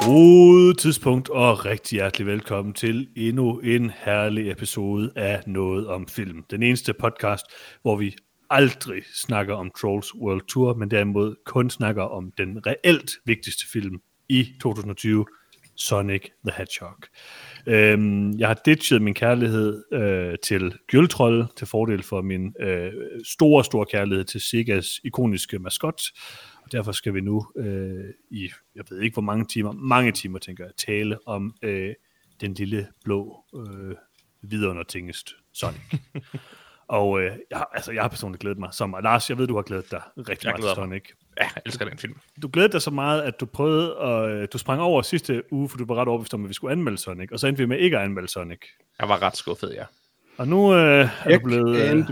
God tidspunkt og rigtig hjertelig velkommen til endnu en herlig episode af Noget om Film. Den eneste podcast, hvor vi aldrig snakker om Trolls World Tour, men derimod kun snakker om den reelt vigtigste film i 2020, Sonic the Hedgehog. Jeg har ditchet min kærlighed til Gyldtrolle til fordel for min store kærlighed til Segas ikoniske maskot. Og derfor skal vi nu i, jeg ved ikke hvor mange timer tænker jeg, tale om den lille blå vidundertingest Sonic. Og jeg har personligt glædet mig så meget. Lars, jeg ved, du har glædet dig rigtig meget til Sonic. Ja, jeg elsker den film. Du glædede dig så meget, at du prøvede, og du sprang over sidste uge, for du var ret overbevist om, at vi skulle anmelde Sonic, og så endte vi med ikke at anmelde Sonic. Jeg var ret skuffet, ja. Og nu er du blevet...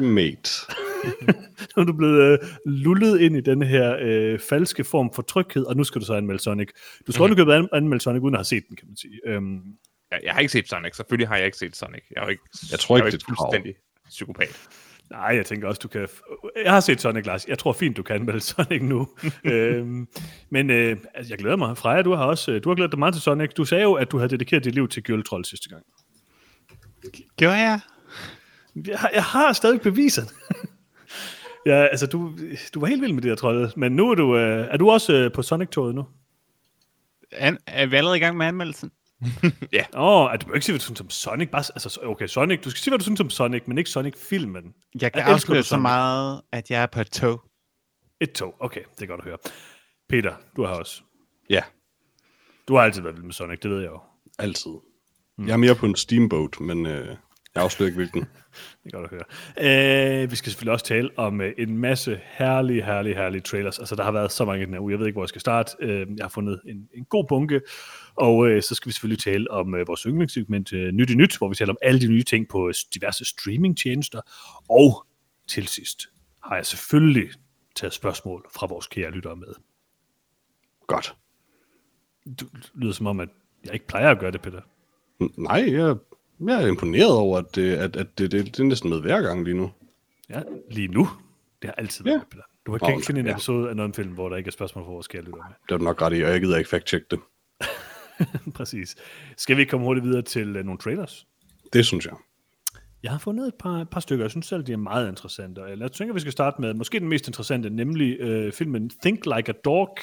nu er du blevet lullet ind i den her falske form for tryghed, og nu skal du så anmelde Sonic. Du skal også anmelde Sonic, uden at have set den, kan man sige. Jeg har ikke set Sonic. Selvfølgelig har jeg ikke set Sonic. Jeg tror ikke, det er fuldstændig psykopat. Nej, jeg tænker også, du kan... Jeg har set Sonic, Lars. Jeg tror fint, du kan anmelde Sonic nu. Men jeg glæder mig. Freja, du har glædet dig meget til Sonic. Du sagde jo, at du havde dedikeret dit liv til Gyldtroll sidste gang. Gjorde jeg? Jeg har stadig beviser. Ja, altså, du var helt vild med det her trolde, men nu er du også på Sonic-toget nu? Er vi allerede i gang med anmeldelsen? Ja. Du kan ikke sige, hvad du synes om Sonic. Okay, Sonic. Du skal sige, hvad du synes om Sonic, men ikke Sonic-filmen. Jeg kan afsløre så meget, at jeg er på et tog. Et tog, okay. Det er godt at høre. Peter, du har også. Ja. Du har altid været vild med Sonic, det ved jeg jo. Altid. Jeg er mere på en steamboat, men jeg afslører ikke hvilken. Det er godt at høre. Vi skal selvfølgelig også tale om en masse herlige trailers. Altså, der har været så mange i den her uge. Jeg ved ikke, hvor jeg skal starte. Jeg har fundet en god bunke. Og så skal vi selvfølgelig tale om vores yndlingssegment Nyt i Nyt, hvor vi taler om alle de nye ting på diverse streamingtjenester. Og til sidst har jeg selvfølgelig taget spørgsmål fra vores kære lyttere med. Godt. Du lyder som om, at jeg ikke plejer at gøre det, Peter. Nej, jeg er imponeret over, at det er næsten med hver gang lige nu. Ja, lige nu. Det har altid været, Peter. Du kan ikke finde en episode af noget film, hvor der ikke er spørgsmål for vores kære lyttere med. Det er du nok ret i, og jeg gider ikke fact-check det. Præcis. Skal vi ikke komme hurtigt videre til nogle trailers? Det synes jeg. Jeg har fundet et par stykker. Jeg synes selv, de er meget interessante. Jeg tænker, vi skal starte med måske den mest interessante, nemlig filmen Think Like a Dog,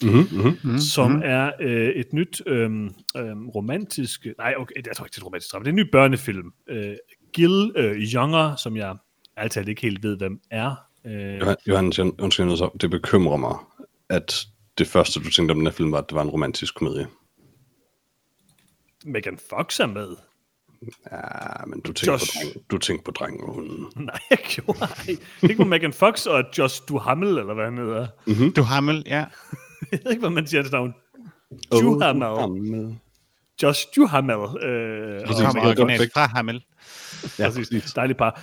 som er et nyt romantisk... Nej, okay, jeg tror ikke, det er et romantisk drama. Det er en ny børnefilm. Gil Younger, som jeg altid ikke helt ved, hvem er. Johannes, undskyld, det bekymrer mig, at det første, du tænkte om den her film, var, at det var en romantisk komedie. Megan Fox er med. Ja, men du tænkte på drengen og hunden. Nej, jeg gjorde ej. Ikke på Megan Fox og Josh Duhamel, eller hvad han hedder. Duhamel, ja. Jeg ved ikke, hvad man siger til navn. Duhamel. Josh Duhamel. Kommer originalt fra Hamel. Ja, præcis. Dejligt par.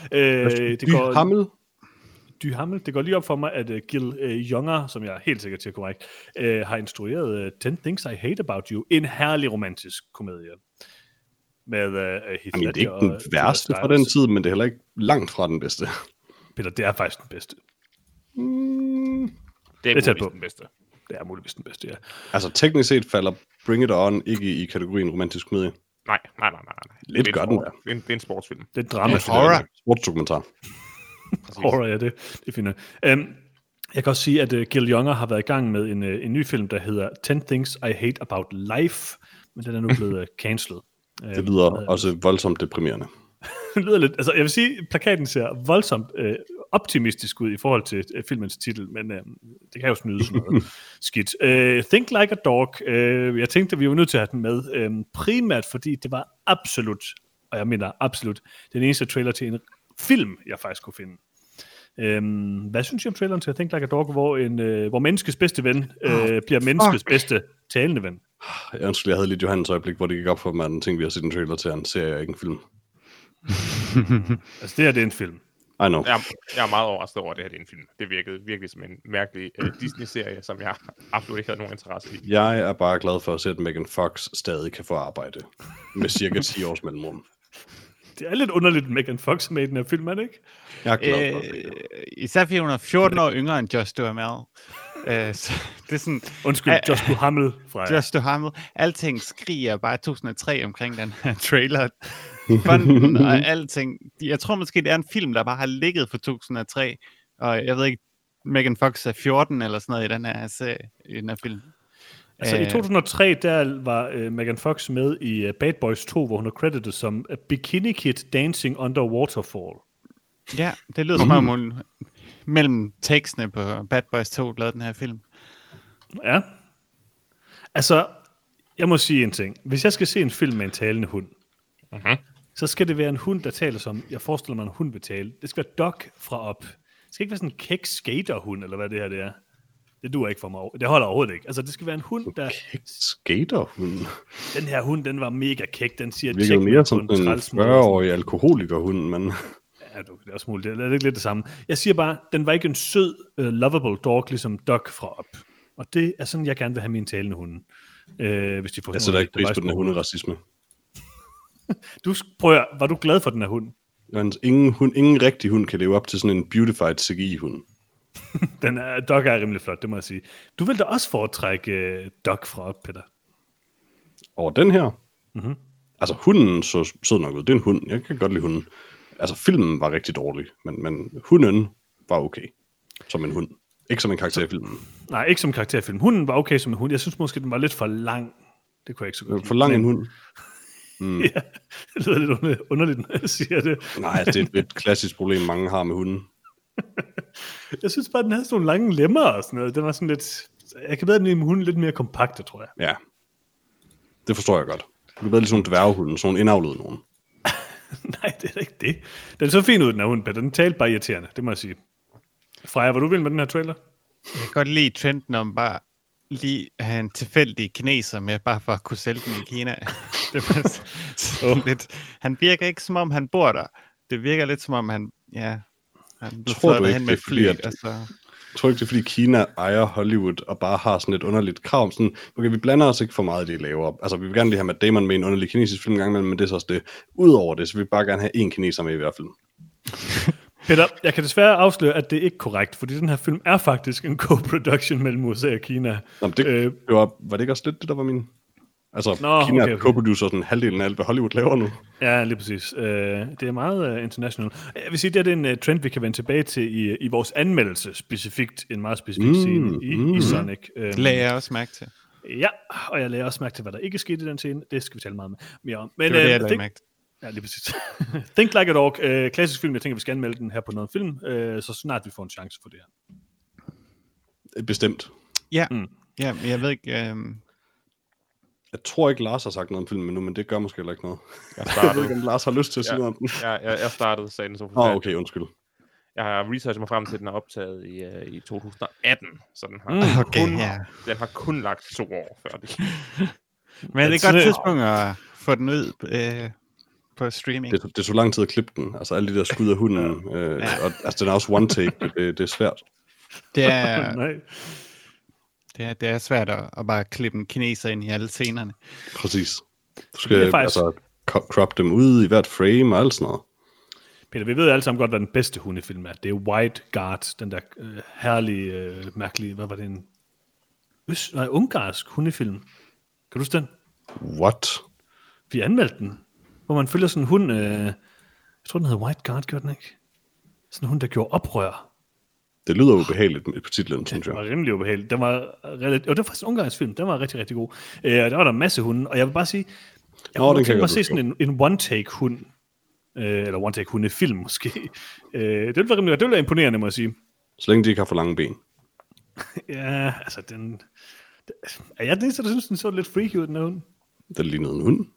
Duhamel. Det går lige op for mig, at Gil Younger, som jeg er helt sikker til at korrekt, har instrueret 10 Things I Hate About You. En herlig romantisk komedie. Med Heath Ledger. Det er ikke den værste fra den tid, men det er heller ikke langt fra den bedste. Peter, det er faktisk den bedste. Det er muligvis den bedste. Det er muligvis den bedste, ja. Altså teknisk set falder Bring It On ikke i kategorien romantisk komedie. Nej. Lidt gør den der. Det er en sportsfilm. Det er en dramafilm. Horror. Sportsdokumentar. Horror, ja, det er fint. Jeg kan også sige, at Gil Younger har været i gang med en ny film, der hedder 10 Things I Hate About Life, men den er nu blevet cancelled. Det lyder også voldsomt deprimerende. Det lyder lidt, altså jeg vil sige, plakaten ser voldsomt optimistisk ud i forhold til filmens titel, men det kan jo snyde sådan noget skidt. Think Like a Dog, jeg tænkte, at vi var nødt til at have den med, primært fordi det var absolut, og jeg mener absolut, den eneste trailer til en film, jeg faktisk kunne finde. Hvad synes I om traileren til Think Like a Dog, hvor menneskets bedste ven bliver menneskets bedste talende ven? Jeg ønsker, jeg havde lidt Johannes øjeblik, hvor det gik op for mig, at den ting, vi har set en trailer til, en serie, ikke en film. Altså, det her, det er en film. I know. Jeg er meget overrasket over, at det her det er en film. Det virkede virkelig som en mærkelig Disney-serie, som jeg absolut ikke havde nogen interesse i. Jeg er bare glad for at se, at Megan Fox stadig kan få arbejde med cirka 10 års mellemrum. Det er lidt underligt, Megan Fox med i den her film, er det ikke? Jeg er glad for det. Især fordi hun er 14 år yngre end Josh Duhamel. Så det er sådan... Undskyld, Josh Duhamel fra... Josh Duhamel. Alting skriger bare 2003 omkring den her trailer. Fonden og alting. Jeg tror måske, det er en film, der bare har ligget for 2003. Og jeg ved ikke, Megan Fox er 14 eller sådan noget i den her film. Altså i 2003, der var Megan Fox med i Bad Boys 2, hvor hun er credited som a Bikini Kid Dancing Under Waterfall. Ja, det lyder som om hun mellem tekstene på Bad Boys 2 lavede den her film. Ja. Altså, jeg må sige en ting. Hvis jeg skal se en film med en talende hund, så skal det være en hund, der taler som, jeg forestiller mig, en hund vil tale. Det skal være Doc fra Up. Det skal ikke være sådan en kæk skaterhund, eller hvad det her det er. Det duer ikke for mig. Det holder overhovedet ikke. Altså, det skal være en hund, der... Kæk skaterhund? Den her hund, den var mega kæk. Den siger... Det er mere som en 40-årig alkoholikerhund, men... Ja, det er også muligt. Det er ikke lidt det samme. Jeg siger bare, den var ikke en sød, lovable dog, ligesom Doc fra Up. Og det er sådan, jeg gerne vil have mine talende hunde. Hvis de får jeg sætter ikke pris på den her hunderacisme. Var du glad for den her hund? Ingen rigtig hund kan leve op til sådan en beautified CGI-hund. Doc er rimelig flot, det må jeg sige. Du vil da også foretrække Doc fra Up, Peter. Over den her? Mm-hmm. Altså, hunden så sød nok ud. Det er en hund. Jeg kan godt lide hunden. Altså, filmen var rigtig dårlig, men hunden var okay. Som en hund. Ikke som en karakter i filmen. Nej, ikke som en karakter i filmen. Hunden var okay som en hund. Jeg synes måske, den var lidt for lang. Det kunne jeg ikke så godt lide. For lang en hund? Mm. Ja, det lyder lidt underligt, når jeg siger det. Nej, det er et klassisk problem, mange har med hunden. Jeg synes bare, den havde sådan nogle lange lemmer og sådan noget. Den var sådan lidt... Jeg kan bedre den med hunden lidt mere kompakte, tror jeg. Ja, det forstår jeg godt. Du kan bedre lige sådan en dværgehund, sådan en indavlet nogen. Nej, det er ikke det. Den så fin ud, den her hund, Peter. Den talte bare irriterende, det må jeg sige. Freja, var du vild med den her trailer? Jeg kan godt lide trenden om bare lige at have en tilfældig kineser med, bare for at kunne sælge den i Kina. Det var lidt... Han virker ikke, som om han bor der. Det virker lidt, som om han... Ja, han tror du ikke, med fly, det jeg tror ikke, det er fordi Kina ejer Hollywood og bare har sådan et underligt krav. Sådan, okay, vi blander os ikke for meget i det, laver. Altså, vi vil gerne lige have Matt Damon med en underlig kinesisk film en gang imellem, men det er så også det. Udover det, så vil vi bare gerne have en kineser med i hver film. Peter, jeg kan desværre afsløre, at det er ikke korrekt, fordi den her film er faktisk en co-production mellem USA og Kina. Nå, var det ikke også lidt det, der var min... Altså, Kina okay. Co-producer sådan halvdelen af alt, hvad Hollywood laver nu. Ja, lige præcis. Det er meget international. Jeg vil sige, det er en trend, vi kan vende tilbage til i vores anmeldelse, specifikt en meget specifik scene i Sonic. Det lagde jeg også mærke til. Ja, og jeg lagde også mærke til, hvad der ikke skete i den scene. Det skal vi tale meget mere om. Men, det var det, jeg lagde mærke til. Ja, lige præcis. Think Like a Dog, klassisk film. Jeg tænker, vi skal anmelde den her på noget film, så snart vi får en chance for det her. Bestemt. Ja, ja, jeg ved ikke... Jeg tror ikke, Lars har sagt noget om filmen nu, men det gør måske heller ikke noget. Jeg ved ikke, om Lars har lyst til at sige noget om den. Jeg startede sagen så forfærdeligt. Okay, undskyld. Jeg har researchet mig frem til, at den er optaget i 2018, så den har kun lagt 2 år før det. Men det er et godt tidspunkt at få den ud på streaming. Det tog lang tid at klippe den. Altså alle de der skud af hunden. Og, altså den er også one take. Det er svært. Det er... Det er svært at bare klippe en kineser ind i alle scenerne. Præcis. Du skal crop dem ud i hvert frame og alt sådan noget. Peter, vi ved alle sammen godt, hvad den bedste hundefilm er. Det er White Guard, den der herlige, mærkelige, hvad var det, en ungarsk hundefilm. Kan du huske den? What? Vi anmeldte den, hvor man følger sådan en hund, jeg tror den hedder White Guard, gjorde den ikke? Sådan en hund, der gjorde oprør. Det lyder ubehageligt på titlen, synes jeg. Det var rimelig ubehageligt. Det var faktisk en ungarsk film. Den var rigtig, rigtig god. Der var der en masse hunde, og jeg vil bare sige, jeg kunne tænke mig at se sådan en one-take hund, eller one-take hundefilm måske. Det ville være imponerende, må jeg sige. Så længe de ikke har for lange ben. Ja, altså er jeg den eneste, der synes, den så lidt freaky ud, den her hund? Den lignede en hund.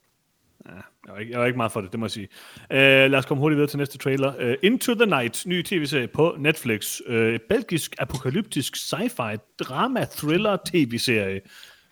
Ja, jeg var ikke meget for det må jeg sige. Lad os komme hurtigt videre til næste trailer. Into the Night, ny tv-serie på Netflix. Belgisk, apokalyptisk, sci-fi, drama, thriller tv-serie.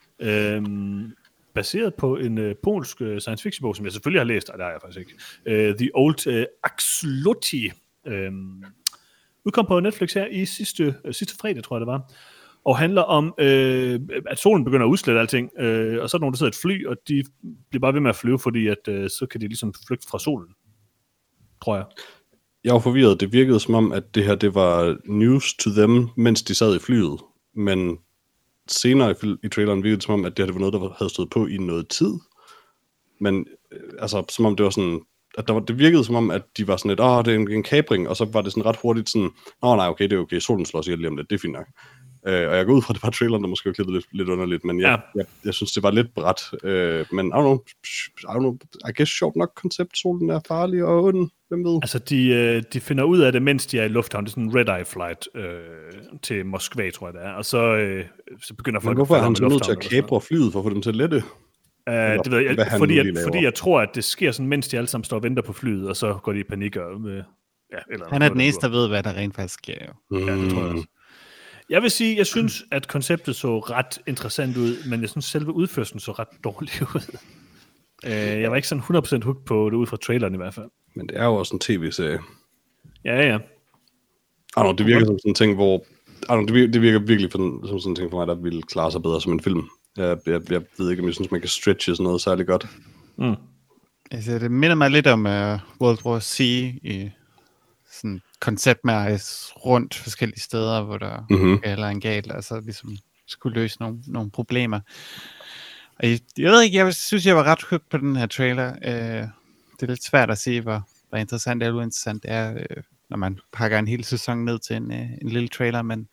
Baseret på en polsk science fiction bog, som jeg selvfølgelig har læst, og det har jeg faktisk ikke. The Old Axolotl. Udkom på Netflix her i sidste fredag, tror jeg det var. Og handler om, at solen begynder at udslette alting, og så er der nogen, der sidder i et fly, og de bliver bare ved med at flyve, fordi at, så kan de ligesom flygte fra solen, tror jeg. Jeg var forvirret. Det virkede som om, at det her det var news to them, mens de sad i flyet. men senere i traileren virkede det som om, at det her var noget, der havde stået på i noget tid. Men altså, som om det var sådan, at det virkede som om, at de var sådan lidt, det er en kapring, og så var det sådan ret hurtigt sådan, nej, okay, det er okay, solen slår sig lige om lidt, det er fint nok. Og jeg går ud fra, at det var traileren, der måske var klippet lidt underligt, men jeg synes, det var lidt bræt. Men I don't know, I guess sjovt nok koncept, solen er farlig og ond, hvem ved? Altså, de finder ud af det, mens de er i lufthavn. Det er sådan en red-eye flight til Moskva, tror jeg det er. Og så begynder folk... Men hvorfor er han så nødt til at kapre flyet for at få dem til at lette? Det ved jeg, fordi jeg tror, at det sker sådan, mens de alle sammen står og venter på flyet, og så går de i panik. Han er den eneste, der ved, hvad der rent faktisk sker. Jo. Ja, det tror jeg også. Jeg vil sige, jeg synes, at konceptet så ret interessant ud, men jeg synes, selve udførelsen så ret dårlig ud. Jeg var ikke sådan 100% hooked på det ud fra traileren i hvert fald. Men det er jo også en tv-serie. Ja. Det virker som sådan en ting, hvor... det virker virkelig som sådan en ting for mig, der ville klare sig bedre som en film. Jeg ved ikke, om jeg synes, man kan stretche sådan noget særlig godt. Altså, det minder mig lidt om World War C i sådan koncept med at rejse rundt forskellige steder, hvor der eller en gal, altså ligesom skulle løse nogle problemer. Og jeg ved ikke, jeg synes, jeg var ret hooked på den her trailer. Det er lidt svært at se, hvor interessant eller uinteressant det er, når man pakker en hel sæson ned til en lille trailer, men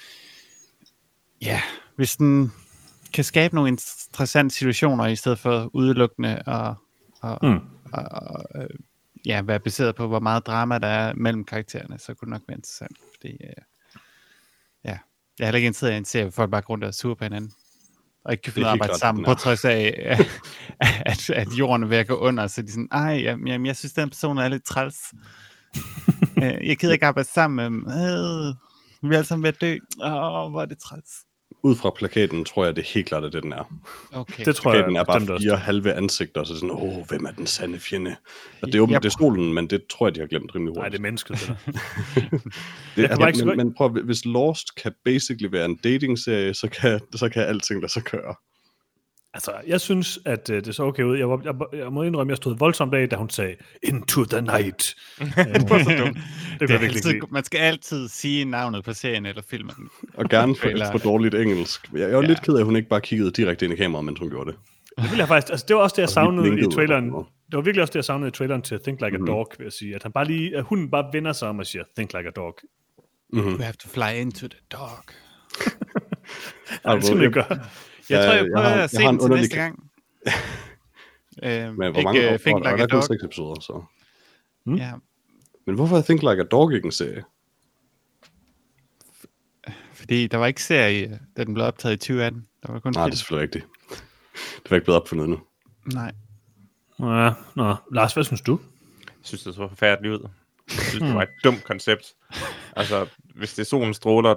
ja, hvis den kan skabe nogle interessante situationer, i stedet for udelukkende og være baseret på, hvor meget drama der er mellem karaktererne, så kunne det nok være interessant. Fordi, jeg er heller ikke interesseret i en serie, hvor folk bare går rundt og sur på hinanden, og ikke kan finde arbejde sammen, på trods af, at jorden er ved at gå under, så de er sådan, jeg synes, den person er lidt træls. Jeg gider ikke arbejde sammen med vi er alle sammen ved at dø. Hvor er det træls. Ud fra plakaten tror jeg, det er helt klart, at det den er. Okay. Det tror plakaten er bare 4 halve ansigter, så sådan, hvem er den sande fjende? Og det er åbent, det er solen, men det tror jeg, de har glemt rimelig hurtigt. Nej, det er mennesket. Men prøv, hvis Lost kan basically være en dating-serie, så kan alting lade sig gøre. Altså, jeg synes, at det så okay ud. Jeg må indrømme, jeg stod voldsomt af, da hun sagde, Into the Night. Det var så dumt. Det altid, man skal altid sige navnet på serien eller filmen. Og gerne for dårligt engelsk. Jeg var lidt ked af, at hun ikke bare kiggede direkte ind i kameraet, mens hun gjorde det. Det ville jeg faktisk, altså det var også det, jeg savnede i traileren. Det var virkelig også det, jeg savnede i traileren til Think Like a Dog, vil jeg sige. At hunden bare vender sig om og siger, Think Like a Dog. You have to fly into the dog. Det skal man gøre. Jeg tror, jeg prøver at se den til næste gang. Men hvor mange Think Like a Dog. 6 episoder, så. Ja. Men hvorfor er Think Like a Dog ikke en serie? Fordi der var ikke serie, da den blev optaget i 2018. Der var kun det er selvfølgelig rigtigt. Det var ikke blevet opfundet endnu. Nej. Ja, Lars, hvad synes du? Jeg synes, det så forfærdeligt ud. Jeg synes, det var et dumt koncept. Altså, hvis det er solens stråler,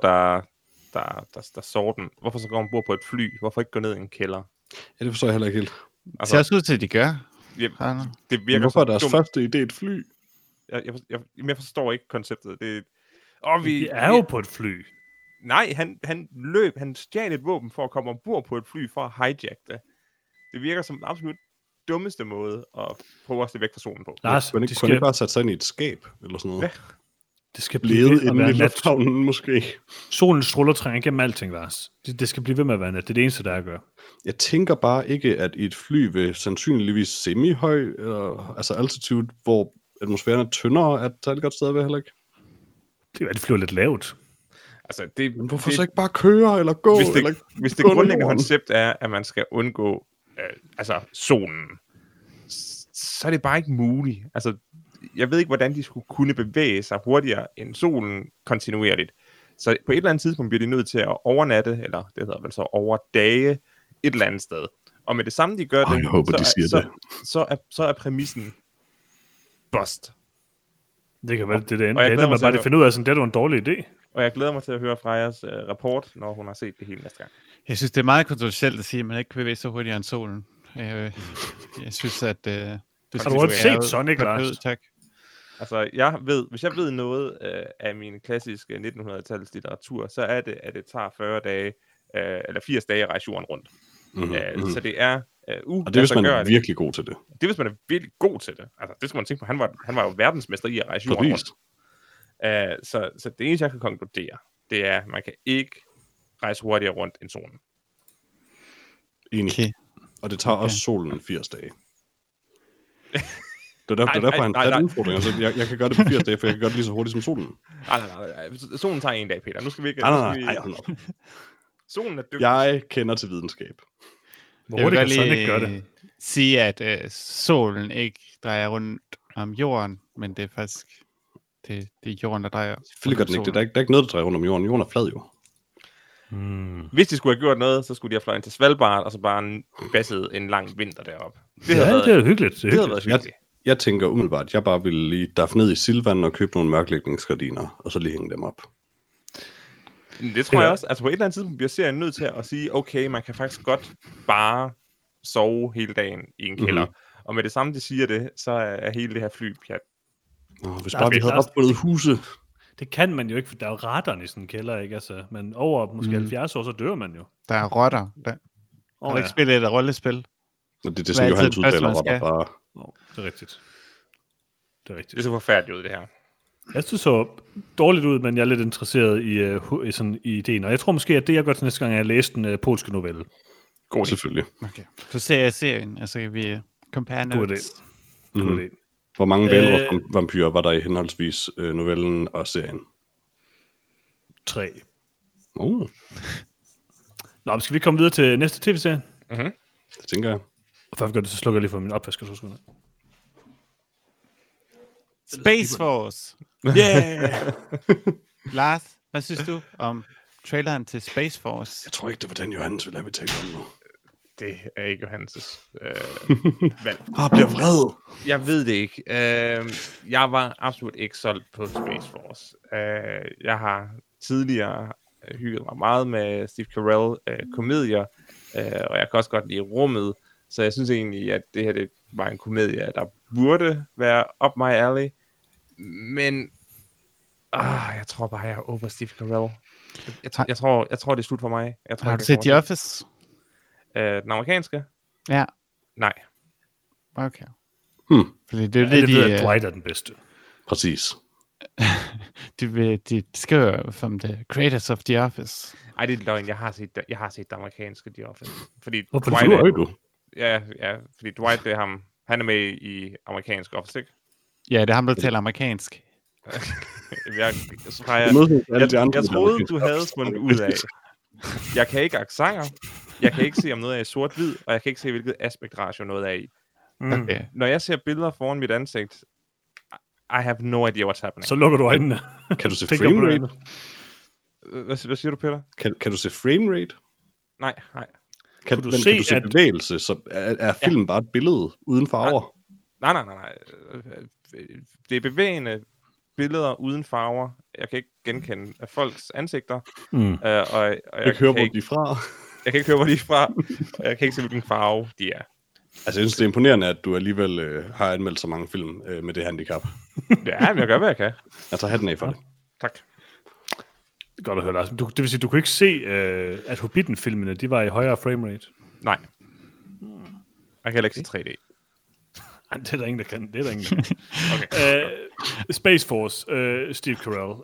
der sår den. Hvorfor så gå ombord på et fly? Hvorfor ikke gå ned i en kælder? Ja, det forstår jeg heller ikke helt. Altså, det ser også ud til, at de gør. Det virker hvorfor er deres første idé et fly? Jeg forstår ikke konceptet. Vi er jo på et fly. Nej, han stjal et våben for at komme ombord på et fly for at hijack det. Det virker som absolut dummeste måde at prøve at se væk fra solen på. Lars, kunne ikke bare sætte sig ind i et skab eller sådan noget? Ja. Det skal blive ved inden i lufthavnen, måske. Solen stråler trænger igennem alting, Lars. Det skal blive ved med at være net. Det er det eneste, der er at gøre. Jeg tænker bare ikke, at i et fly vil sandsynligvis semi-høj, altså altitude, hvor atmosfæren er tyndere, er et særligt godt sted ved heller ikke. Det er, at det flyver lidt lavt. Altså, men hvorfor så ikke bare køre eller gå? Hvis det grundlæggende koncept er, at man skal undgå solen, så er det bare ikke muligt. Altså, jeg ved ikke, hvordan de skulle kunne bevæge sig hurtigere end solen kontinuerligt. Så på et eller andet tidspunkt bliver de nødt til at overnatte, eller det hedder vel så overdage, et eller andet sted. Og med det samme, de gør det, så er præmissen bust. Det kan være, det ender man bare finder ud af, sådan, det er en dårlig idé. Og jeg glæder mig til at høre Frejas rapport, når hun har set det hele næste gang. Jeg synes, det er meget kontroversielt at sige, at man ikke kan bevæge sig hurtigere end solen. Jeg synes, at... har du også set Sonic, Lars? Tak. Altså, hvis jeg ved noget af min klassiske 1900-tals litteratur, så er det, at det tager 40 dage, eller 80 dage at rejse jorden rundt. Så det er... og det er, hvis man er virkelig god til det. Det er, hvis man er virkelig god til det. Altså, det skal man tænke på. Han var jo verdensmester i at rejse jorden rundt. Så det eneste, jeg kan konkludere, det er, at man kan ikke rejse hurtigere rundt end solen. Enig. Okay. Og det tager også solen 80 dage. Det er derfor, han tager udfordring. Altså, jeg kan gøre det på 80 dage, for jeg kan gøre det lige så hurtigt som solen. Nej. Solen tager 1 dag, Peter. Nu skal vi ikke... Nej. Solen er dygtig. Jeg kender til videnskab. Hvor hurtigt kan Sonic gøre det? Sige, at solen ikke drejer rundt om jorden, men det er faktisk det er jorden, der drejer. Selvfølgelig gør den ikke det. Der er ikke noget, der drejer rundt om jorden. Jorden er flad jo. Hvis de skulle have gjort noget, så skulle de have fløjet til Svalbard, og så bare basset en lang vinter deroppe. Det er hyggeligt. Det havde været hyggeligt. Jeg tænker umiddelbart, at jeg bare ville lige daffe ned i Silvan og købe nogle mørklægningsgardiner, og så lige hænge dem op. Det tror jeg også. Altså på et eller andet tidspunkt bliver serien nødt til at sige, okay, man kan faktisk godt bare sove hele dagen i en kælder. Og med det samme, de siger det, så er hele det her fly pjat. Hvis bare vi havde opfundet huse. Det kan man jo ikke, for der er jo radon i sådan en kælder, ikke? Altså, men over måske 70 år, så dør man jo. Der er rotter. Har du ikke spillet et rollespil? Og det er sådan, Johannes udtaler rotter bare. Det er rigtigt. Det er så forfærdeligt ud, det her. Jeg synes så dårligt ud, men jeg er lidt interesseret i ideen. Og jeg tror måske, at det, jeg gør til næste gang, er at læse den polske novelle. God, selvfølgelig. Okay. Så ser jeg serien, altså kan vi compare notes. God idé. Hvor mange vampyrer var der i henholdsvis novellen og serien? 3. Nå, men skal vi komme videre til næste tv-serie? det tænker jeg. Og før vi gør det, så slukker jeg lige for min opvasker. Space Force! Yeah! Lars, hvad synes du om traileren til Space Force? Jeg tror ikke, det var den, Johannes ville have, vi tænke om nu. Det er ikke Johannes' valg. Bliver vred. Jeg ved det ikke. Jeg var absolut ikke solgt på Space Force. Jeg har tidligere hygget mig meget med Steve Carell komedier, og jeg kan også godt lide Rummet, så jeg synes egentlig, at det her det var en komedie, der burde være up my alley, men jeg tror bare, jeg er over Steve Carell. Jeg tror, det er slut for mig. Har du set The Office? Den amerikanske? Ja. Nej. Okay. Fordi det er det ved, at Dwight er den bedste. Præcis. De skriver from the creators of The Office. Ej, det er løgn. Jeg har set det amerikanske The Office. Fordi Hvorfor Dwight du? Ja, fordi Dwight, det er ham. Han er med i amerikansk Office, ikke? Ja, det er ham, der taler amerikansk. Jeg troede, du havde fundet ud af. Jeg kan ikke accenter. Jeg kan ikke se, om noget er i sort-hvid, og jeg kan ikke se, hvilket aspektratio noget er i. Okay. Når jeg ser billeder foran mit ansigt, I have no idea what's happening. Så lukker du øjnene. Kan du se framerate? Hvad siger du, Peter? Kan du se framerate? Nej. Kan du se bevægelse, så er filmen bare et billede uden farver? Nej. Det er bevægende billeder uden farver. Jeg kan ikke genkende folks ansigter. Og jeg kan høre, hvor de er fra. Jeg kan ikke høre, hvor de er fra, og jeg kan ikke se, hvilken farve de er. Altså, jeg synes, det er imponerende, at du alligevel har anmeldt så mange film med det handicap. Ja, men jeg gør, hvad jeg kan. Jeg tager hatten af for det. Tak. Godt at høre, Lars. Det vil sige, du kunne ikke se, at Hobbiten-filmene, de var i højere framerate? Nej. Jeg kan heller ikke se 3D. Det er der ingen, der kan. Okay. Space Force, Steve Carell.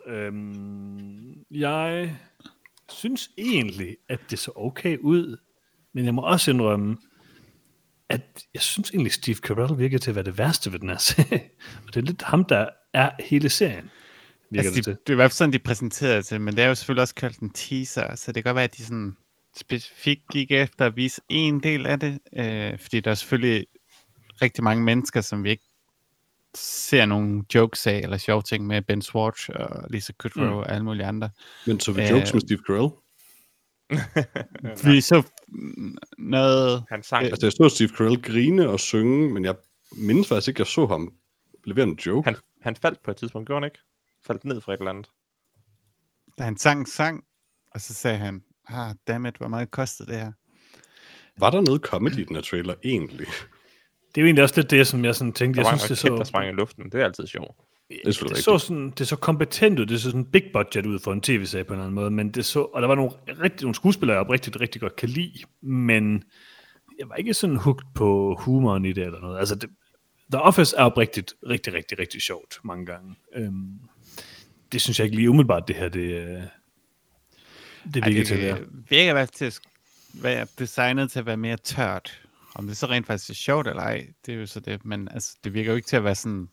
Jeg synes egentlig, at det så okay ud, men jeg må også indrømme, at jeg synes egentlig, Steve Carell virker til at være det værste ved den her serie. Og det er lidt ham, der er hele serien. Altså, det er i hvert fald sådan, de præsenterede til, men det er jo selvfølgelig også kaldt en teaser, så det kan godt være, at de sådan specifikt gik efter at vise en del af det, fordi der er selvfølgelig rigtig mange mennesker, som vi ikke ser nogle jokes af, eller sjove ting med Ben Schwartz og Lisa Kudrow og alle mulige andre. Men så vi jokes med Steve Carell? Vi så noget... Han sang. Altså, jeg så Steve Carell grine og synge, men jeg mindes faktisk ikke, jeg så ham levere en joke. Han faldt på et tidspunkt, gjorde han ikke? Faldt ned fra et eller andet. Da han sang, og så sagde han, dammit, hvor meget kostede det her? Var der noget comedy i den her trailer, egentlig? Det er jo egentlig også lidt det, som jeg sådan tænkte. Der var jeg synes, en raket, der sprang i luften. Det er altid sjovt. Det så så kompetent ud. Det så sådan big budget ud for en tv-serie på en eller anden måde. Men det så, og der var nogle skuespillere, jeg rigtig godt kan lide. Men jeg var ikke sådan hooked på humoren i det eller noget. Altså, The Office er oprigtigt rigtig sjovt mange gange. Det synes jeg ikke lige umiddelbart, det her, Det virker til, ja. virker i hvert fald til at være designet til at være mere tørt. Om det så rent faktisk er sjovt eller ej, det er jo så det. Men altså, det virker jo ikke til at være sådan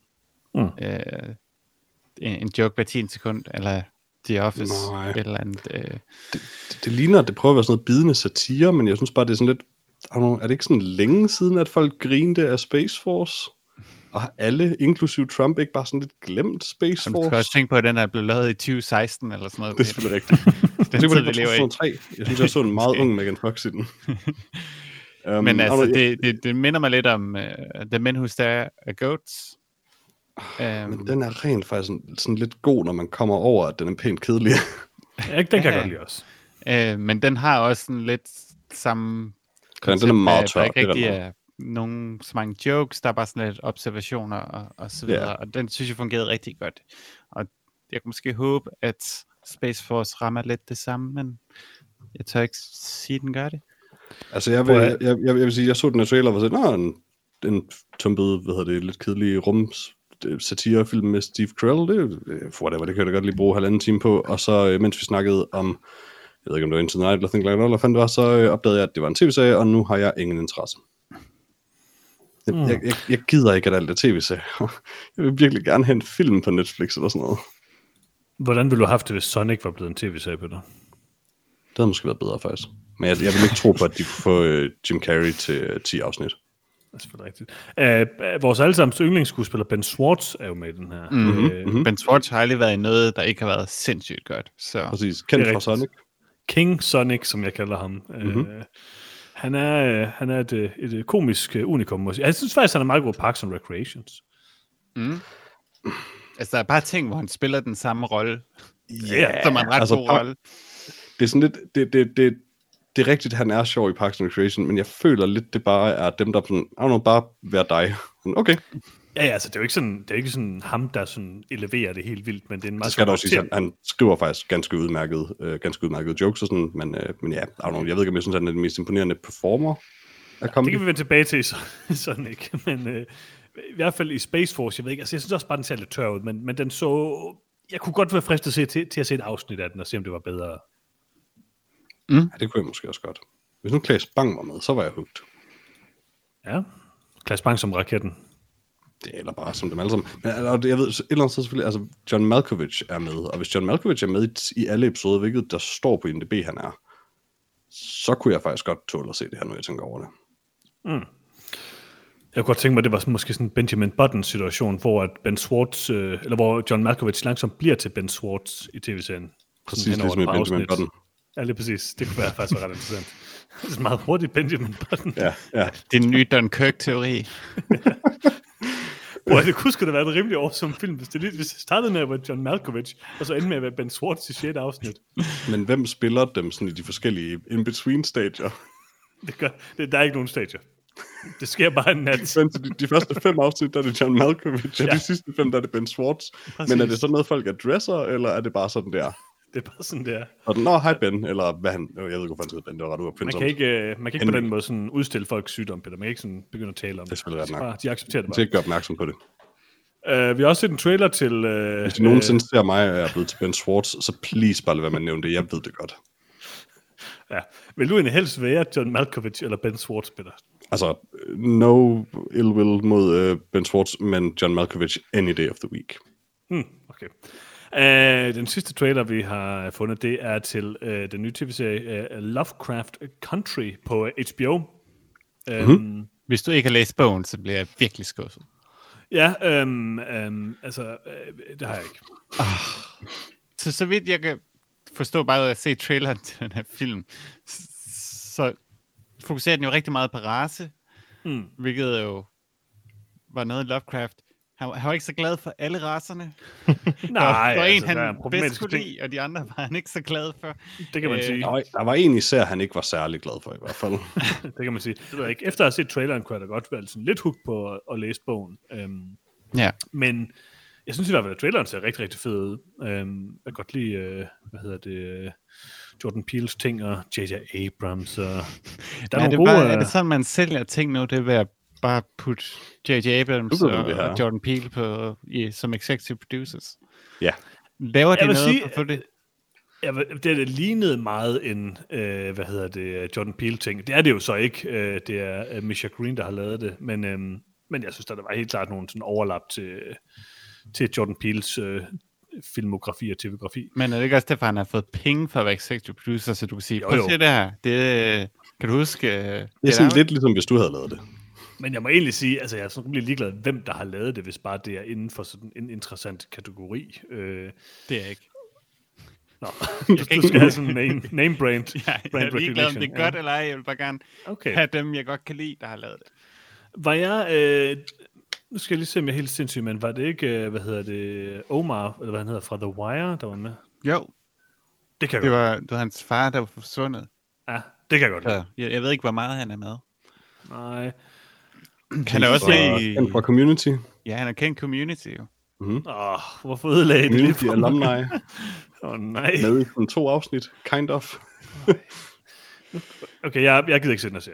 en joke hver 10 sekund, eller The Office, et eller andet. Det ligner, at det prøver at være sådan noget bidende satire, men jeg synes bare, det er sådan lidt... Er det ikke sådan længe siden, at folk grinte af Space Force? Og har alle, inklusive Trump, ikke bare sådan lidt glemt Space Force? Du skal også tænke på, at den er blevet lavet i 2016 eller sådan noget. Det er selvfølgelig rigtigt. Den tid, vi lever i. 2003. Jeg synes, jeg så en meget ung Megan Fox i den. Men altså, det minder mig lidt om The Men Who Stare at Goats. Men den er rent faktisk sådan lidt god, når man kommer over, at den er pænt kedelig. Ja, den kan jeg godt lide også. Men den har også sådan lidt samme koncept, den er meget tør. Der ikke rigtig er nogen så mange jokes, der er bare sådan lidt observationer og så videre, og den synes jeg fungerede rigtig godt. Og jeg kan måske håbe, at Space Force rammer lidt det samme, men jeg tør ikke sige, at den gør det. Altså, jeg vil sige, jeg så den trailer og var sådan, en tumpet, lidt kedelig satirefilm med Steve Carell, det kan jeg da godt lige bruge 1,5 time på, og så mens vi snakkede om, jeg ved ikke om det var Into the Night, eller Think Like a Doll, eller fandt det var, så opdagede jeg, at det var en tv-serie, og nu har jeg ingen interesse. Jeg gider ikke, at alt er tv-serie. Jeg vil virkelig gerne have en film på Netflix eller sådan noget. Hvordan ville du have haft det, hvis Sonic var blevet en tv-serie på dig? Det havde måske været bedre, faktisk. Men jeg vil ikke tro på, at de kunne få Jim Carrey til 10 afsnit. Det er selvfølgelig rigtigt. Vores allesammens yndlingsskuespiller Ben Schwartz er jo med i den her. Ben Schwartz har aldrig været i noget, der ikke har været sindssygt godt. Så. Præcis, kendt fra Sonic. King Sonic, som jeg kalder ham. Han er et komisk unikum. Jeg synes faktisk, han er meget god på Parks and Recreations. Altså, der er bare ting, hvor han spiller den samme rolle. Ja, som er en ret god rolle. Det er sådan lidt... Det er rigtigt, han er sjov i Parks and Recreation, men jeg føler lidt, det bare er dem, der sådan, bare være dig. Okay. Ja, altså, det er jo ikke sådan ham, der sådan eleverer det helt vildt, men det er en meget... Det skal dog sige, han skriver faktisk ganske udmærket jokes og sådan, men ja, jeg ved ikke, om jeg synes, han er den mest imponerende performer. Det kan vi vende tilbage til sådan ikke, men i hvert fald i Space Force, jeg ved ikke, altså jeg synes også bare, den ser lidt tør ud, men den så... Jeg kunne godt være fristet til at se et afsnit af den, og se, om det var bedre. Ja, det kunne jeg måske også godt. Hvis nu Claes Bang var med, så var jeg hooked. Ja, Claes Bang som raketten. Det eller bare som dem alle sammen. Men jeg ved, et eller andet sted selvfølgelig, altså John Malkovich er med, og hvis John Malkovich er med i alle episoder, hvilket der står på IMDb, han er, så kunne jeg faktisk godt tåle at se det her, når jeg tænker over det. Jeg kunne godt tænke mig, at det var måske sådan en Benjamin Button-situation, hvor at Ben Schwartz, eller hvor John Malkovich langsomt bliver til Ben Schwartz i tv-serien. Præcis ligesom i Benjamin Button. Ja, lige præcis. Det kunne være faktisk ret interessant. Det er meget hurtigt, Benjamin Button. Ja. Det er en ny Dunkirk-teori. Det kunne sgu da være en rimelig awesome film, hvis det startede med at være John Malkovich, og så endte med at være Ben Schwartz i 6. afsnit. Men hvem spiller dem sådan i de forskellige in-between-stager? Der er ikke nogen stager. Det sker bare en nat. De første 5 afsnit, der er det John Malkovich, og de sidste 5, der er det Ben Schwartz. Præcis. Men er det sådan noget, folk adresser, eller er det bare sådan der? Det er bare sådan der. Og hej Ben, eller hvad han... Jeg ved ikke, hvorfor han hedder Ben, det var ret uopfindsomt. Man kan ikke på den måde sådan udstille folks sygdom, Peter. Man kan ikke sådan begynde at tale om det. Det er selvfølgelig ret nok. De accepterer det bare. Jeg skal ikke gøre opmærksom på det. Vi har også set en trailer til... Hvis de nogensinde ser mig, og jeg er blevet til Ben Schwartz, så please bare lad være med at nævne det. Jeg ved det godt. Ja. Vil du egentlig helst være John Malkovich eller Ben Schwartz, Peter? Altså, no ill will mod Ben Schwartz, men John Malkovich any day of the week. Okay. Den sidste trailer, vi har fundet, det er til den nye tv-serie Lovecraft Country på HBO. Hvis du ikke har læst bogen, så bliver jeg virkelig skuffet. Ja, det har jeg ikke. Så vidt jeg kan forstå bare at se traileren til den her film, så fokuserer den jo rigtig meget på race, hvilket jo var noget Lovecraft. Han var ikke så glad for alle racerne. Nej, der var en, han bedst kunne lide, og de andre var han ikke så glad for. Det kan man sige. Der var en især, han ikke var særlig glad for i hvert fald. Det kan man sige. Det ved jeg ikke. Efter at have set traileren, kunne jeg da godt være sådan lidt hooked på at læse bogen. Ja. Men jeg synes i hvert fald, at traileren ser rigtig, rigtig fed ud. Jeg kan godt lide, Jordan Peele's ting, og J.J. Abrams. Og der er nogle gode... Er det sådan, man sælger ting nu? Det er ved at bare putte J.J. Abrams og Jordan Peele på, som executive producers. Ja. Laver de noget for det? Ja, det lignede meget en, Jordan Peele-ting. Det er det jo så ikke. Det er Misha Green, der har lavet det. Men jeg synes, der var helt klart nogle sådan overlap til Jordan Peeles filmografi og tv-grafi. Men er det ikke også derfor, han har fået penge for at være executive producer, så du kan sige, prøv at se det her. Kan du huske? Det er sådan lidt ligesom, hvis du havde lavet det. Men jeg må egentlig sige, altså jeg er sådan ligeglad, hvem der har lavet det, hvis bare det er inden for sådan en interessant kategori. Det er ikke. Nå, du skal have sådan en name-brand. Jeg er ligeglad, om det er godt eller ej. Jeg vil bare gerne have dem, jeg godt kan lide, der har lavet det. Var jeg... nu skal jeg lige se, om jeg er helt sindssyg, men var det ikke, Omar, eller hvad han hedder, fra The Wire, der var med? Jo. Det kan det var hans far, der var forsvundet. Ja, det kan jeg godt lide. Jeg ved ikke, hvor meget han er med. Nej. Han er også med fra Community. Ja, han er kendt Community, jo. Hvorfor ødelagde det Community alumni. Nej. Med i 2 afsnit, kind of. Okay, jeg gider ikke se den og se.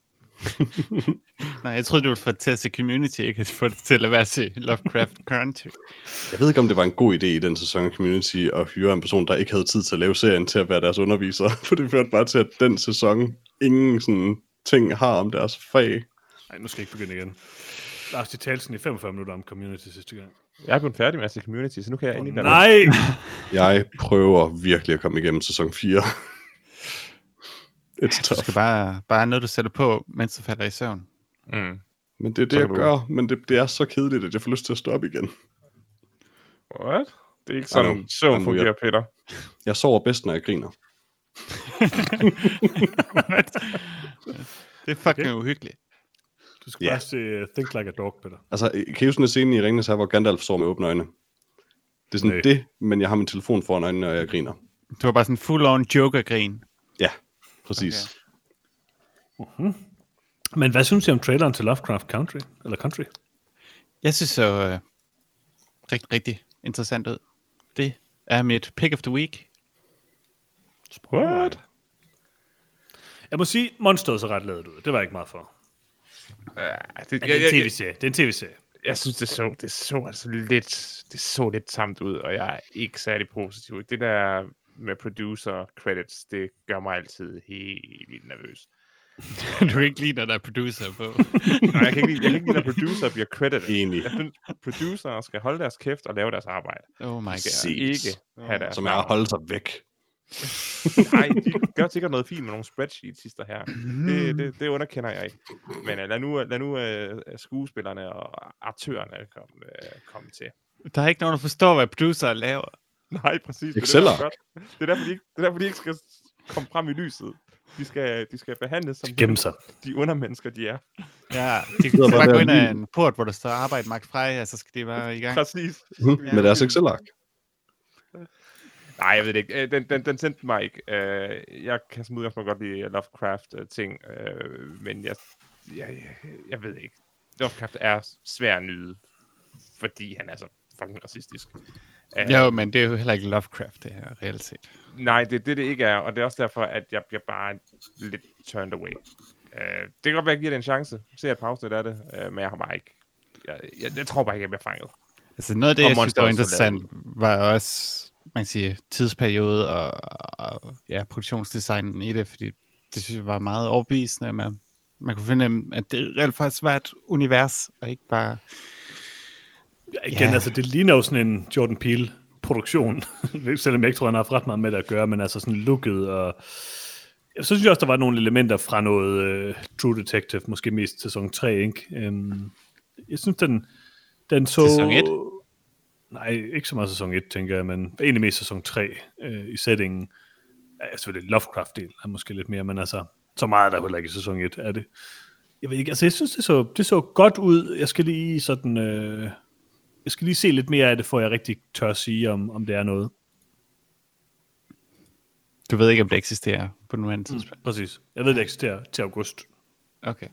Nej, jeg troede, du ville få det til at se Community, ikke få det til at være at se Lovecraft Country. Jeg ved ikke, om det var en god idé i den sæson af Community at hyre en person, der ikke havde tid til at lave serien til at være deres underviser. For det førte bare til, at den sæson ingen sådan ting har om deres fag. Nej, nu skal jeg ikke begynde igen. Lars, de talte sådan i 45 minutter om Community sidste gang. Jeg er blevet færdig med at se Community, så nu kan jeg endelig være nej! Jeg prøver virkelig at komme igennem sæson 4. Du skal bare noget, du sætter på, mens du falder i søvn. Mm. Men det er det, jeg gør. Men det er så kedeligt, at jeg får lyst til at stoppe igen. What? Det er ikke sådan, søvn fungerer, Peter. Jeg sover bedst, når jeg griner. Det er fucking uhyggeligt. Du skal bare se Think Like a Dog, Peter. Altså, kan I jo sådan en scene i Ringenes Herre, hvor Gandalf sover med åbne øjne? Det er sådan det, men jeg har min telefon foran øjnene, når jeg griner. Du har bare sådan full-on Joker-grin. Ja, præcis. Okay. Men hvad synes I om traileren til Lovecraft Country? Eller Country? Jeg synes så rigtig, rigtig interessant ud. Det er mit pick of the week. What? Jeg må sige, monsteret så ret lavet ud. Det var jeg ikke meget for. Det er en tv-serie. Det er en tv-serie. Jeg synes, det så altså lidt tamt ud, og jeg er ikke særlig positiv. Det der med producer credits, det gør mig altid helt vildt nervøs. Du kan ikke lide, når der er producer på. Nej, jeg kan ikke lide, når producer bliver credited. Enig. Jeg synes, producer skal holde deres kæft og lave deres arbejde. Oh my god. Ikke have deres som er at holde sig væk. Nej, de gør sikkert noget fint med nogle spreadsheets sidste her. Det underkender jeg ikke. Men lad nu skuespillerne og aktørerne komme til. Der er ikke nogen, der forstår, hvad producer laver. Nej, præcis. Exceller. Det er derfor, de ikke skal komme frem i lyset. De skal behandles som de undermennesker, de er. Ja, de kan bare gå ind af en port, hvor der står arbejde Max Frey, og så skal de bare i gang. Præcis. Med deres Excel-ark. Nej, jeg ved det ikke. Den sendte mig ikke. Jeg kan som udgangspunkt godt lide Lovecraft-ting, men jeg ved ikke. Lovecraft er svær at nyde, fordi han er så fucking racistisk. Jo, men det er jo heller ikke Lovecraft, det her, reelt set. Nej, det er det ikke er, og det er også derfor, at jeg bliver bare lidt turned away. Det kan godt være, at jeg giver det en chance. Se et par afsnit af det, men jeg har bare ikke... Jeg tror bare ikke, jeg bliver fanget. Altså noget af det, jeg synes, der var interessant, var også, man kan sige, tidsperiode og produktionsdesignen i det, fordi det synes jeg var meget overbevisende. Man kunne finde, at det reelt faktisk var et univers, og ikke bare... Igen, altså det ligner jo sådan en Jordan Peele-produktion, selvom jeg ikke tror, han har haft ret meget med det at gøre, men altså sådan looket, og så synes jeg også, der var nogle elementer fra noget True Detective, måske mest sæson 3, ikke? Jeg synes, den så... Sæson 1? Nej, ikke så meget sæson 1, tænker jeg, men egentlig mest sæson 3 i settingen. Ja, selvfølgelig Lovecraft-del er måske lidt mere, men altså, så meget der heller ikke i sæson 1 er det. Jeg ved ikke, altså jeg synes, det så godt ud. Jeg skal lige sådan... Jeg skal lige se lidt mere af det, for jeg rigtig tør at sige, om det er noget. Du ved ikke, om det eksisterer på nuværende tidspunkt? Præcis. Jeg ved, det eksisterer til august. Okay.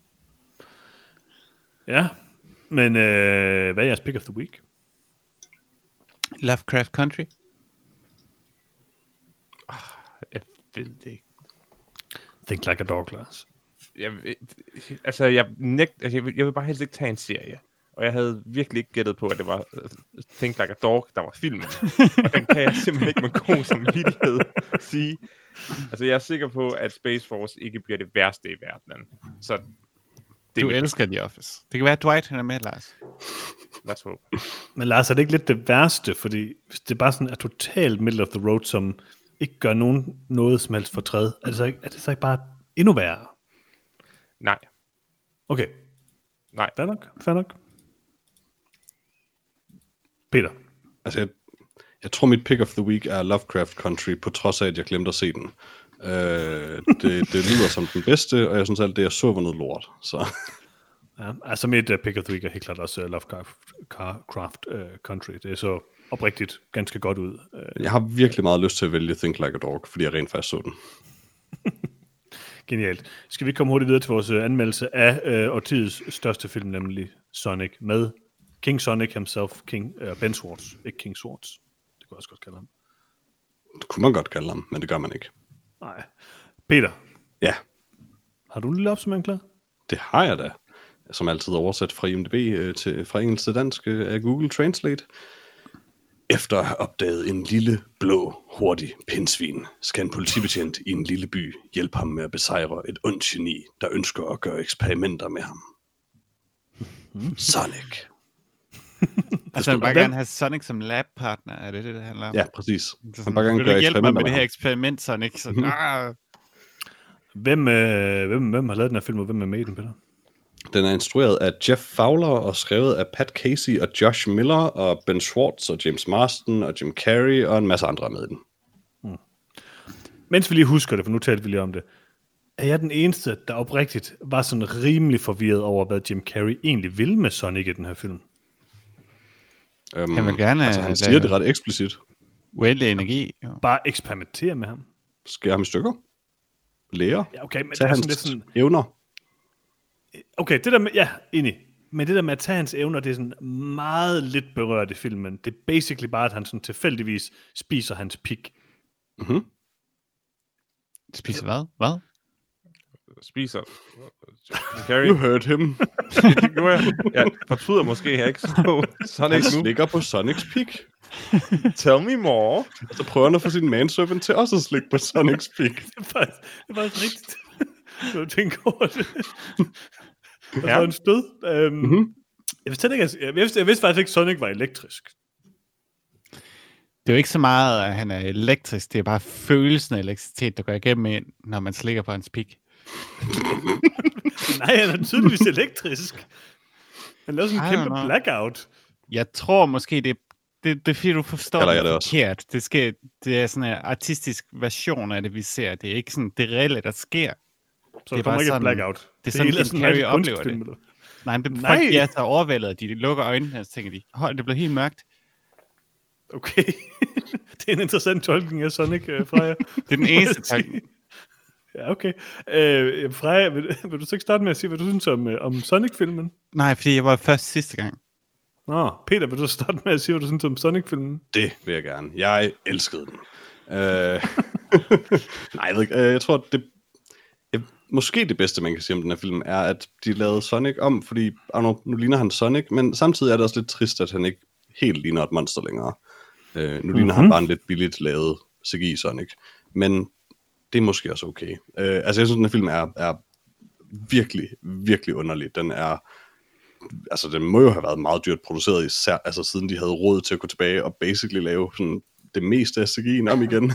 Ja, men hvad er jeres pick of the week? Lovecraft Country? Jeg ved det ikke. Think Like a Dog, Lars. Jeg vil bare helst ikke tage en serie og jeg havde virkelig ikke gættet på, at det var Think Like a Dog, der var filmen. Og den kan jeg simpelthen ikke med god samvittighed sige. Altså, jeg er sikker på, at Space Force ikke bliver det værste i verdenen. Så du elsker The Office. Det kan være, at Dwight han er med, Lars. Let's hope. Men Lars, er det ikke lidt det værste? Fordi hvis det bare sådan er totalt middle of the road, som ikke gør noget som helst fortræd, er det så ikke bare endnu værre? Nej. Okay. Nej. Fair nok. Peter? Altså, jeg tror, mit pick of the week er Lovecraft Country, på trods af, at jeg glemte at se den. Det lyder som den bedste, og jeg synes alt det, jeg så, var noget lort. Så. Ja, altså mit pick of the week er helt klart også Lovecraft Country. Det er så oprigtigt ganske godt ud. Jeg har virkelig meget lyst til at vælge Think Like a Dog, fordi jeg rent faktisk så den. Genialt. Skal vi komme hurtigt videre til vores anmeldelse af årtidets største film, nemlig Sonic, med King Sonic himself, Ben Schwartz, ikke King Schwartz. Det kunne jeg også godt kalde ham. Det kunne man godt kalde ham, men det gør man ikke. Nej. Peter? Ja. Har du en lille opsummering klar? Det har jeg da. Som altid oversat fra IMDb fra engelsk til dansk af Google Translate. Efter at have opdaget en lille, blå, hurtig pindsvin, skal en politibetjent i en lille by hjælpe ham med at besejre et ondt geni, der ønsker at gøre eksperimenter med ham. Sonic. Altså, han bare gerne have Sonic som labpartner, er det handler om? Ja, præcis. Han bare gerne gøre eksperimenter med det her eksperiment, Sonic. Så, Hvem har lavet den her film, og hvem er med i den, Peter? Den er instrueret af Jeff Fowler og skrevet af Pat Casey og Josh Miller og Ben Schwartz og James Marsden og Jim Carrey og en masse andre med i den. Mens vi lige husker det, for nu talte vi lige om det, er jeg den eneste, der oprigtigt var sådan rimelig forvirret over, hvad Jim Carrey egentlig ville med Sonic i den her film? Han vil gerne... Altså, han siger det ret eksplicit. Vælge energi. Jo. Bare eksperimentere med ham? Skære ham i stykker? Lære? Ja, okay, men tage hans sådan... evner? Okay, det der med... Ja, enig. Men det der med at tage hans evner, det er sådan meget lidt berørt i filmen. Det er basically bare, at han sådan tilfældigvis spiser hans pik. Mhm. Spiser hvad? Hvad? Spiser. Carrie. You heard him. Det gjorde jeg. Jeg fortryder måske, at jeg ikke så Sonic Han nu. slikker på Sonics pik. Tell me more. Og så prøver han at få sin manservant til også at slikke på Sonics pik. Det er faktisk rigtigt. Så jeg tænker over det. Og Ja. så en stød. Jeg vidste faktisk ikke, at Sonic var elektrisk. Det er jo ikke så meget, at han er elektrisk. Det er bare følelsen af elektricitet, der går igennem ind, når man slikker på hans pik. Nej, han er tydeligvis elektrisk. Han lavede sådan en kæmpe blackout. Jeg tror måske, det er fordi, du forstår Eller er det det også? forkert. Det er sådan en artistisk version af det, vi ser. Det er ikke sådan det reelle, der sker. Så det er der kommer bare ikke et sådan- blackout. det er sådan, hele Jim Carrey rigtig oplever kunstfilm, det. eller? Nej, men Nej. folk er så overvældet, de lukker øjnene, og så tænker de, hold, det blev helt mørkt. Okay. Det er en interessant tolkning af Sonic, Freja. Det er den eneste tanke. Ja, okay. Freja, vil du så ikke starte med at sige, hvad du synes om Sonic-filmen? Nej, fordi jeg var først sidste gang. Nå, Peter, vil du så starte med at sige, hvad du synes om Sonic-filmen? Det vil jeg gerne. Jeg elskede den. Nej, jeg ved ikke. Jeg tror, måske det bedste, man kan sige om den her film, er, at de lavede Sonic om, fordi nu ligner han Sonic, men samtidig er det også lidt trist, at han ikke helt ligner et monster længere. Nu ligner han bare en lidt billigt lavet CGI Sonic. Men det er måske også okay. Altså, jeg synes, den her film er virkelig, virkelig underlig. Den må jo have været meget dyrt produceret, især altså, siden de havde råd til at gå tilbage og basically lave sådan det meste af CGI'en om igen.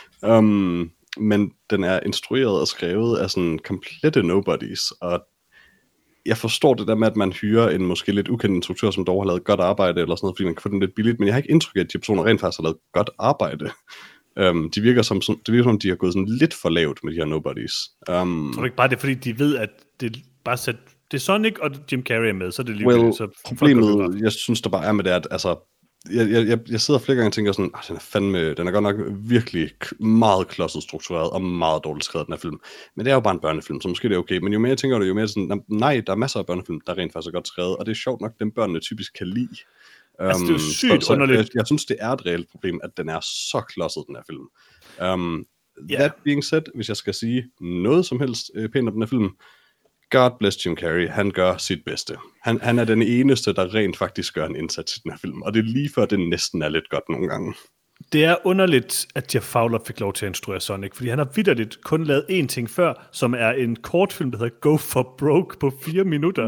Men den er instrueret og skrevet af sådan komplette nobodies, og jeg forstår det der med, at man hyrer en måske lidt ukendt instruktør, som dog har lavet godt arbejde, eller sådan noget, fordi man kan få den lidt billigt, men jeg har ikke indtryk af, at de personer rent faktisk har lavet godt arbejde. Det virker som de har gået sådan lidt for lavt med de her nobodies. Tror du ikke bare, det er fordi, de ved, at det bare det er Sonic og Jim Carrey er med, så er det lige problemet, jeg synes, der bare er med det, at altså, jeg sidder flere gange og tænker sådan, den er godt nok virkelig meget klodset struktureret og meget dårligt skrevet, den her film. Men det er jo bare en børnefilm, så måske det er okay. Men jo mere jeg tænker det, jo mere sådan, nej, der er masser af børnefilm, der rent faktisk er godt skrevet, og det er sjovt nok, dem børnene typisk kan lide. Altså, det er jo sygt underligt. Jeg synes, det er et reelt problem, at den er så klodset, den her film. That being said, hvis jeg skal sige noget som helst pænt om den her film, God bless Jim Carrey, han gør sit bedste. Han er den eneste, der rent faktisk gør en indsats i den her film, og det er lige før, det næsten er lidt godt nogle gange. Det er underligt, at Jeff Fowler fik lov til at instruere Sonic, fordi han har vitterligt kun lavet én ting før, som er en kortfilm, der hedder Go for Broke på 4 minutter.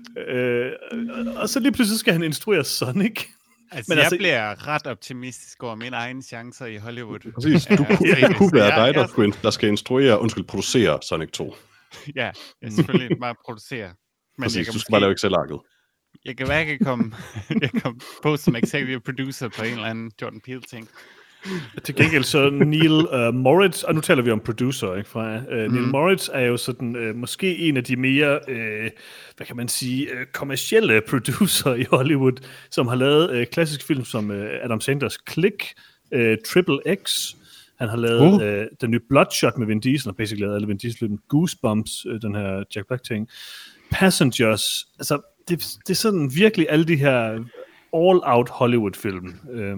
Og så lige pludselig skal han instruere Sonic. Altså, jeg bliver ret optimistisk over mine egne chancer i Hollywood. Præcis, du kunne være dig, der skal producere Sonic 2. Ja, jeg selvfølgelig bare producere. Men præcis, du skal bare lave Excel-arket. Jeg kan hverken komme på som executive producer på en eller anden Jordan Peele-ting. Til gengæld så Neil Moritz, og nu taler vi om producer, ikke, fra Neil Moritz er jo sådan måske en af de mere, hvad kan man sige, kommercielle producer i Hollywood, som har lavet klassiske film som Adam Sanders Click, Triple X. Han har lavet den nye Bloodshot med Vin Diesel, og basically lavet alle Vin Diesel-filmen, Goosebumps, den her Jack Black-ting, Passengers, altså det er sådan virkelig alle de her all-out Hollywood-film.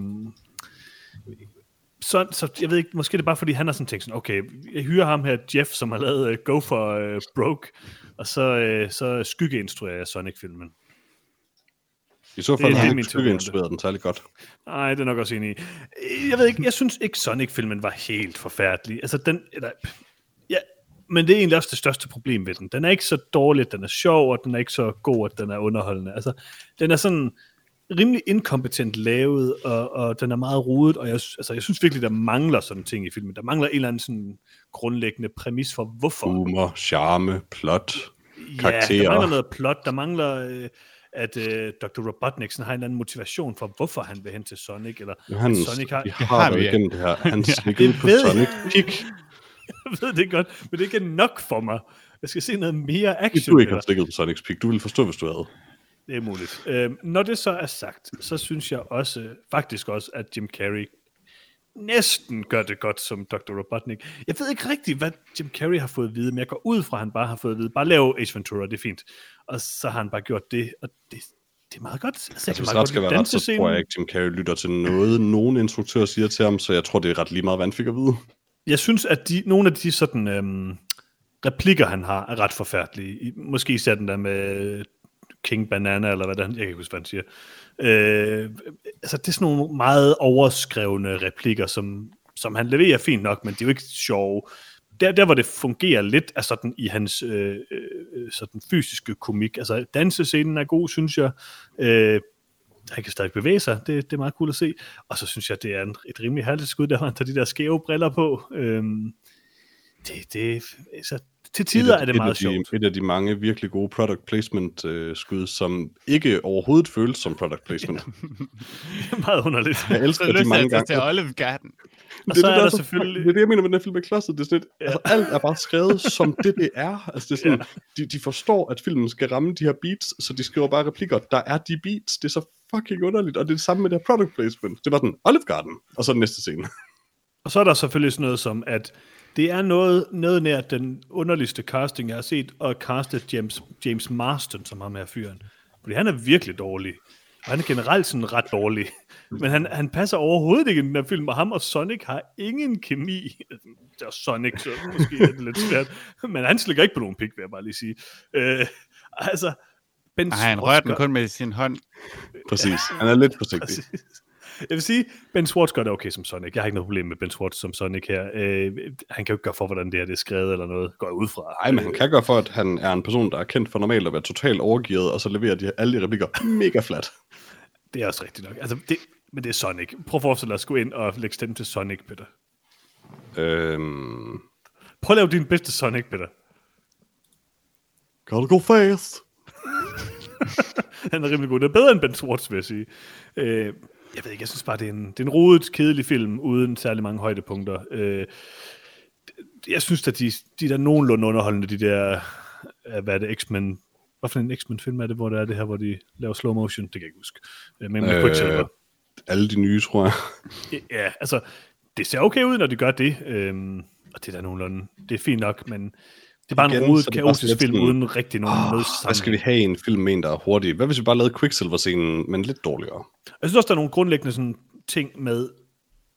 Så jeg ved ikke, måske det er bare fordi han har sådan tænkt sådan, okay, jeg hyrer ham her, Jeff, som har lavet Go for Broke, og så skyggeinstruerer jeg Sonic-filmen. I så fald har han ikke skyggeinstrueret den særlig godt. Nej, det er nok også enig i. Jeg ved ikke, jeg synes ikke Sonic-filmen var helt forfærdelig. Altså men det er egentlig også det største problem ved den. Den er ikke så dårlig, at den er sjov, og den er ikke så god, at den er underholdende. Altså, den er sådan rimelig inkompetent lavet, og den er meget rodet, og jeg synes virkelig, der mangler sådan ting i filmen. Der mangler en eller anden sådan grundlæggende præmis for, hvorfor. Humor, charme, plot, karakterer. Ja, der mangler noget plot, der mangler, at Dr. Robotnik har en eller anden motivation for, hvorfor han vil hen til Sonic, eller Sonic har vi igennem det her. Han stikker ud på Sonic Peak. Jeg ved det godt, men det er ikke nok for mig. Jeg skal se noget mere action. Hvis du ikke har stikket på Sonic's Peak, du ville forstå, hvis du havde. Det er muligt. Når det så er sagt, så synes jeg faktisk også, at Jim Carrey næsten gør det godt som Dr. Robotnik. Jeg ved ikke rigtigt, hvad Jim Carrey har fået at vide, men jeg går ud fra, at han bare har fået at vide, bare lave Ace Ventura, det er fint. Og så har han bare gjort det, og det er meget godt. Altså, hvis ret skal være ret, så tror jeg ikke, Jim Carrey lytter til noget, nogen instruktør siger til ham, så jeg tror, det er ret lige meget, hvad han fik at vide. Jeg synes, at nogle af de sådan replikker, han har, er ret forfærdelige. Måske især den der med King Banana, eller hvad det er, jeg kan ikke huske, hvad han siger. Altså, det er sådan nogle meget overskrevne replikker, som han leverer fint nok, men det er jo ikke sjove. Der hvor det fungerer lidt, er sådan i hans sådan fysiske komik. Altså, dansescenen er god, synes jeg. Han kan stadig bevæge sig, det er meget cool at se. Og så synes jeg, det er et rimelig herligt skud, der han tager de der skæve briller på. Så til tider er det meget sjovt. Et af de mange virkelig gode product placement skud, som ikke overhovedet føles som product placement. Det er meget underligt. Jeg elsker de mange gange. Til Olive Garden. Og så er der selvfølgelig... Det er det, jeg mener med den her film er klodset. Det er sådan altså, alt er bare skrevet som det er. Altså, det er sådan, de forstår, at filmen skal ramme de her beats, så de skriver bare replikker. Der er de beats. Det er så fucking underligt. Og det er det samme med det her product placement. Det er bare sådan, Olive Garden. Og så den næste scene. Og så er der selvfølgelig sådan noget som, at det er noget nær den underligste casting, jeg har set, og castet James Marsden, som ham her fyren. Fordi han er virkelig dårlig. Og han er generelt sådan ret dårlig. Men han passer overhovedet ikke i den der film, og ham og Sonic har ingen kemi. Det er Sonic, så måske er det lidt svært. Men han slikker ikke på nogen pik, vil jeg bare lige sige. Altså, han rører den kun med sin hånd. Præcis, han er lidt forsigtig. Præcis. Jeg vil sige, Ben Schwartz gør det okay som Sonic. Jeg har ikke noget problem med Ben Schwartz som Sonic her. Han kan jo ikke gøre for, hvordan det her det er skrevet eller noget. Går jeg ud fra. Nej, men han kan gøre for, at han er en person, der er kendt for normalt at være totalt overgivet, og så leverer alle de replikker mega flat. Det er også rigtigt nok. Altså, men det er Sonic. Prøv at forestille dig at gå ind og lægge stemme til Sonic, Peter. Prøv at lave din bedste Sonic, Peter. Gotta go fast. Han er rimelig god. Det er bedre end Ben Schwartz, vil jeg sige. Jeg ved ikke, jeg synes bare, det er en rodet, kedelig film, uden særlig mange højdepunkter. Jeg synes, at de der nogenlunde underholdende, de der, hvad er det, X-Men, hvad for en X-Men-film er det, hvor der er det her, hvor de laver slow motion? Det kan jeg ikke huske. Men med Quicksilver. Alle de nye, tror jeg. Ja, altså, det ser okay ud, når de gør det. Og det er der nogenlunde. Det er fint nok, men det er bare en rodet, kaotisk film, uden rigtig nogen nødsamling. Hvad skal vi have en film med en, der er hurtig? Hvad hvis vi bare lavede Quicksilver-scenen, men lidt dårligere? Jeg synes også, der er nogle grundlæggende sådan ting med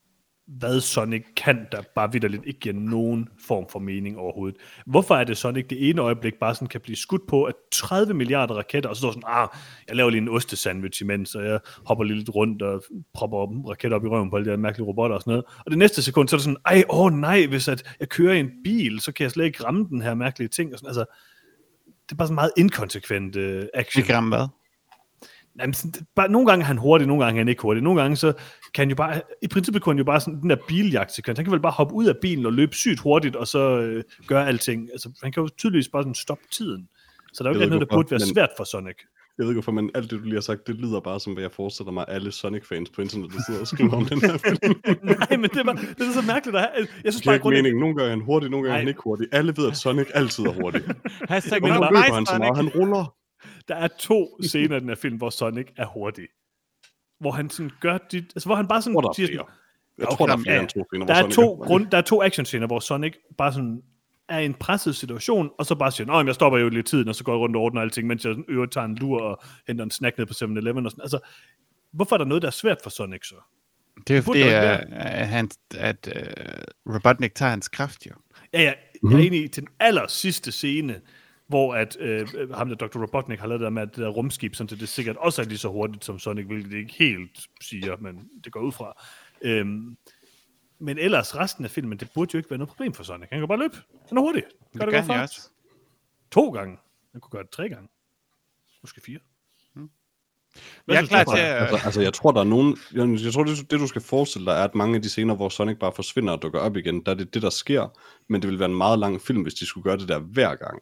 hvad Sonic kan, der bare vitterligt ikke giver nogen form for mening overhovedet. Hvorfor er det Sonic det ene øjeblik bare sådan kan blive skudt på af 30 milliarder raketter, og så står sådan, jeg laver lige en ostesandwich imens, og jeg hopper lige lidt rundt og propper raketter op i røven på alle de her mærkelige robotter og sådan noget. Og det næste sekund, så er det sådan, nej, hvis at jeg kører i en bil, så kan jeg slet ikke ramme den her mærkelige ting. Og sådan, altså, det er bare sådan meget inkonsekvent action. Ikke ramme hvad? Jamen, bare, nogle gange er han hurtig, nogle gange er han ikke hurtig. Nogle gange så kan han jo bare, i princippet kunne han jo bare sådan den der biljagtsekvens, han kan vel bare hoppe ud af bilen og løbe sygt hurtigt, og så gøre alting. Altså, han kan jo tydeligvis bare sådan stoppe tiden. Så der er jo ikke noget, der burde være svært for Sonic. Jeg ved ikke hvorfor, men alt det, du lige har sagt, det lyder bare som, hvad jeg forestiller mig, alle Sonic-fans på internettet sidder og skriver om den her film. Nej, men det er så mærkeligt. Jeg synes det er ikke meningen. Nogle gange er han hurtig, nogle gange er han ikke hurtig. Alle ved, at Sonic altid er hurtig. Hvorfor løber han så meget? Han ruller. Der er 2 scener i den her film, hvor Sonic er hurtig. Hvor han sådan gør dit... Altså, hvor han bare sådan... Jeg tror, der er flere end 2 scener, der er 2 action-scener, hvor Sonic bare sådan er i en presset situation, og så bare siger, jeg stopper jo lidt tiden, og så går jeg rundt og ordner alting, mens jeg tager en lur og henter en snack ned på 7-Eleven og sådan. Altså, hvorfor er der noget, der er svært for Sonic så? Det er fordi, at Robotnik tager hans kraft, jo. Ja, jeg er enig i den aller sidste scene, hvor at ham der Dr. Robotnik har lavet det der med at det der rumskib, sådan, så det sikkert også er lige så hurtigt som Sonic, hvilket det ikke helt siger, men det går ud fra. Men ellers resten af filmen, det burde jo ikke være noget problem for Sonic. Han kan bare løbe. Han er hurtig. Det gør han også. 2 gange. Han kunne gøre det 3 gange. Måske 4. Jeg er klar til at... Altså, jeg tror, der er nogen... Jeg tror, det du skal forestille dig, er, at mange af de scener, hvor Sonic bare forsvinder og dukker op igen, der er det, der sker. Men det vil være en meget lang film, hvis de skulle gøre det der hver gang.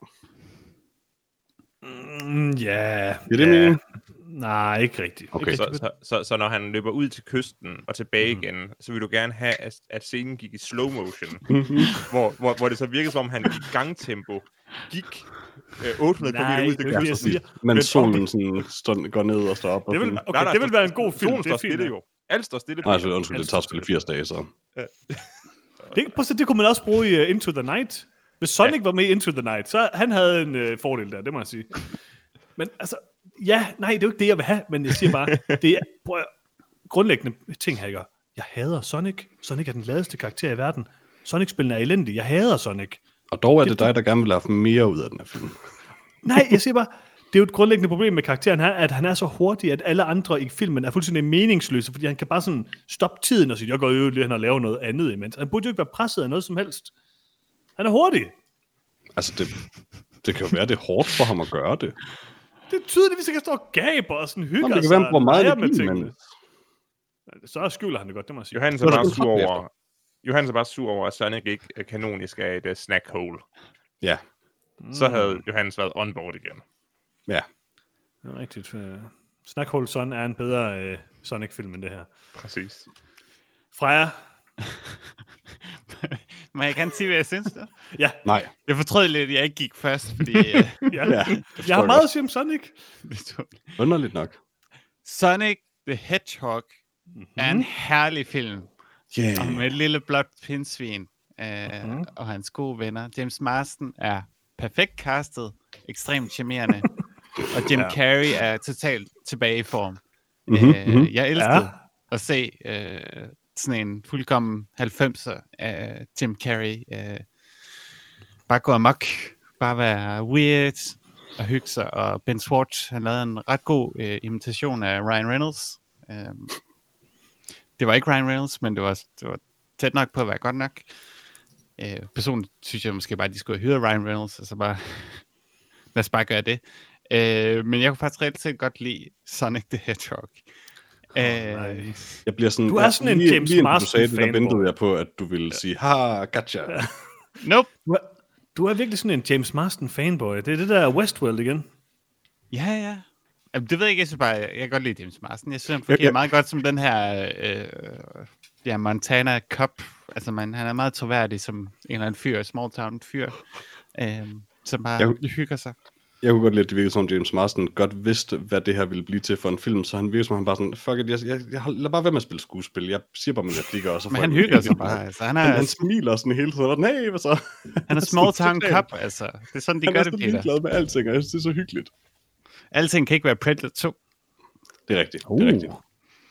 Ja. Er det meningen? Nej, ikke rigtigt. Okay. Så når han løber ud til kysten og tilbage igen, så vil du gerne have, at scenen gik i slow motion, hvor det så virkede som om han i gangtempo gik 800 km ud til kysten. Men solen sådan går ned og står op. Det vil være en god film. Solen står stille jo. Alt står stille. Nej, undskyld, det tager spille 80 dage, så. Det kunne man også bruge i Into the Night. Hvis Sonic var med i Into the Night, så han havde en fordel der, det må jeg sige. Men altså, det er jo ikke det, jeg vil have, men jeg siger bare, det er grundlæggende ting, Hager. Jeg hader Sonic. Sonic er den ladeste karakter i verden. Sonic-spillene er elendige. Jeg hader Sonic. Og dog er det dig, der gerne vil have mere ud af den her film. Nej, jeg siger bare, det er jo et grundlæggende problem med karakteren her, at han er så hurtig, at alle andre i filmen er fuldstændig meningsløse, fordi han kan bare sådan stoppe tiden og sige, jeg går jo lige hen og laver noget andet imens. Han burde jo ikke være presset af noget som helst. Han er hurtig. Altså, det kan jo være, det er hårdt for ham at gøre det. Det er tydeligt, hvis jeg kan stå og gabe og sådan hygge sig. Det kan være, han bruger meget energi, men... Så skylder han det godt, det må jeg sige. Johannes er bare sur over, at Sonic ikke kanonisk er et snack hole. Ja. Så havde Johannes været on board igen. Ja. Det er rigtigt. Snack Hole Son er en bedre Sonic-film end det her. Præcis. Freja? Men jeg kan sige, hvad jeg synes der. Ja. Nej. Jeg fortrød lidt, at jeg ikke gik først, fordi... Jeg har meget at sige om Sonic. Underligt nok. Sonic the Hedgehog er en herlig film. Om et lille blåt pindsvin og hans gode venner. James Marsden er perfekt castet, ekstremt charmerende, og Jim Carrey er totalt tilbage i form. Jeg elskede at se sådan en fuldkommen 90'er af Jim Carrey bare gå amok, bare være weird og hygge sig, og Ben Schwartz, han lavede en ret god imitation af Ryan Reynolds. Det var ikke Ryan Reynolds, men det var tæt nok på at være godt nok. Personligt synes jeg måske bare, at de skulle have hyret Ryan Reynolds, og så bare, lad os bare gøre det. Men jeg kunne faktisk reelt set godt lide Sonic the Hedgehog. Jeg bliver sådan, du er sådan en James Marsden fanboy. Der ventede jeg på, at du ville sige, gotcha. Nope. Du er virkelig sådan en James Marsden fanboy. Det er det der Westworld igen. Ja. Jamen, det ved jeg ikke, jeg synes bare, jeg kan godt lide James Marsden. Jeg synes, han fungerer meget godt som den her Montana Cop. Altså, han er meget troværdig som en eller anden fyr, small town fyr, som bare hygger sig. Jeg kunne godt lide, at det virkede som James Marsden godt vidste, hvad det her ville blive til for en film, så han virkede som han bare sådan, fuck it, jeg lader bare være med at spille skuespil, jeg siger bare, at jeg flikker også. Men han hygger sig bare, altså. Han smiler sådan hele tiden, nej, hvad så? Han er small town cop, altså. Det er sådan, de gør det, Peter. Han er så ligeglad med alting, og jeg synes, det er så hyggeligt. Alting kan ikke være Predator 2. Det er rigtigt, det er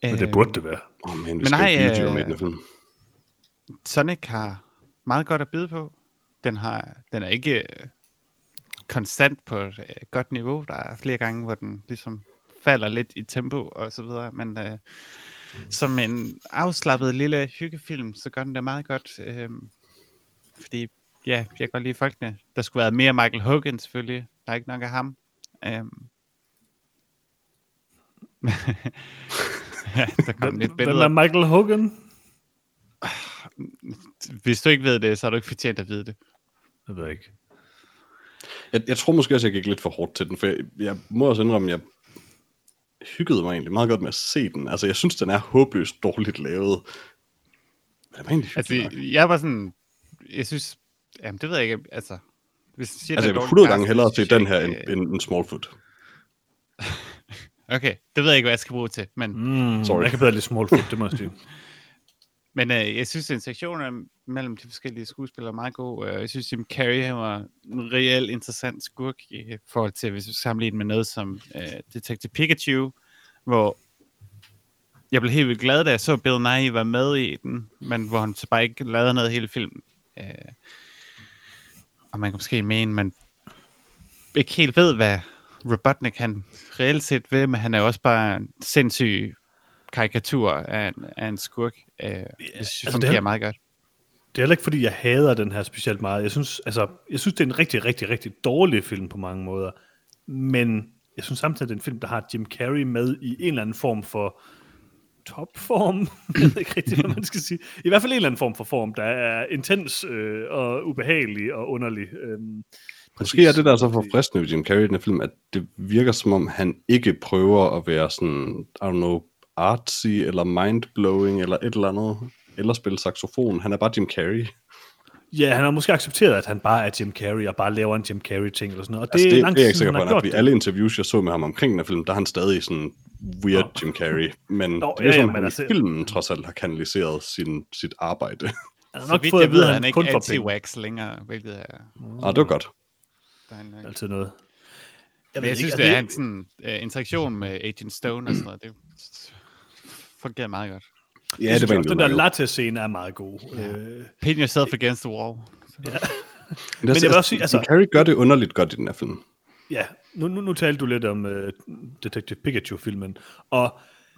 Men det burde det være. Men vi skal ikke video med den film. Sonic har meget godt at byde på. Den er ikke konstant på et godt niveau. Der er flere gange, hvor den ligesom falder lidt i tempo og så videre, men som en afslappet lille hyggefilm, så gør den det meget godt. Fordi, ja, jeg kan godt lide folkene. Der skulle være mere Michael Hogan selvfølgelig. Der er ikke nok af ham. Ja, der kom lidt billeder. Hvem er Michael Hogan? Hvis du ikke ved det, så har du ikke fortjent at vide det. Jeg ved ikke. Jeg tror måske også, jeg gik lidt for hårdt til den, for jeg må også indrømme, jeg hyggede mig egentlig meget godt med at se den. Altså, jeg synes, den er håbløst dårligt lavet. Men det var egentlig hyggeligt. Jeg var sådan... Jeg synes... Jamen, det ved jeg ikke. Altså, hvis jeg vil 100 gange hellere se den her end Smallfoot. Okay, det ved jeg ikke, hvad jeg skal bruge til, men... Sorry. Jeg kan bedre lide Smallfoot, det må jeg sige. Men jeg synes, at interaktionen mellem de forskellige skuespillere er meget god. Jeg synes, Jim Carrey var en reelt interessant skurk i forhold til, hvis vi sammenligner med noget som Detective Pikachu, hvor jeg blev helt vildt glad, da jeg så Bill Nighy var med i den, men hvor han så bare ikke lavede noget hele filmen. Og man kan måske mene, man ikke helt ved, hvad Robotnik han reelt set ved, men han er også bare en sindssyg karikatur af en skurk. Det fungerer meget godt. Det er heller ikke, fordi jeg hader den her specielt meget. Jeg synes, det er en rigtig, rigtig, rigtig dårlig film på mange måder. Men jeg synes samtidig, det er en film, der har Jim Carrey med i en eller anden form for topform. Jeg ved ikke rigtig, hvad man skal sige. I hvert fald en eller anden form for form, der er intens og ubehagelig og underlig. Måske er det der så forfriskende ved Jim Carrey i den her film, at det virker som om, han ikke prøver at være sådan, I don't know, artsy eller mindblowing eller et eller andet, eller spille saxofon. Han er bare Jim Carrey. Ja, han har måske accepteret, at han bare er Jim Carrey, og bare laver en Jim Carrey-ting eller sådan noget. Og altså, det er langt jeg ikke sikker på, han at alle interviews, jeg så med ham omkring den her film, der er han stadig sådan weird Jim Carrey. Men det er som, han i filmen trods alt har kanaliseret sit arbejde. Så vidt jeg ved, han ikke anti-wax længere, hvilket er... Det var godt. Altid noget. Jeg synes, det er en sådan interaktion med Agent Stone og sådan noget. Det fungerer meget godt. Ja, det var den der latte-scene er meget god. Pin yourself against the wall. Ja. Men jeg vil også sige, altså... Carrey gør det underligt godt i den her film. Ja, nu talte du lidt om Detective Pikachu-filmen, og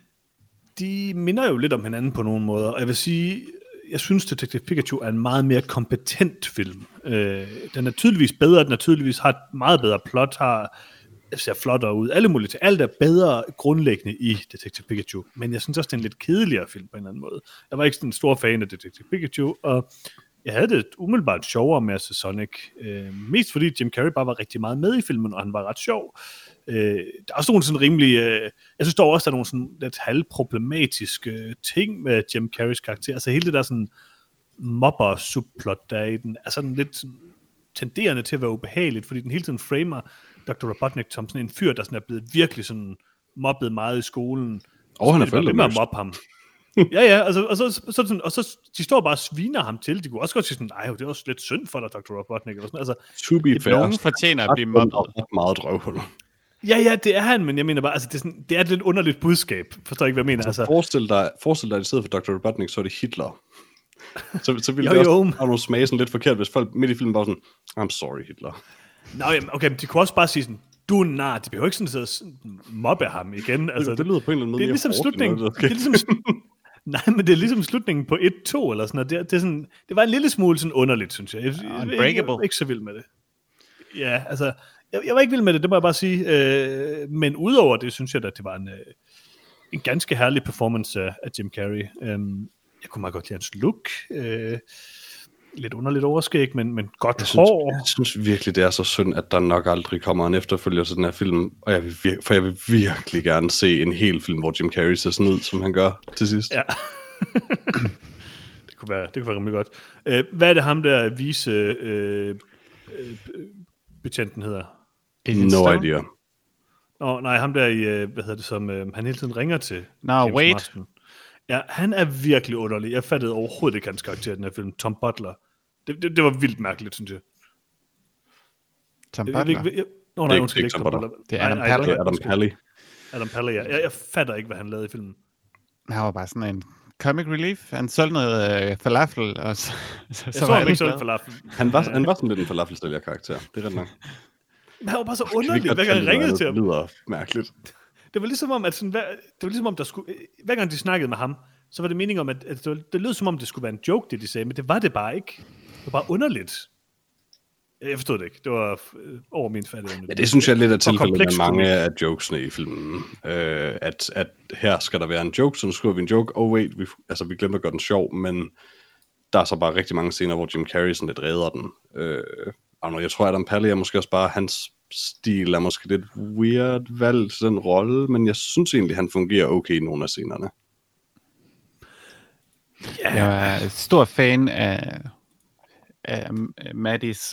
de minder jo lidt om hinanden på nogle måder, og jeg vil sige, jeg synes, Detective Pikachu er en meget mere kompetent film. Den er tydeligvis bedre, den er tydeligvis har et meget bedre plot, ser flottere ud, alle mulige ting. Alt er bedre grundlæggende i Detective Pikachu, men jeg synes også, det er en lidt kedeligere film på en eller anden måde. Jeg var ikke sådan en stor fan af Detective Pikachu, og jeg havde det umiddelbart sjovere med at se Sonic. Mest fordi Jim Carrey bare var rigtig meget med i filmen, og han var ret sjov. Der er også nogle sådan rimelig... jeg synes dog også, der er nogle sådan lidt halvproblematiske ting med Jim Carreys karakter. Altså hele det der sådan mobber-subplot, der er i den, er sådan lidt sådan tenderende til at være ubehageligt, fordi den hele tiden framer Dr. Robotnik som sådan en fyr, der sådan er blevet virkelig sådan mobbet meget i skolen. Og han er forældreløs. Med at mobbe ham. Ja, altså, og så de står bare og sviner ham til. De kunne også godt sige sådan, nej, det er også lidt synd for dig, Dr. Robotnik. Eller sådan. Altså, to be fair. Nogen fortjener at blive mobbet. Meget drøvhul. Ja, det er han, men jeg mener bare, altså, det er et lidt underligt budskab. Forstår ikke, hvad jeg mener. Altså, forestil dig, at i stedet for Dr. Robotnik, så er det Hitler. Så ville det også have nogle smage sådan lidt forkert, hvis folk midt i filmen bare sådan, I'm sorry, Hitler. Nå, jamen, okay, men de kunne også bare sige sådan, du er nar, de behøver ikke sådan mobbe ham igen. Altså, det lyder på en eller anden måde. Det er ligesom slutningen. Det er ligesom nej, men det er ligesom slutningen på 1-2 eller sådan noget. Det er sådan, det var en lille smule sådan underligt, synes jeg. Jeg var ikke så vild med det. Ja, altså, jeg var ikke vild med det må jeg bare sige. Men udover det, synes jeg, at det var en ganske herlig performance af Jim Carrey. Jeg kunne meget godt lide hans look. Lidt underligt overskæg, men godt hår. Jeg synes virkelig, det er så synd, at der nok aldrig kommer en efterfølger til den her film. Og jeg vil virkelig gerne se en hel film, hvor Jim Carrey ser sådan ud, som han gør til sidst. Ja. det kunne være rimelig godt. Hvad er det ham der betjenten hedder? No idea. Nej, ham der i, hvad hedder det, som han hele tiden ringer til. Wade. Ja, han er virkelig underlig. Jeg fattede overhovedet ikke hans karakter i den her film. Tom Butler. Det var vildt mærkeligt, synes jeg. Tom Butler? Det er ikke Tom Butler. Det er Adam Pally. Adam Pally, ja. Jeg fatter ikke, hvad han lavede i filmen. Han var bare sådan en comic relief. Han solgte noget falafel, og så Jeg så ham ikke sådan falafel. Han var sådan lidt en falafelsælger-karakter. Det er ret nok. Men han var bare så underlig, hver gang jeg ringede til ham. Det lyder mærkeligt. Det var ligesom om, at sådan, det var ligesom om, der skulle, hver gang de snakkede med ham, så var det meningen om, at det lød som om, det skulle være en joke, det de sagde, men det var det bare ikke. Det var bare underligt. Jeg forstod det ikke. Det var over min fattighed. Ja, det synes jeg lidt er tilfældet med mange af jokesene i filmen. At her skal der være en joke, så nu skriver vi en joke. Oh wait, vi glemmer at gøre den sjov, men der er så bare rigtig mange scener, hvor Jim Carrey sådan lidt redder den. Jeg tror, at Adam Pally er måske også bare, hans stil er måske lidt weird valg til den rolle, men jeg synes egentlig, han fungerer okay i nogle af scenerne. Yeah. Jeg er stor fan af Maddys,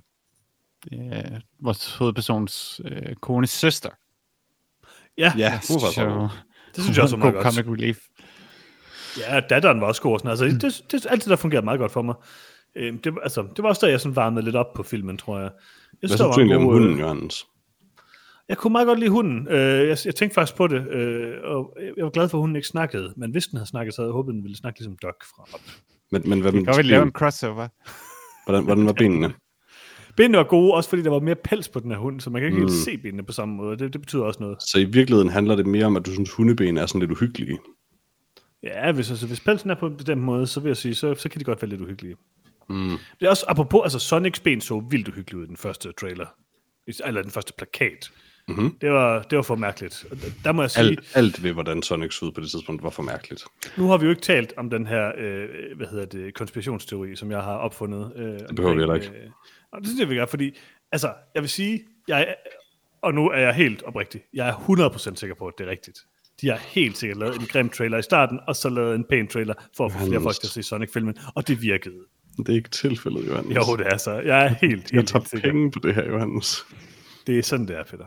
vores hovedpersons kones søster. Ja, det synes jeg også var meget godt. Comic relief. Ja, datteren var også god. Altså, det er altid, der fungerer meget godt for mig. Det var også der, jeg sådan varmede lidt op på filmen, tror jeg. Hvad synes du egentlig om hunden, Johannes? Jeg kunne meget godt lide hunden. Jeg tænkte faktisk på det, og jeg var glad for, at hunden ikke snakkede. Men hvis den havde snakket, så havde jeg håbet, den ville snakke ligesom Doc fra op. Men hvad kan vi lave en crossover? Hvordan var benene? Benene var gode, også fordi der var mere pels på den her hund, så man kan ikke helt se benene på samme måde. Det betyder også noget. Så i virkeligheden handler det mere om, at du synes, hundeben er sådan lidt uhyggelige? Ja, hvis pelsen er på den måde, så vil jeg sige, så kan de godt være lidt uhyggelige. Det er også, apropos, Sonics ben så vildt uhyggeligt ud i den første trailer. Eller den første plakat. Mm-hmm. Det var for mærkeligt. Der må jeg sige... Alt ved, hvordan Sonic så ud på det tidspunkt, var for mærkeligt. Nu har vi jo ikke talt om den her, konspirationsteori, som jeg har opfundet. Det behøver vi heller ikke. Og det synes jeg, vi gør, fordi, jeg vil sige, og nu er jeg helt oprigtig, jeg er 100% sikker på, at det er rigtigt. De har helt sikkert lavet en grim trailer i starten, og så lavet en pæn trailer for at få flere folk til at se Sonic-filmen, og det virkede. Det er ikke tilfældet, Johannes. Jo, det er så. Jeg er helt jeg tager penge på det her, Johannes. Det er sådan, det er, Peter.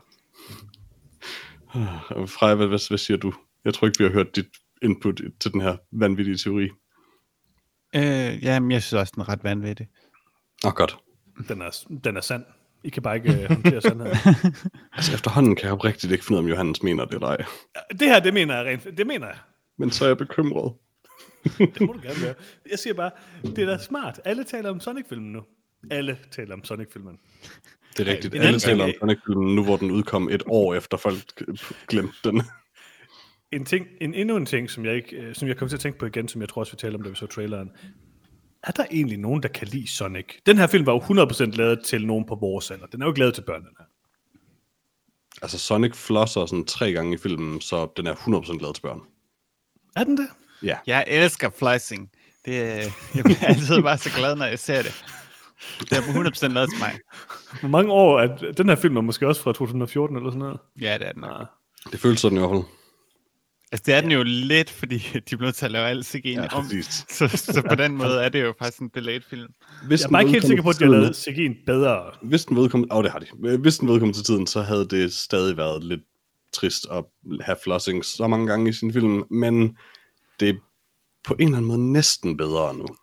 Freja, hvad siger du? Jeg tror ikke, vi har hørt dit input til den her vanvittige teori. Jamen, jeg synes også, den er ret vanvittig. Godt. Den er sand. I kan bare ikke håndtere sandheden. Efterhånden kan jeg oprigtigt ikke finde ud af, om Johannes mener det eller ej. Det her, det mener jeg rent. Det mener jeg. Men så er jeg bekymret. Det må du gerne være. Jeg siger bare, det er da smart. Alle taler om Sonic-filmen nu. Alle taler om Sonic-filmen. Det er rigtigt. Alle taler om Sonic-filmen nu, hvor den udkom et år efter folk glemte den. Endnu en ting, som jeg kom til at tænke på igen, som jeg tror også, vi taler om, da vi så traileren. Er der egentlig nogen, der kan lide Sonic? Den her film var jo 100% lavet til nogen på vores alder. Den er jo ikke lavet til børnene her. Altså, Sonic flosser sådan 3 gange i filmen, så den er 100% lavet til børn. Er den det? Ja. Jeg elsker flossing. Jeg bliver altid bare så glad, når jeg ser det. Det er på 100% lavet til mig. Hvor mange år er den her film er måske også fra 2014 eller sådan noget? Ja, det er den. Det føles sådan i hvert fald. Altså, det er den jo lidt, fordi de blev nødt til at lave alt CG'en om. Så på den måde er det jo faktisk en delayed film. Jeg er bare ikke helt sikker på, at de har lavet CG'en bedre. Hvis den vedkom, det har de. Hvis den vedkom til tiden, så havde det stadig været lidt trist at have flossing så mange gange i sin film, men det er på en eller anden måde næsten bedre nu.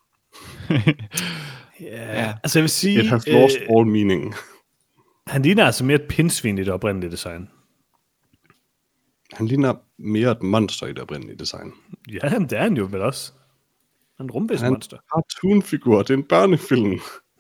Ja, altså jeg vil sige... It has lost all meaning. Han ligner altså mere et pindsvin i det oprindelige design. Han ligner mere et monster i det oprindelige design. Ja, det er han jo vel også. En rumvæsmonster. Han har cartoon-figur, det er en børnefilm.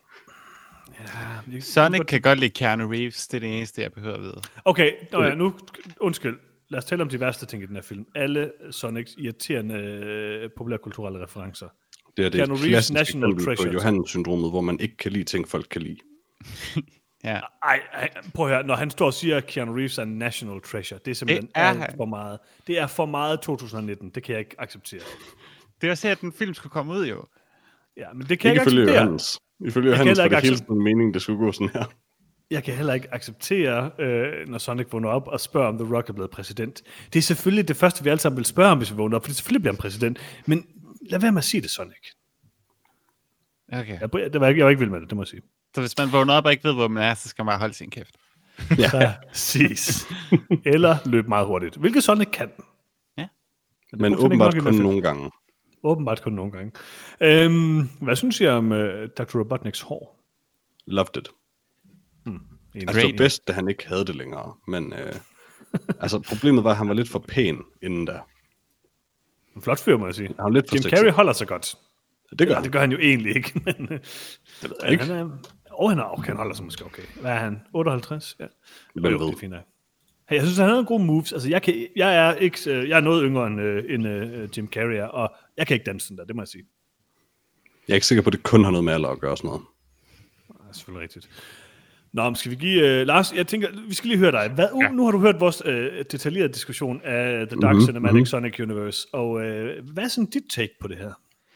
Ja, Sonic kan godt lide Keanu Reeves, det er det eneste, jeg behøver at vide. Okay, nu undskyld. Lad os tale om de værste ting i den her film. Alle Sonics irriterende populærkulturelle referencer. Det er det klassiske eksempel på Johannes-syndromet, hvor man ikke kan lide ting, folk kan lide. Ja. Ej, prøv at høre. Når han står og siger, at Keanu Reeves er en national treasure, det er simpelthen alt for meget. Det er for meget 2019. Det kan jeg ikke acceptere. Det er også her, at den film skulle komme ud, jo. Ja, men det kan jeg ikke acceptere. Ifølge Johannes var det hele sådan mening, det skulle gå sådan her. Jeg kan heller ikke acceptere, når Sonic vågner op og spørger, om The Rock er blevet præsident. Det er selvfølgelig det første, vi alle sammen vil spørge om, hvis vi vågner op, for selvfølgelig bliver han præsident. Men lad være med at sige det, Sonic. Okay. Jeg var ikke vild med det må jeg sige. Så hvis man vågner op og ikke ved, hvor man er, så skal man bare holde sin kæft. Ja, præcis. Eller løbe meget hurtigt. Hvilket Sonic kan. Ja. Men åbenbart kun nogle gange. Åbenbart kun nogle gange. Hvad synes I om Dr. Robotniks hår? Loved it. Altså det var bedst, da han ikke havde det længere. Men altså problemet var, at han var lidt for pæn inden da. En flot fyr, må jeg sige. Han er lidt for Jim sexy. Carrey holder sig godt. Det gør Ja, det gør han jo egentlig ikke, men... Det ved jeg ikke. Han holder sig måske okay. Hvad er han? 58? Ja. Hvem ved? Det er fint nok. Hey, jeg synes, han har nogle gode moves. Altså, jeg er noget yngre end Jim Carrey er, og jeg kan ikke danse den der, det må jeg sige. Jeg er ikke sikker på, at det kun har noget med alder at gøre sådan noget. Det er selvfølgelig rigtigt. Nå, men skal vi give... Lars, jeg tænker, vi skal lige høre dig. Nu har du hørt vores detaljerede diskussion af The Dark Cinematic Sonic Universe, og hvad er sådan dit take på det her?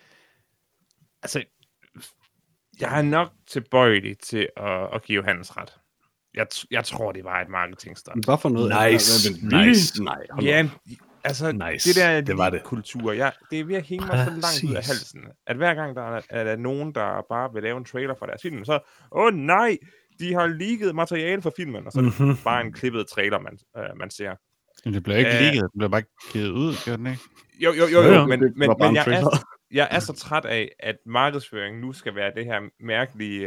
Altså, jeg er nok tilbøjelig til at give Hans ret. Jeg tror, det var et marketingstunt. Hvad for noget? Nice. Nej, Ja, altså, Nice. det der Det var det. kultur, det er ved at hænge mig så langt ud af halsen, at hver gang der er nogen, der bare vil lave en trailer for deres film, så, nej, de har leaget materiale for filmen, og så er det bare en klippet trailer, man ser. Men det bliver ikke leaget, det bliver bare givet ud, gør den ikke? Jo, men Det jeg er så træt af, at markedsføringen nu skal være det her mærkelige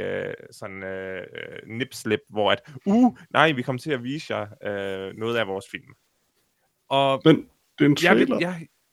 nipslip, hvor at, nej, vi kommer til at vise jer noget af vores film. Og Men det er en trailer.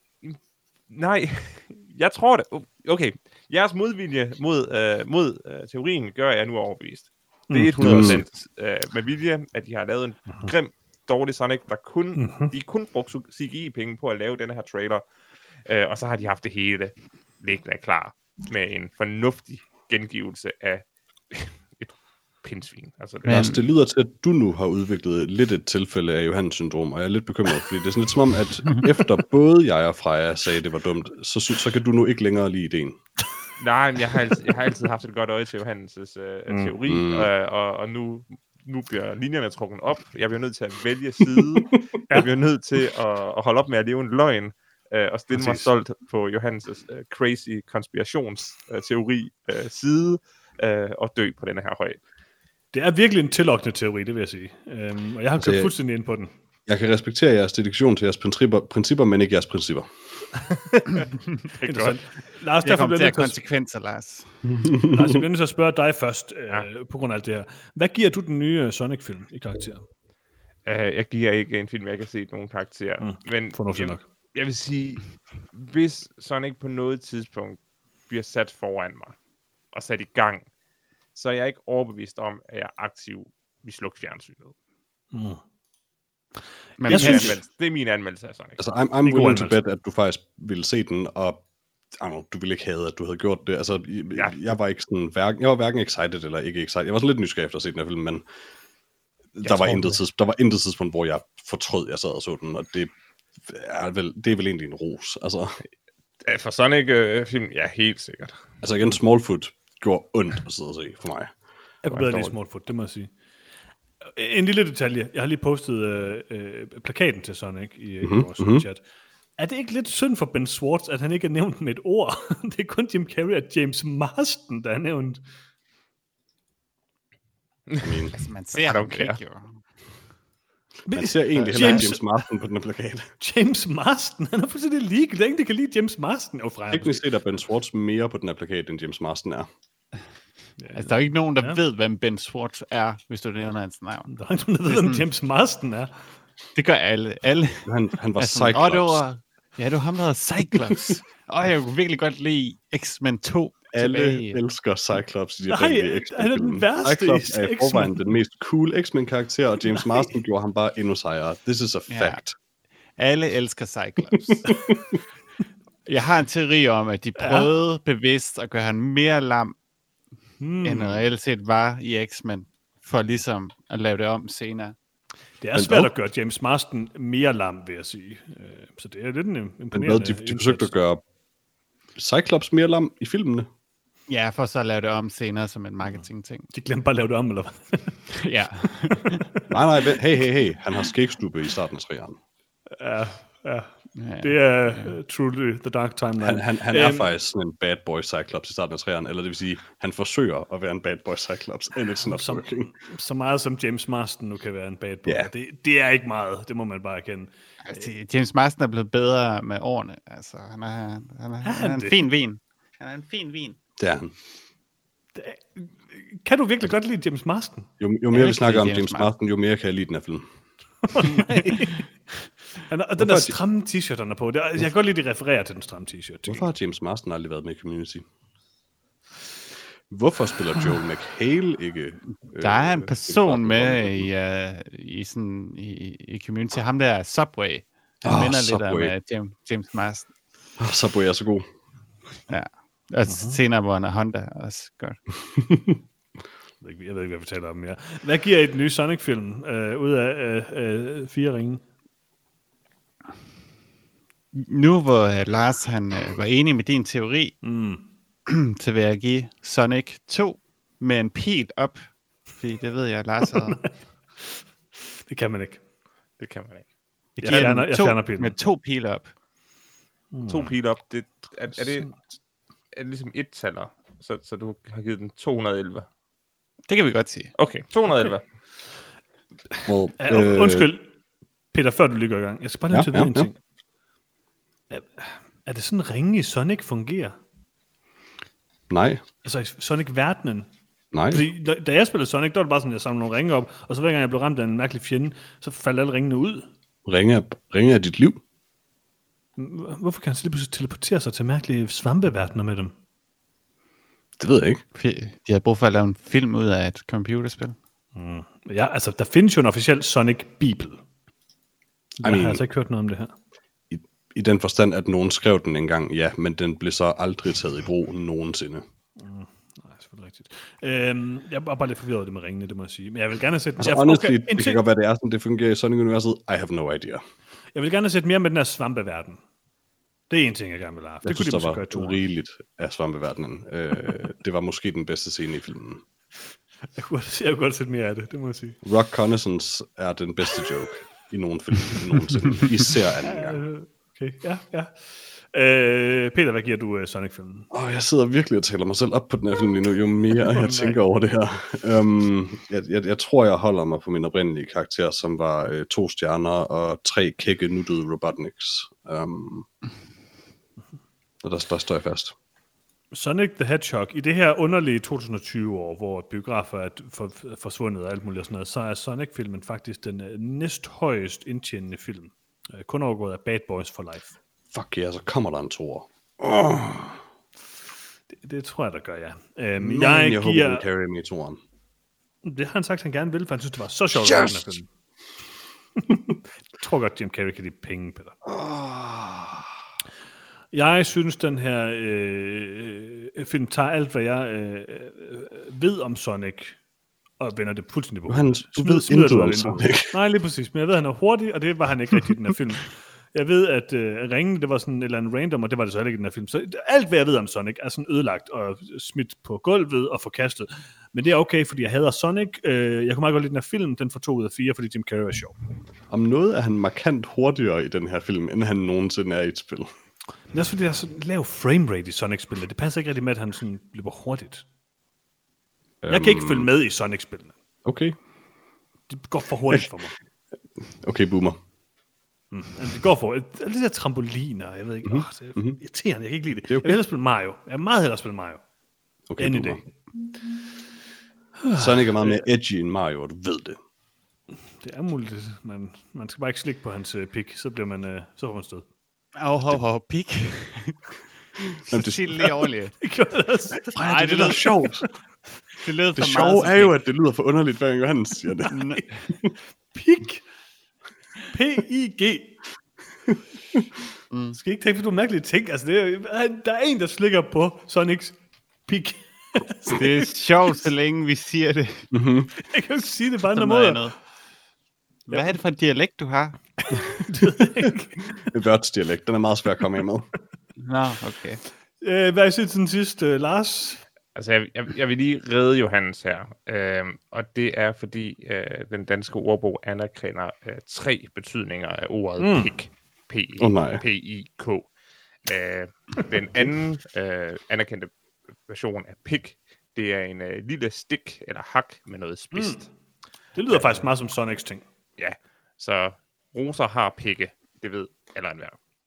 nej, jeg tror det. Okay, jeres modvilje mod teorien gør, at jeg nu er overbevist. Det er 100% med vilje, at de har lavet en grim, dårlig Sonic, der de kun brugt CGI-penge på at lave denne her trailer, og så har de haft det hele liggende klar med en fornuftig gengivelse af et pindsvin. Altså, Det lyder til, at du nu har udviklet lidt et tilfælde af Johannes syndrom, og jeg er lidt bekymret, fordi det er sådan lidt som om, at efter både jeg og Freja sagde, at det var dumt, så kan du nu ikke længere lide ideen. Nej, men jeg har altid haft et godt øje til Johannes' teori, og nu bliver linjerne trukket op. Jeg bliver nødt til at vælge side. Jeg bliver nødt til at holde op med at leve en løgn, og stille mig stolt på Johannes' crazy konspirationsteori side, og dø på denne her høj. Det er virkelig en tillokkende teori, det vil jeg sige. Og jeg har købt fuldstændig ind på den. Jeg kan respektere jeres dedikation til jeres principper, men ikke jeres principper. Interessant. Lars, Det kommer til at have konsekvenser, Lars. Lars, jeg bliver nødt til at spørge dig først, på grund af alt det her. Hvad giver du den nye Sonic-film i karakter? Jeg giver ikke en film, jeg kan se nogen karakterer. Men jeg vil sige, hvis Sonic på noget tidspunkt bliver sat foran mig og sat i gang, så er jeg ikke overbevist om, at jeg aktivt vil slukke fjernsynet. Men det er min anmeldelse af Sonic. Altså, I'm willing to bet, at du faktisk ville se den, og du ville ikke have, at du havde gjort det. Altså, jeg var ikke sådan, jeg var hverken excited eller ikke excited. Jeg var sådan lidt nysgerrig efter at se den her film, men der var intet tidspunkt, hvor jeg fortrød, jeg sad og så den, og det er vel egentlig en ros. Altså, for Sonic-film, ja, helt sikkert. Altså igen, Smallfoot gjorde ondt at sidde og se for mig. Jeg kunne bedre lide Smallfoot, det må jeg sige. En lille detalje. Jeg har lige postet plakaten til Sonic i vores chat. Er det ikke lidt synd for Ben Schwartz, at han ikke er nævnt med et ord? Det er kun Jim Carrey og James Marsden, der er nævnt. Altså, man ser ham ikke, jo. Man ser egentlig heller James Marsden på den her plakat. James Marsden? Han er fuldstændig ligeglad. Der er ingen, der kan lide James Marsden. Teknisk set er Ben Schwartz mere på den her plakat, end James Marsden er. Altså, der er ikke nogen, der ved, hvem Ben Schwartz er, hvis du nævner hans navn. Der er ikke nogen, der ved, hvem James Marsden er. Det gør alle. Han var Cyclops. Det var ham, der hedder Cyclops. Jeg kunne virkelig godt lide X-Men 2. Alle elsker Cyclops i de oprindelige X-Men. Han er den værste Cyclops er i forvejen den mest cool X-Men-karakter, og James Marsden gjorde ham bare endnu sejere. This is a fact. Alle elsker Cyclops. Jeg har en teori om, at de prøvede bevidst at gøre han mere lam, end reelt set var i X-Men, for ligesom at lave det om senere. Det er svært at gøre James Marsden mere lam, vil jeg sige. Så det er lidt en imponerende de forsøgte at gøre Cyclops mere lam i filmene. Ja, for så at lave det om senere som en marketing-ting. De glemte bare at lave det om, eller hvad? Ja. nej, hey. Han har skægstube i starten af 3'eren. Ja. Det er truly the dark timeline. Han er faktisk sådan en bad boy Cyclops i starten af 3'eren, eller det vil sige, han forsøger at være en bad boy Cyclops, and it's not working. Så meget som James Marsden nu kan være en bad boy. Yeah. Det er ikke meget, det må man bare erkende. Altså, James Marsden er blevet bedre med årene. Altså, han er en fin vin. Han er en fin vin. Det er han. Kan du virkelig godt lide James Marsden? Jo mere vi snakker om James Marsden, jo mere kan jeg lide den her film. Og den der stramme t-shirt, han er på. Jeg kan godt lide, at de refererer til den stramme t-shirt. Hvorfor har James Marsden aldrig været med i Community? Hvorfor spiller Joel McHale ikke? Der er en person med i Community. Ham der er Subway. Han minder Subway. lidt om James Marsden. Subway er så god. Ja. Og senere, hvor han er Honda, også godt. Jeg ved ikke, hvad vi taler om mere. Hvad giver et nye Sonic-film ud af 4 ringe? Nu hvor Lars han var enig med din teori, så vil jeg give Sonic 2 med en pil op. Fordi det ved jeg, Lars havde. Det kan man ikke. Det kan man ikke. Jeg fjerner pilen. Med 2 piler op. 2 piler op, er det ligesom et taller, så du har givet den 211? Det kan vi godt sige. Okay, 211. Undskyld, Peter, før du lige går i gang. Jeg skal bare lige til at vide en ting. Er det sådan, ringe i Sonic fungerer? Nej. Altså i Sonic-verdenen? Nej. Fordi da jeg spillede Sonic, der var det bare sådan, at jeg samlede nogle ringe op, og så hver gang jeg blev ramt af en mærkelig fjende, så faldt alle ringene ud. Ringe af dit liv? Hvorfor kan han så lige pludselig teleportere sig til mærkelige svampeverdener med dem? Det ved jeg ikke. De har brug for at lave en film ud af et computerspil. Ja, altså der findes jo en officiel Sonic-bibel. Jeg har altså ikke hørt noget om det her. I den forstand, at nogen skrev den engang, ja, men den blev så aldrig taget i brug nogensinde. Nej, selvfølgelig rigtigt. Jeg var bare lidt forvirret af det med ringene, det må jeg sige. Men jeg vil gerne sætte... Altså, honestly, det kan godt være, det er sådan, det fungerer i Sonic-universet. I have no idea. Jeg vil gerne sætte mere med den her svampeverden. Det er en ting, jeg gerne vil have. Jeg synes, der var rigeligt af svampeverdenen. Det var måske den bedste scene i filmen. Jeg kunne godt sætte mere af det må jeg sige. Rock Connaissance er den bedste joke i nogen film nogensinde. Især anden gang. Okay, ja. Peter, hvad giver du Sonic-filmen? Jeg sidder virkelig og taler mig selv op på den her film lige nu, jo mere jeg tænker over det her. Jeg tror, jeg holder mig på min oprindelige karakter, som var 2 stjerner og 3 kække nuttede Robotniks. Og der står jeg fast. Sonic the Hedgehog, i det her underlige 2020-år, hvor biografer er forsvundet og alt muligt og sådan noget, så er Sonic-filmen faktisk den næsthøjest indtjenende film. Kun overgået af Bad Boys for Life. Fuck ja, så kommer der en toer. Det tror jeg, der gør, ja. Jeg håber, du carry me i toeren. Det har han sagt, han gerne vil, for han synes, det var så sjovt. Yes! Jeg tror godt, Jim Carrey kan lide penge, Peter. Jeg synes, den her film tager alt, hvad jeg ved om Sonic, og vender det fuldstændig på. Du ved intet om Sonic. Nej, lige præcis. Men jeg ved, at han er hurtig, og det var han ikke rigtig i den her film. Jeg ved, at ringen, det var sådan et eller andet random, og det var det så heller ikke i den her film. Så alt, hvad jeg ved om Sonic, er sådan ødelagt og smidt på gulvet og forkastet. Men det er okay, fordi jeg hader Sonic. Jeg kunne meget godt lide den her film. Den får 2 ud af 4, fordi Jim Carrey er sjov. Om noget er han markant hurtigere i den her film, end han nogensinde er i et spil. Men også fordi der er så lav framerate i Sonic-spillene. Det passer ikke rigtig med, at han sådan løber hurtigt. Jeg kan ikke følge med i Sonic-spillene. Okay. Det går for hurtigt for mig. Okay, boomer. Det går for det der trampoliner, jeg ved ikke. Det er irriterende, jeg kan ikke lide det. Jeg vil hellere spille Mario. Jeg vil meget hellere spille Mario. Okay, boomer. Sonic er meget mere edgy end Mario, og du ved det. Det er muligt. Man skal bare ikke slikke på hans pik, så bliver man så får man stød. Pik. Så sig det lige ordentligt. Nej, det lyder sjovt. Det lyder det sjove er jo, at det lyder for underligt, hver gang Johannes siger det. Pik. P-I-G. Skal ikke tænke på, du mærkelige ting. Altså, der er en, der slikker på Sonics pik. Det er sjovt, så længe vi siger det. Jeg kan jo ikke sige det på andre måder. Hvad er det for en dialekt, du har? Værtsdialekt. Den er meget svær at komme af med. Nå, okay. Hvad er det til den sidste, Lars? Altså, jeg vil lige redde Johannes her. Og det er, fordi den danske ordbog anerkender 3 betydninger af ordet pik. P-I-K. Den anden anerkendte version af pik, det er en lille stik eller hak med noget spidst. Det lyder faktisk meget som Sonics ting. Ja, så roser har pikke, det ved eller enhver.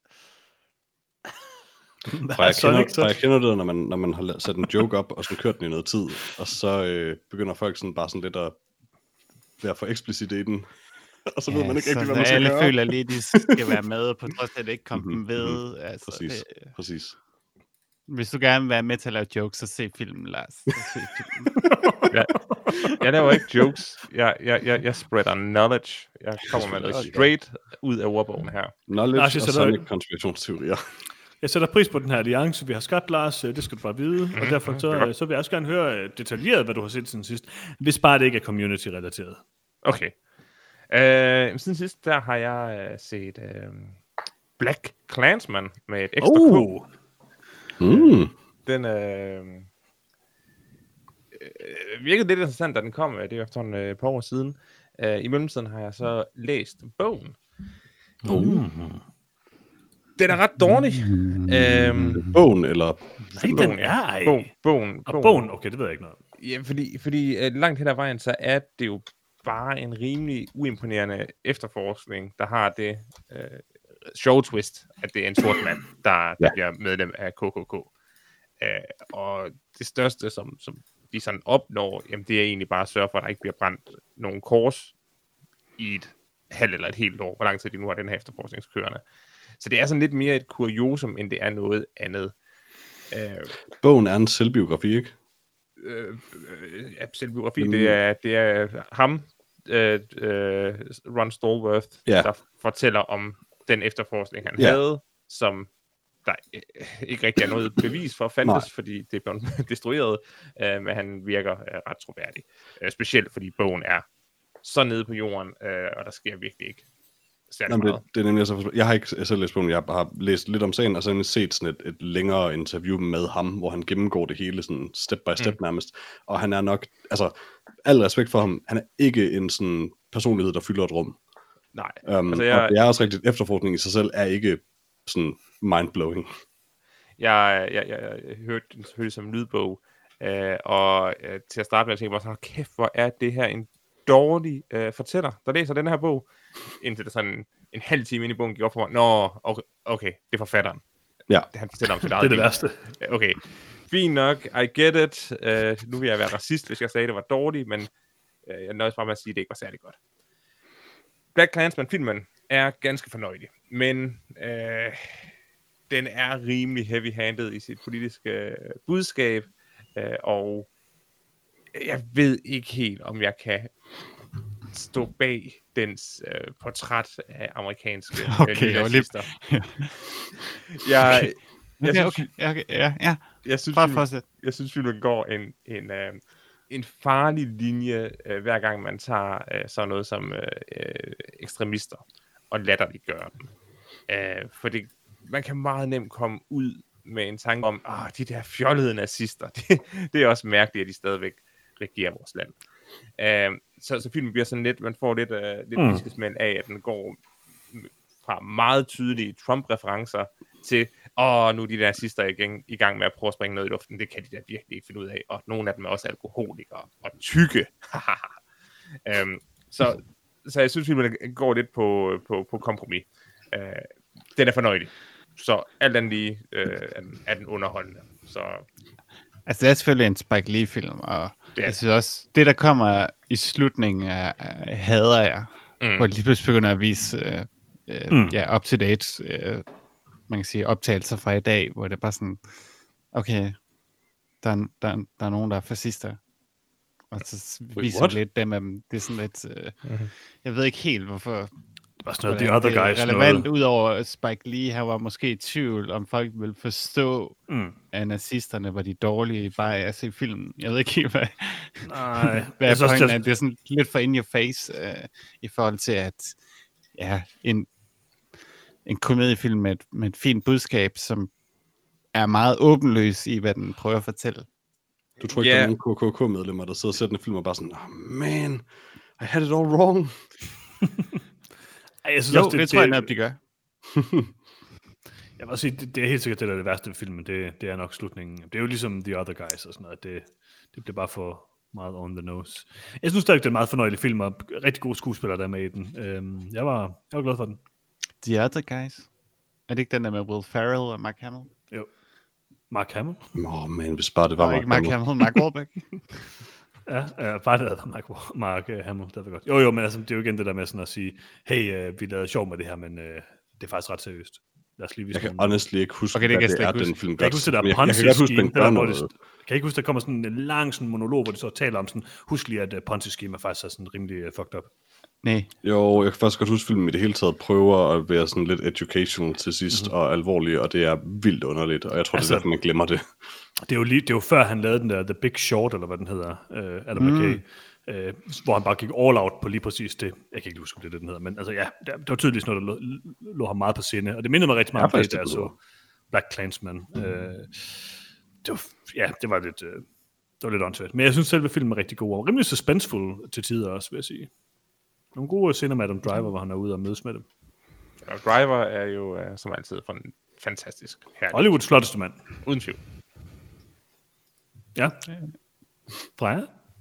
Jeg kender det, når man har sat en joke op, og så kørt den i noget tid, og så begynder folk sådan bare sådan lidt at være for eksplicit i den. og så ved man ikke rigtig, hvad så man skal alle gøre. føler lige, de skal være med, på trods af, at det ikke kom dem ved. Altså, Præcis. Hvis du gerne vil være med til at lave jokes, så se filmen, Lars. Så se filmen. Jeg laver ikke jokes. Jeg spreader knowledge. Jeg kommer med noget straight ud af ordbogen her. Knowledge Lars, jeg og sætter- sådan ikke konspirationsteorier. Jeg sætter pris på den her alliance, vi har skabt, Lars. Det skal du bare vide. Og derfor så vil jeg også gerne høre detaljeret, hvad du har set siden sidst. Hvis bare det ikke er community-relateret. Okay. Siden sidst, der har jeg set Black Klansman med et ekstra K. Den virkede lidt interessant, da den kom. Det er efter et par år siden. I mellemtiden har jeg så læst bogen. Den er ret dårlig. Bogen, eller... Nej, den er ej. Bogen. Og bogen, okay, det ved jeg ikke noget om. Ja, fordi langt hen ad vejen, så er det jo bare en rimelig uimponerende efterforskning, der har det show twist, at det er en sort mand, der bliver medlem af KKK. Og det største, som de sådan opnår, jamen det er egentlig bare at sørge for, at der ikke bliver brændt nogen kors i et halvt eller et helt år, hvor lang tid de nu har den her efterforskningskørende. Så det er sådan lidt mere et kuriosum, end det er noget andet. Bogen er en selvbiografi, ikke? Ja, selvbiografi, det er ham, Ron Stallworth, der fortæller om den efterforskning, han havde, som der ikke rigtig er noget bevis for fandtes, fordi det er blevet destrueret, men han virker ret troværdig. Specielt fordi bogen er så nede på jorden, og der sker virkelig ikke særlig meget. Det er nemlig så. Jeg har ikke selv læst bogen, jeg har læst lidt om sagen, og så har jeg set sådan et længere interview med ham, hvor han gennemgår det hele sådan step by step nærmest. Og han er nok, altså al respekt for ham, han er ikke en sådan personlighed, der fylder et rum. Nej. Og det er også rigtigt, efterforskning i sig selv er ikke sådan mindblowing. Jeg hørte den selvfølgelig som lydbog, og til at starte med, jeg tænkte bare, kæft, hvor er det her en dårlig fortæller, der læser den her bog, indtil det sådan en halv time ind i bogen gik op for mig, okay, det er forfatteren. Ja. Han fortæller om sit eget Det er det liv. værste. Okay, fint nok, I get it. Nu vil jeg være racist, hvis jeg sagde, det var dårligt, men jeg nøjes bare med at sige, at det ikke var særlig godt. Black Klansman-filmen er ganske fornøjelig, men den er rimelig heavy-handed i sit politiske budskab, og jeg ved ikke helt, om jeg kan stå bag dens portræt af amerikanske nazister. Jeg synes, filmen går en farlig linje, hver gang man tager sådan noget som ekstremister og latterliggør dem. Fordi man kan meget nemt komme ud med en tanke om, de der fjollede nazister, det er også mærkeligt, at de stadigvæk regerer vores land. Så filmen bliver sådan lidt, man får lidt viskesmænd af, at den går fra meget tydelige Trump-referencer til, nu er de der nazister i gang med at prøve at springe noget i luften, det kan de da virkelig ikke finde ud af, og nogle af dem er også alkoholikere og tykke. Så jeg synes, filmen går lidt på kompromis. Den er fornøjelig. Så alt andet lige er den underholdende. Så... Altså, det er selvfølgelig en Spike Lee-film, og jeg synes også, det der kommer i slutningen af hader jeg, hvor lige pludselig begynder at vise up-to-date, man kan sige, optagelser fra i dag, hvor det er bare sådan, okay, der er nogen, der er fascister, og så viser lidt dem af dem. Det er sådan lidt, jeg ved ikke helt, hvorfor Det var sådan noget, The Other Guys. Relevant, udover Spike Lee, han var måske i tvivl, om folk ville forstå, at nazisterne var de dårlige, bare at se filmen. Jeg ved ikke helt, hvad hvad er pointen af. Det er sådan lidt for in your face, i forhold til, at en komediefilm med et fint budskab, som er meget åbenløs i, hvad den prøver at fortælle. Du tror ikke, der er nogle KKK-medlemmer, der sidder og ser den film og bare sådan, man, I had it all wrong. Jeg synes også, det tror jeg nok, de gør. Jeg vil sige, det er helt sikkert det, der er det værste ved filmen. Det er nok slutningen. Det er jo ligesom The Other Guys og sådan noget. Det bliver bare for meget on the nose. Jeg synes stadig, det er en meget fornøjelig film, og rigtig gode skuespillere, der er med i den. Jeg var glad for den. The Other Guys? Er det ikke den der med Will Ferrell og Mark Hamill? Jo. Mark Hamill? Man, hvis bare det var Mark Hamill. Mark Wahlberg. Ja, bare det hedder Mark Hamill, det er godt. Jo, men altså, det er jo igen det der med sådan at sige, hey, vi lavede sjov med det her, men det er faktisk ret seriøst. Lad os lige vise Jeg kan honestly ikke huske, okay, hvad det er, den film gør. Jeg kan huske, det der Jeg kan godt huske, den gør noget. Kan ikke huske, der kommer sådan en lang sådan monolog, hvor de så taler om sådan, husk lige, at Ponzi-schema faktisk er sådan rimelig fucked up. Nej. Jo, jeg kan faktisk godt huske, filmen i det hele taget prøver at være sådan lidt educational til sidst, og alvorlig, og det er vildt underligt, og jeg tror, det er derfor, man glemmer det. Det er jo før, han lavede den der The Big Short, eller hvad den hedder, Adam McKay, hvor han bare gik all out på lige præcis det. Jeg kan ikke huske, det den hedder, men altså ja, det var tydeligt noget, der lå ham meget på sinde, og det mindede mig rigtig meget om det, der så Black Klansman. Det var lidt åndssvagt. Men jeg synes selve filmen er rigtig god, og rimelig suspenseful til tider også, vil jeg sige. Nogle gode scener med Adam Driver, hvor han er ude og mødes med dem. Og Driver er jo som altid fantastisk. Hollywoods flotteste mand. Uden tvivl. Ja. Freja?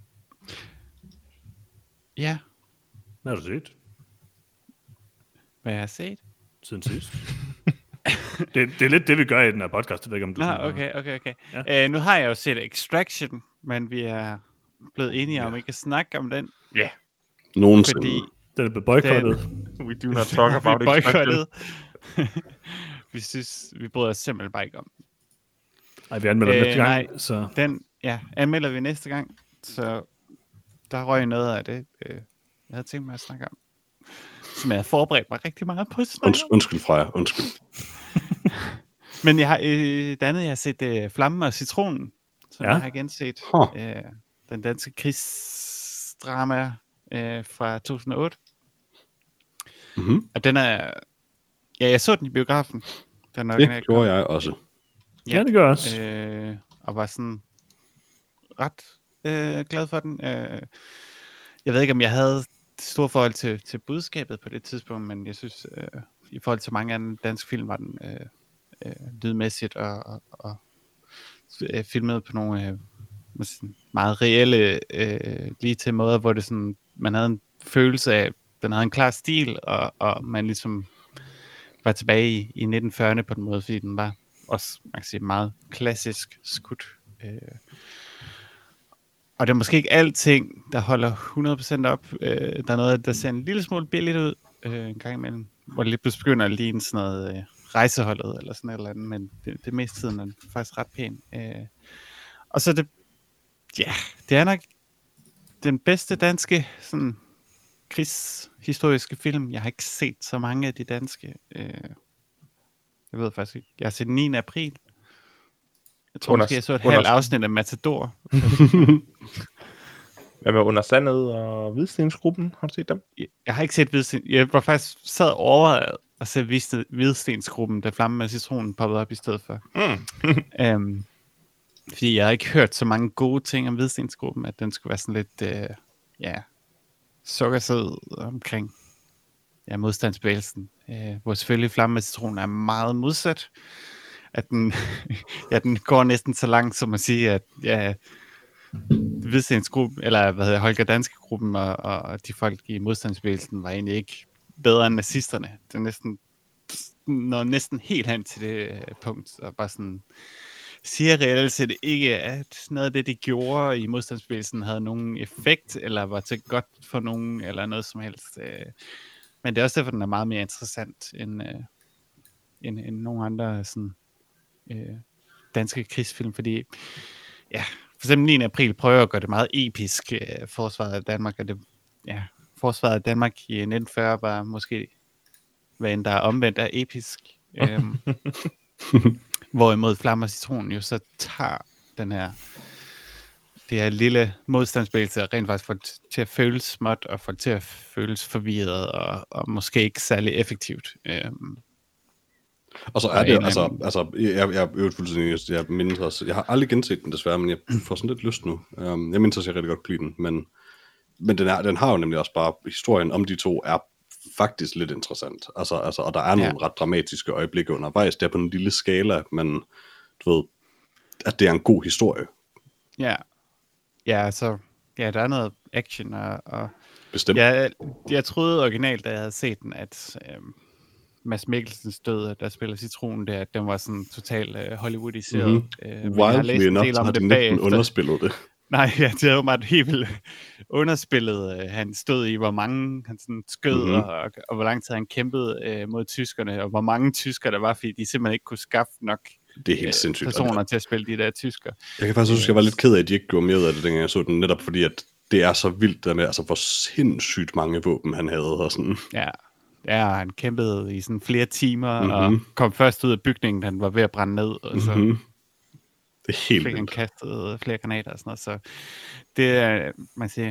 Ja. Hvad har du set? Hvad jeg har set? Siden sidst. det er lidt det, vi gør i den her podcast. Jeg ved ikke, om du okay. Ja. Nu har jeg jo set Extraction, men vi er blevet enige om ikke at snakke om den. Ja. Yeah. Nogensinde. Fordi den er blevet boykottet. We do not talk about Extraction. Vi synes, vi bryder os simpelthen bare ikke om. Nej, vi anmelder den næste gang. Nej, så. Den anmelder vi næste gang. Så der røg noget af det, jeg havde tænkt mig at snakke om. Som jeg havde forberedt mig rigtig meget på. Undskyld, Freja. Undskyld. Men jeg har jeg har set Flammen og Citronen, som jeg har igen set. Den danske krigsdrama fra 2008. Mm-hmm. Og den er... Ja, jeg så den i biografen. Det gjorde jeg også. Ja, det gør jeg også. Og var sådan ret glad for den. Jeg ved ikke, om jeg havde stort forhold til budskabet på det tidspunkt, men jeg synes, i forhold til mange andre danske film, var den lydmæssigt og filmet på nogle meget reelle, lige til måder, hvor det sådan, man havde en følelse af, den havde en klar stil, og man ligesom var tilbage i 1940'erne på den måde, fordi den var også, man kan sige, meget klassisk skudt. Og det er måske ikke alting, der holder 100% op. Der er noget, der ser en lille smule billigt ud en gang imellem, hvor det lige pludselig begynder at ligne sådan noget rejseholdet eller sådan et eller andet, men det meste tiden er faktisk ret pæn. Og så det er nok den bedste danske sådan krigshistoriske film. Jeg har ikke set så mange af de danske. Jeg ved faktisk ikke. Jeg har set 9. april. Jeg tror måske, jeg så et halvt afsnit af Matador. Hvad med Under Sandet og Hvidstensgruppen? Har du set dem? Jeg har ikke set Hvidsten. Jeg var faktisk sad over at se Hvidstensgruppen, da Flammen med Citronen poppede op i stedet for. Fordi jeg har ikke hørt så mange gode ting om Hvidstensgruppen, at den skulle være sådan lidt sukkersød omkring modstandsbevægelsen. Hvor selvfølgelig Flammen med Citronen er meget modsat. At den går næsten så langt som at sige, at Hvidstensgruppen, eller Holger Danske-gruppen og de folk i modstandsbevægelsen var egentlig ikke bedre end nazisterne. Det er næsten helt hen til det punkt, og bare sådan siger reelt set ikke, at noget af det, de gjorde i modstandsbevægelsen, havde nogen effekt, eller var til godt for nogen, eller noget som helst. Men det er også derfor, den er meget mere interessant, end nogle andre sådan, danske krigsfilm, fordi for eksempel 9. april prøver at gøre det meget episk, forsvaret af Danmark, og forsvaret af Danmark i 1940 var måske, hvad end der er omvendt, er episk. Hvorimod Flammen og Citronen jo så tager det her lille modstandsbevægelse og rent faktisk får til at føles småt, og får til at føles forvirret, og måske ikke særlig effektivt. Og så er det, jeg er jo fuldstændig, jeg mindes også, jeg har aldrig genset den desværre, men jeg får sådan lidt lyst nu. Jeg mindes også, jeg rigtig godt kunne lide den, men den har jo nemlig også bare, historien om de to er faktisk lidt interessant. Og der er nogle ret dramatiske øjeblikke undervejs, der på en lille skala, men du ved, at det er en god historie. Ja, der er noget action, og bestemt. Jeg troede originalt, da jeg havde set den, at Mads Mikkelsens død, der spiller Citronen der, den var sådan totalt Hollywoodiseret. Wildly enough, så har de næsten underspillet det. Nej, ja, det er jo meget helt vildt underspillet. Han stod i, hvor mange han sådan skød, og hvor lang tid han kæmpede mod tyskerne, og hvor mange tyskere der var, fordi de simpelthen ikke kunne skaffe nok Det er helt sindssygt. personer til at spille de der tyskere. Jeg kan faktisk huske, at jeg var lidt ked af, at de ikke gjorde mere ud af det, dengang jeg så den, netop fordi, at det er så vildt der med, altså hvor sindssygt mange våben han havde og sådan. Ja, han kæmpede i sådan flere timer, og kom først ud af bygningen, han var ved at brænde ned, og så det er helt fik han kastet flere granater og sådan noget. Så det er, man siger,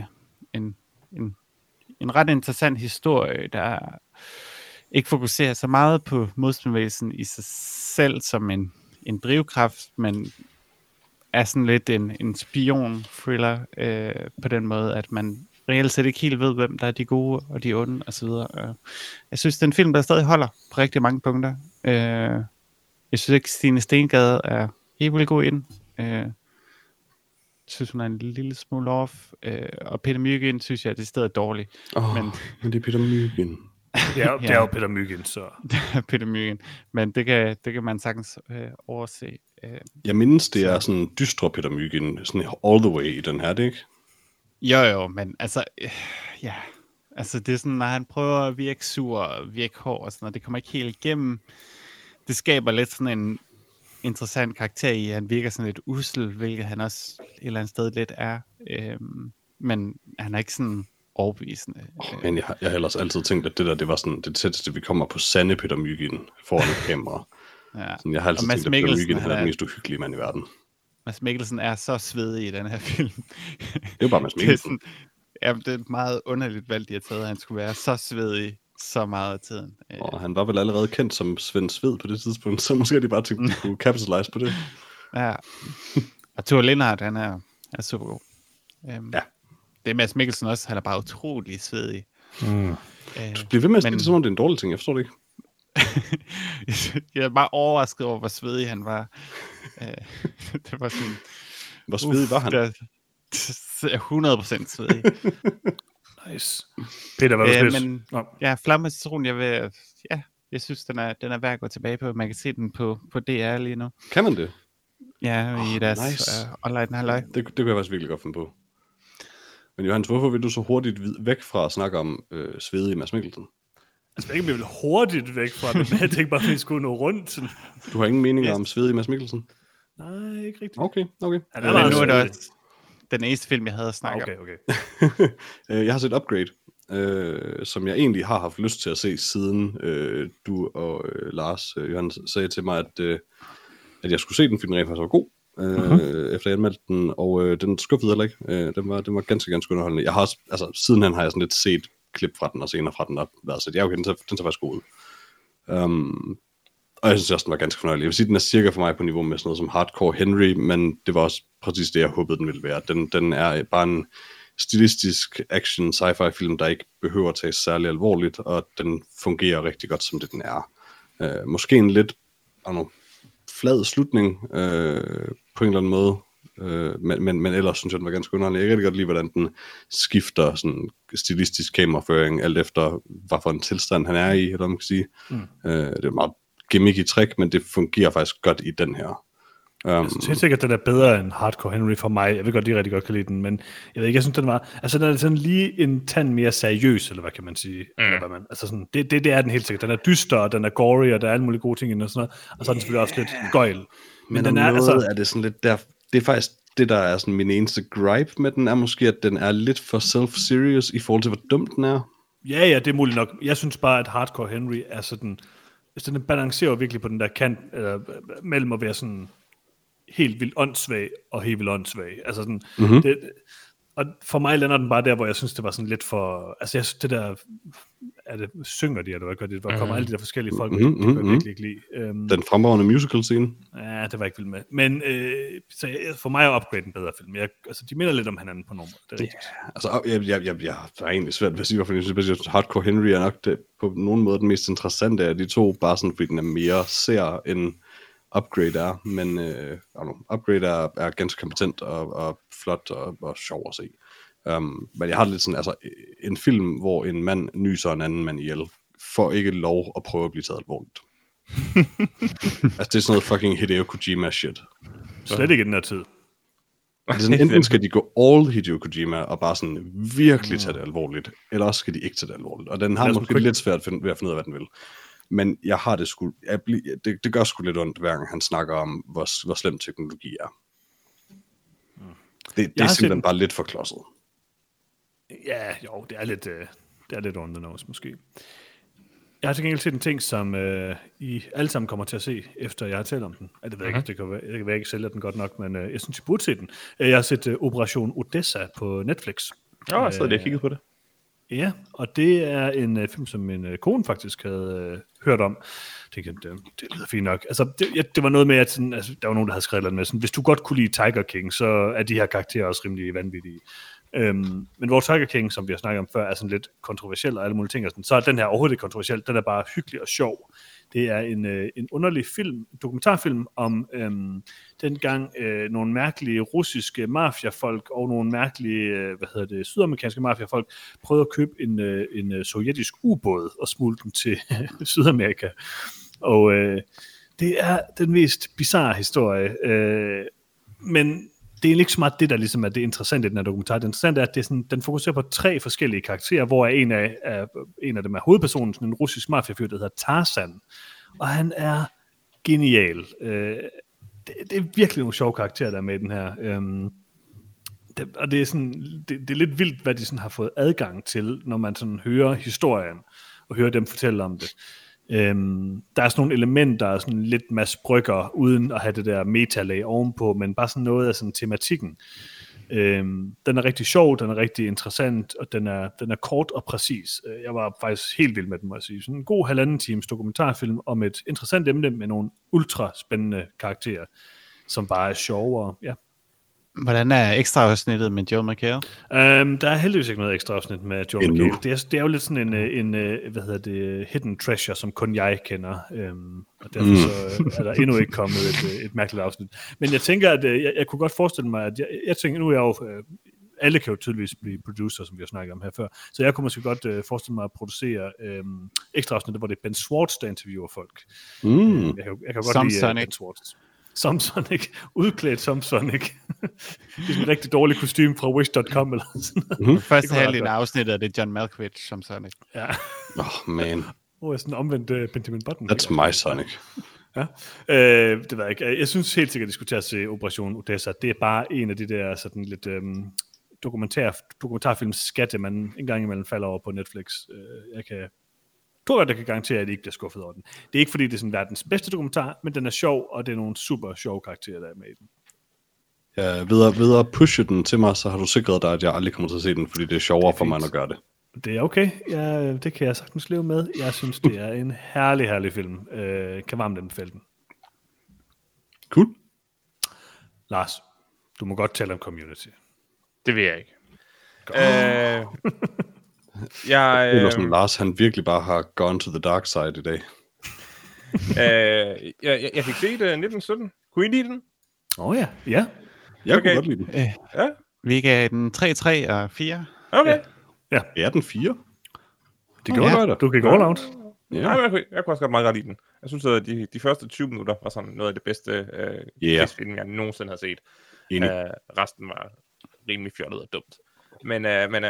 en ret interessant historie, der ikke fokuserer så meget på modstandsbevægelsen i sig selv som en drivkraft, men er sådan lidt en spion-thriller på den måde, at man reelt set ikke helt ved, hvem der er de gode og de onde osv. Jeg synes, det er en film, der stadig holder på rigtig mange punkter. Jeg synes ikke, Stine Stengade er helt vildt god i den. Jeg synes, hun er en lille smule off. Og Peter Mygind synes jeg, at det stedet er dårligt. Men det er Peter Mygind. Det er jo Peter Mygind, så... Peter Mygind. Men det kan man sagtens overse. Jeg mindes, det er sådan dystre Peter Mygind, sådan all the way i den her, det ikke? Jo, men altså... ja, altså det er sådan, når han prøver at virke sur og virke hård og sådan noget, det kommer ikke helt igennem. Det skaber lidt sådan en interessant karakter i, han virker sådan lidt usel, hvilket han også et eller andet sted lidt er. Men han er ikke sådan overbevisende. Men jeg har ellers altid tænkt, at det der, det var sådan det tætteste, vi kommer på sande Peter Mygind foran et kamera. Ja. Sådan, jeg har altid tænkt, at Peter Mygind er den mest uhyggelige mand i verden. Mads Mikkelsen er så svedig i den her film. Det er jo bare Mads Mikkelsen. Det er meget underligt valgt, de har taget, at han skulle være så svedig så meget af tiden. Og han var vel allerede kendt som Svend Sved på det tidspunkt, så måske de bare tænkte, at kunne capitalize på det. Ja. Og Thor Lindhardt, han er super god. Ja. Det er Mads Mikkelsen også, han er bare utrolig svedig. Du bliver ved med at sige det, som om det er en dårlig ting, jeg forstår det ikke. Jeg er bare overrasket over, hvor svedig han var. Det var sådan... Hvor svedig var han? 100% svedig. Nice. Peter, hvad var det? Ja, Flamme Citron, jeg synes, den er værd at gå tilbage på. Man kan se den på DR lige nu. Kan man det? Ja, i deres online halvøj. Det kunne jeg faktisk virkelig godt finde på. Men Johannes, hvorfor vil du så hurtigt væk fra at snakke om svedige Mads Mikkelsen? Altså, jeg vil hurtigt væk fra det, men jeg tænkte bare, at vi skulle nå rundt. Sådan. Du har ingen mening om svedige Mads Mikkelsen? Nej, ikke rigtigt. Okay. Men nu er det også den eneste film, jeg havde at snakke om. Okay. Jeg har set Upgrade, som jeg egentlig har haft lyst til at se, siden du og Lars Johannes sagde til mig, at jeg skulle se den, fordi den rent faktisk var god. Efter jeg anmeldte den, og den skuffede heller ikke. Den var ganske underholdende. Jeg har også, sidenhen har jeg sådan lidt set klip fra den og scener fra den op. Altså, den tager faktisk god ud. Og jeg synes også, den var ganske fornøjelig. Jeg vil sige, den er cirka for mig på niveau med sådan noget som Hardcore Henry, men det var også præcis det, jeg håbede, den ville være. Den er bare en stilistisk action sci-fi film, der ikke behøver at tages særlig alvorligt, og den fungerer rigtig godt, som det den er. Måske en lidt flad slutning på en eller anden måde, men ellers synes jeg, den var ganske underholdende. Jeg kan rigtig godt lide, hvordan den skifter sådan stilistisk kameraføring, alt efter, hvad for en tilstand han er i, eller man kan sige. Det er meget gimmicky trick, men det fungerer faktisk godt i den her. Jeg synes helt sikkert, at den er bedre end Hardcore Henry for mig. Jeg ved godt, de rigtig godt kan lide den, men jeg ved ikke, jeg synes, den var... Altså, den er sådan lige en tand mere seriøs, eller hvad kan man sige? Eller hvad man, altså sådan, det er den helt sikkert. Den er dyster, og den er gory, og der er alle mulige gode ting i den, og sådan noget. Og så er den selvfølgelig også lidt gøjl. Men den er, er det sådan lidt... Det er faktisk det, der er sådan min eneste gripe med den, er måske, at den er lidt for self-serious i forhold til, hvor dum den er. Ja, det er muligt nok. Jeg synes bare, at Hardcore Henry er sådan... Hvis den balancerer virkelig på den der kant, mellem at være sådan helt vildt åndssvag og helt vildt åndssvag. Altså sådan, og for mig lander den bare der, hvor jeg synes, det var sådan lidt for... Altså jeg synes, det der... synger de, eller hvad gør det? Hvor kommer alle de der forskellige folk, det kan jeg virkelig ikke lide. Den fremragende musical-scene. Ja, det var ikke vildt med. Men så for mig er Upgrade en bedre film. Altså, de minder lidt om hinanden på nogle måder. Det er rigtigt. Altså, jeg har egentlig svært ved at sige, hvorfor jeg synes, Hardcore Henry er nok på nogen måde den mest interessante af de to, bare sådan, fordi den er mere sær end Upgrade er. Men Upgrade er ganske kompetent og flot og sjov at se. Men jeg har det lidt sådan, altså en film, hvor en mand nyser en anden mand ihjel, får ikke lov at prøve at blive taget alvorligt. Altså det er sådan noget fucking Hideo Kojima shit. Slet ikke i den her tid. Det er sådan, enten skal de gå all Hideo Kojima og bare sådan virkelig tage det alvorligt, eller også skal de ikke tage det alvorligt. Og den har måske lidt svært ved at finde ud af, hvad den vil. Men jeg har det sgu... Det gør sgu lidt ondt, hver gang han snakker om, hvor slem teknologi er. Det er simpelthen bare lidt for klodset. Ja, jo, det er lidt on the nose, måske. Jeg har til gengæld set en ting, som I alle sammen kommer til at se, efter jeg har talt om den. Det ved jeg ikke, det kan være, jeg ikke sælger den godt nok, men jeg synes, I burde se den. Jeg har set Operation Odessa på Netflix. Jeg sad lige og kiggede på det. Ja, og det er en film, som min kone faktisk havde hørt om. Det lyder fint nok. Altså, det var noget med, at sådan, altså, der var nogen, der havde skrevet noget med, sådan, hvis du godt kunne lide Tiger King, så er de her karakterer også rimelig vanvittige. Men hvor Tiger King, som vi har snakket om før, er sådan lidt kontroversiel og alle mulige ting, og sådan, så er den her overhovedet ikke kontroversiel. Den er bare hyggelig og sjov. Det er en underlig film, en dokumentarfilm om dengang nogle mærkelige russiske mafiafolk og nogle mærkelige, sydamerikanske mafiafolk prøvede at købe en sovjetisk ubåd og smugle den til Sydamerika. Og det er den mest bizarre historie. Men det er ikke så meget det, der ligesom er det interessante i den her dokumentar. Det interessante er, at det er sådan, den fokuserer på 3 forskellige karakterer, hvor en af dem er hovedpersonen, sådan en russisk mafiafyr, der hedder Tarzan. Og han er genial. Det er virkelig nogle sjove karakterer, der er med i den her. Og det er sådan, det er lidt vildt, hvad de sådan har fået adgang til, når man sådan hører historien, og hører dem fortælle om det. Der er sådan nogle elementer, sådan lidt Mads Brygger, uden at have det der metalag ovenpå, men bare sådan noget af sådan tematikken. Den er rigtig sjov, den er rigtig interessant, og den er kort og præcis. Jeg var faktisk helt vild med den, må jeg sige. Sådan en god 1,5 times dokumentarfilm om et interessant emne med nogle ultra spændende karakterer, som bare er sjovere. Ja. Hvordan er ekstraafsnittet med Joel McHale? Der er heldigvis ikke noget ekstra afsnit med Joel McHale. Det er jo lidt sådan en hidden treasure, som kun jeg kender. Og derfor så er der endnu ikke kommet et mærkeligt afsnit. Men jeg tænker, at jeg kunne godt forestille mig, at jeg tænker, nu er jeg jo... alle kan jo tydeligvis blive producer, som vi har snakket om her før. Så jeg kunne måske godt forestille mig at producere ekstra afsnit, hvor det er Ben Schwartz, der interviewer folk. Jeg kan godt lide Ben Schwartz. Som Sonic, udklædt som Sonic. Det er en rigtig dårlig kostume fra Wish.com eller sådan. Første halvdel af afsnittet er det John Malkovich som Sonic. Ja. Man. Er sådan omvendt Benjamin Button. That's my Sonic. Ja. Det ved jeg ikke. Jeg synes helt sikkert, at de skulle tage at se Operation Odessa. Det er bare en af de der sådan lidt dokumentarfilmskatte, man en gang imellem falder over på Netflix. Jeg tror, at jeg kan garantere, at I ikke bliver skuffet over den. Det er ikke, fordi det er sådan verdens bedste dokumentar, men den er sjov, og det er nogle super sjove karakterer, der er med i den. Ja, ved at pushe den til mig, så har du sikret dig, at jeg aldrig kommer til at se den, fordi det er sjovere for mig at gøre det. Det er okay. Det kan jeg sagtens leve med. Jeg synes, det er en herlig film. Kan varmt anbefale den. Cool. Lars, du må godt tale om Community. Det vil jeg ikke. Det er sådan, Lars, han virkelig bare har gone to the dark side i dag. Jeg fik set 1917. Kunne I lide den? Ja. Ja. Jeg kunne godt lide den. Ja. Vi gav den 3, og 4. Okay. Ja. Er den 4? Det går godt. Du kan gå all out. Ja. Nej, jeg kunne også godt meget godt lide den. Jeg synes, at de første 20 minutter var sådan noget af det bedste krigsfilm, jeg nogensinde har set. Resten var rimelig fjollet og dumt. Men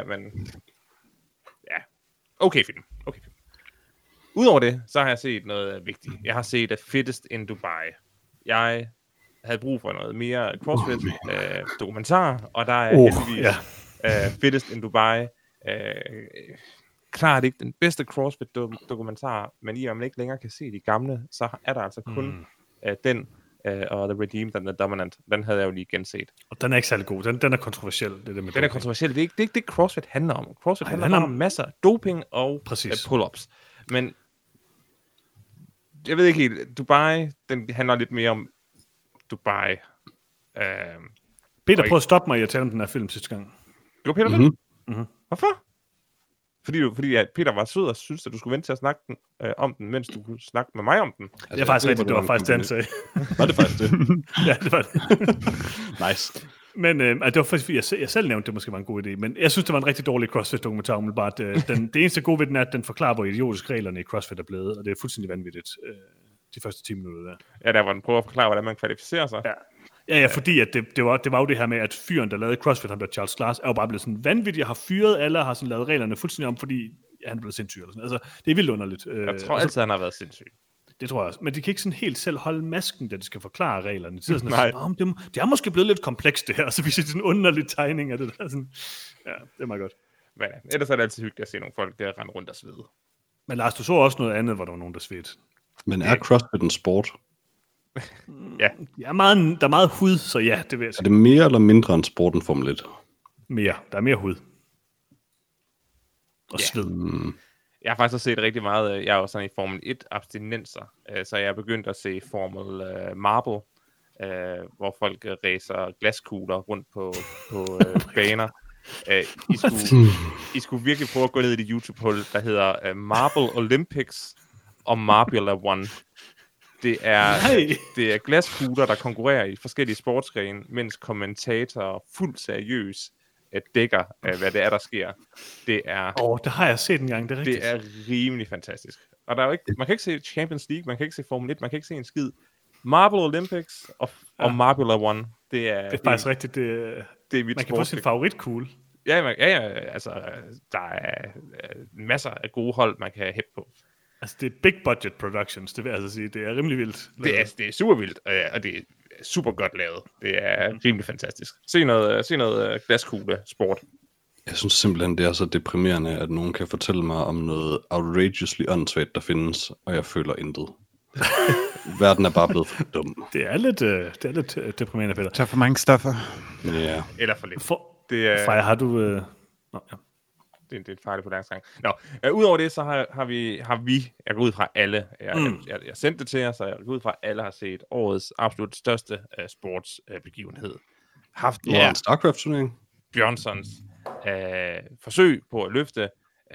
ja, okay film. Udover det, så har jeg set noget vigtigt. Jeg har set Fittest in Dubai. Jeg havde brug for noget mere CrossFit-dokumentar, og der er heldigvis Fittest in Dubai. Klart ikke den bedste CrossFit-dokumentar, men i og med man ikke længere kan se de gamle, så er der altså kun den og The Redeemed and The Dominant. Den havde jeg jo lige genset. Og den er ikke særlig god. Den er kontroversiel. Den er kontroversiel. Det er ikke det, CrossFit handler om. CrossFit handler om masser af doping og pull-ups. Men jeg ved ikke helt. Dubai, den handler lidt mere om Dubai. Peter, prøv at stoppe mig i at tale om den her film sidste gang. Jo, Peter, mm-hmm. Hvorfor? Fordi at Peter var sød og synes, at du skulle vente til at snakke om den, mens du kunne snakke med mig om den. Altså, det er faktisk rigtigt, det var faktisk det, han sagde. Var det faktisk det? Ja, det var det. Nice. Men det var faktisk, fordi jeg selv nævnte, det måske var en god idé, men jeg synes, det var en rigtig dårlig CrossFit-dokumentar, umiddelbart. Det eneste gode ved den er, at den forklarer, hvor idiotisk reglerne i CrossFit er blevet, og det er fuldstændig vanvittigt, de første 10 minutter der. Ja, der var den prøver at forklare, hvordan man kvalificerer sig. Ja. Ja, fordi at det var jo det her med, at fyren, der lavede CrossFit, ham der Charles Glass, er jo bare blevet sådan vanvittig, har fyret alle, har sådan lavet reglerne fuldstændig om, fordi han er blevet sindssyg. Eller sådan. Altså, det er vildt underligt. Jeg tror altid, han har været sindssyg. Det tror jeg også. Men de kan ikke sådan helt selv holde masken, da de skal forklare reglerne. De sådan, det er måske blevet lidt komplekst det her, så viser de sådan en underlig tegning af det der. Sådan. Ja, det er meget godt. Men ellers er det altid hyggeligt at se nogle folk, der rende rundt og svede. Men Lars, du så også noget andet, hvor der var nogen, der svedte. Men er CrossFit en sport? Ja. Der er meget hud, så ja, det vil jeg sige. Er det mere eller mindre end sporten Formel 1? Mere. Der er mere hud. Og sved. Jeg har faktisk også set rigtig meget, jeg er jo sådan i Formel 1-abstinenser, så jeg er begyndt at se Formel Marble, hvor folk racer glaskugler rundt på baner. I skulle virkelig prøve at gå ned i det YouTube-hul, der hedder Marble Olympics og Marbula One. Det er glaskugler, der konkurrerer i forskellige sportsgrene, mens kommentatorer fuldt seriøst dækker, hvad det er, der sker. Det har jeg set en gang, det er rigtigt. Det er rimelig fantastisk. Og der er jo ikke, man kan ikke se Champions League, man kan ikke se Formel 1, man kan ikke se en skid. Marble Olympics og Marbula One, det er faktisk rigtigt. Det er mit man kan få sin favoritkugle. Ja, altså, der er masser af gode hold, man kan hæppe på. Altså, det er big budget productions, det vil jeg altså sige. Det er rimelig vildt. Det er super vildt, og det er super godt lavet. Det er rimelig fantastisk. Se noget glaskugle sport. Jeg synes simpelthen, det er så deprimerende, at nogen kan fortælle mig om noget outrageously åndssvagt, der findes, og jeg føler intet. Verden er bare blevet for dum. Det er lidt deprimerende, Peter. Der er for mange stoffer. Ja. Eller for lidt. Freja, har du... Det er et fejl på dansk gang. Udover det, så har vi, jeg går ud fra alle, jeg sendte det til jer, så jeg går ud fra, alle har set årets absolut største sportsbegivenhed. En StarCraft-turnering. Bjørnsons forsøg på at løfte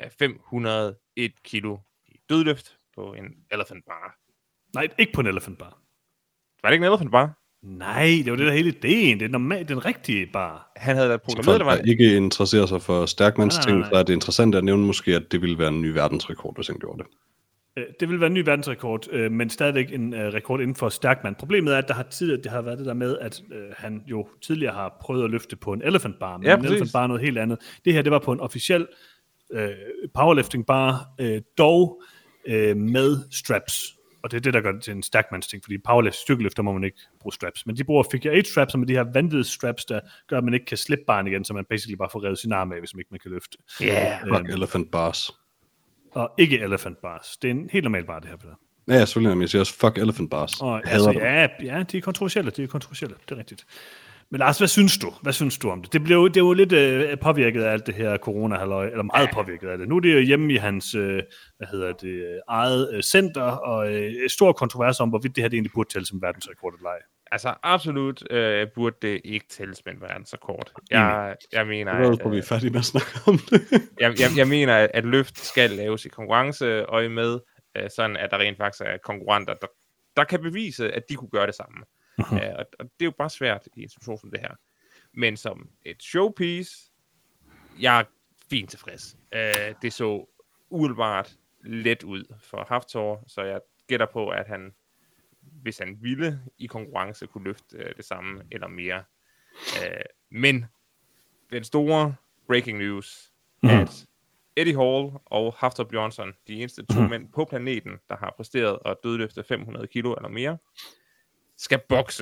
501 kilo i dødløft på en elephant bar. Nej, ikke på en elephant bar. Var det ikke en elephant bar? Nej, det var det der hele ideen. Det er normalt den rigtige bar. Han havde da programmeret, det var... ikke interesserer sig for stærkmandsting, så er det interessant at nævne måske, at det ville være en ny verdensrekord, hvis han gjorde det. Det ville være en ny verdensrekord, men stadigvæk en rekord inden for stærkmand. Problemet er, at det har været det der med, at han jo tidligere har prøvet at løfte på en elephant bar, men en elephant bar er noget helt andet. Det her, det var på en officiel powerlifting bar, dog med straps. Og det er det, der gør det til en stærkmandsting, fordi styrkeløfter må man ikke bruge straps. Men de bruger figure 8 straps, som er de her vanvittige straps, der gør, at man ikke kan slippe barn igen, så man basically bare får revet sin arm af, hvis man ikke kan løfte. Fuck elephant bars. Og ikke elephant bars. Det er en helt normal bar, det her, Peter. Ja, selvfølgelig, men jeg siger også fuck elephant bars. Ja, de er kontroversielle, det er rigtigt. Men Lars, hvad synes du om det? Det er jo lidt påvirket af alt det her corona-halløj, eller meget påvirket af det. Nu er det jo hjemme i hans eget center, og stor kontrovers om, hvorvidt det her det egentlig burde tælle som verdensrekord eller ej. Altså absolut burde det ikke tælle som en verdensrekord. Jeg mener, at vi er færdige med at snakke om det. jeg mener, at løft skal laves i konkurrenceøje med, sådan at der rent faktisk er konkurrenter, der kan bevise, at de kunne gøre det samme. Og det er jo bare svært i en situation som det her. Men som et showpiece, jeg er fint tilfreds. Det så umiddelbart let ud for Hafthor, så jeg gætter på, at han, hvis han ville i konkurrence, kunne løfte det samme eller mere. Men den store breaking news, at Eddie Hall og Hafthor Bjørnsson, de eneste to mænd på planeten, der har præsteret at dødløfte 500 kilo eller mere, skal bokse.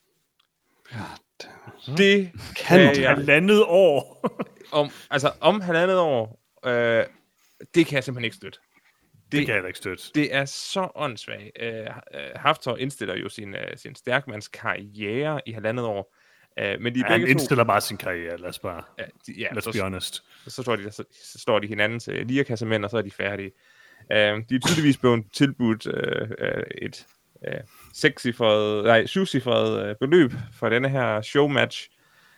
Det kan jeg... Halvandet år. om halvandet år, det kan jeg simpelthen ikke støtte. Det kan jeg ikke støtte. Det er så åndssvagt. Hafthor indstiller jo sin stærkmands karriere i halvandet år. Men de han indstiller bare sin karriere, lad os bare. Let's be honest. Så står de hinandens lirakasse-mænd, og så er de færdige. De er tydeligvis blevet tilbudt et 7-cifret beløb for denne her showmatch.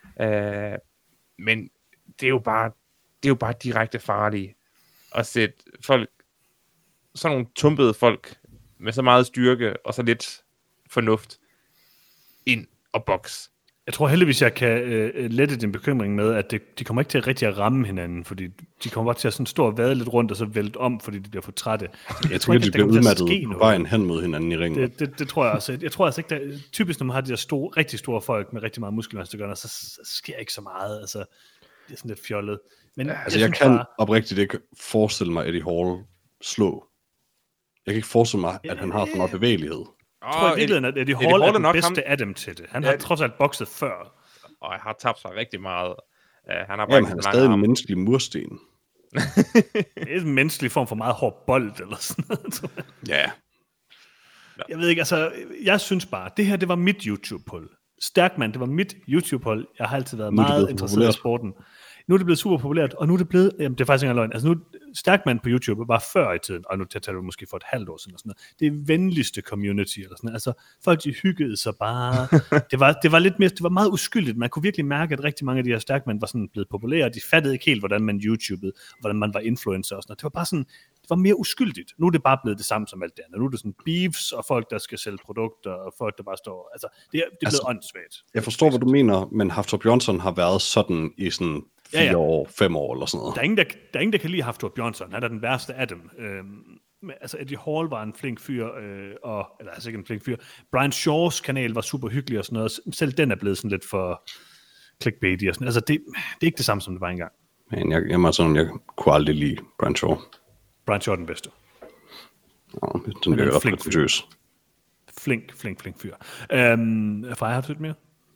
Men det er jo bare direkte farligt at sætte folk, sådan nogle tumpede folk med så meget styrke og så lidt fornuft ind og boks. Jeg tror heldigvis, jeg kan lette din bekymring med, at de kommer ikke til at rigtig at ramme hinanden, fordi de kommer bare til at sådan stå og vade lidt rundt, og så vælte om, fordi de bliver for trætte. Jeg tror ikke, de bliver udmattet på vejen hen mod hinanden i ringen. Det tror jeg også. Jeg tror altså ikke, typisk når man har de der rigtig store folk med rigtig meget muskelmasse, så sker ikke så meget. Altså, det er sådan lidt fjollet. Men altså, jeg kan oprigtigt ikke forestille mig Eddie Hall slå. Jeg kan ikke forestille mig, at han har så meget bevægelighed. Jeg tror i virkeligheden, at Eddie Hall er den bedste af dem til det. Han har trods alt bokset før. Og har tabt sig rigtig meget. Han er stadig en menneskelig mursten. Det er en menneskelig form for meget hård bold, eller sådan noget. Ja. Jeg ved ikke, altså, jeg synes bare, det her, det var mit YouTube-hul. Stærkman, det var mit YouTube-hul. Jeg har altid været meget interesseret i sporten. Nu er det blevet super populært, og nu er det blevet, det er faktisk ikke løgn, altså nu, Stærkman på YouTube var før i tiden, og nu tager du måske for et halvt år siden, og sådan noget, det venligste community, eller sådan noget. Altså, folk de hyggede sig bare, det var lidt mere, det var meget uskyldigt, man kunne virkelig mærke, at rigtig mange af de her Stærkman var sådan blevet populære, de fattede ikke helt, hvordan man YouTubede, hvordan man var influencer og sådan noget. Det var bare sådan, det var mere uskyldigt. Nu er det bare blevet det samme som alt det andet. Nu er det sådan beefs, og folk, der skal sælge produkter, og folk, der bare står, altså, det er blevet åndssvagt. Jeg forstår, hvad du mener, men Hafthor Bjørnsson har været sådan i sådan 4 år, 5 år eller sådan noget. Der er ingen, der kan lide Hafthor Bjørnsson. Han er den værste af dem. Altså Eddie Hall var en flink fyr, eller altså ikke en flink fyr. Brian Shaws kanal var super hyggelig og sådan noget. Selv den er blevet sådan lidt for clickbaity og sådan. Altså det er ikke det samme, som det var engang. Men jeg kunne aldrig lide Brian Shaw. Brian Shaw er den bedste. Nå, den bliver flink fyr. Flink fyr. Freja, har du lidt mere?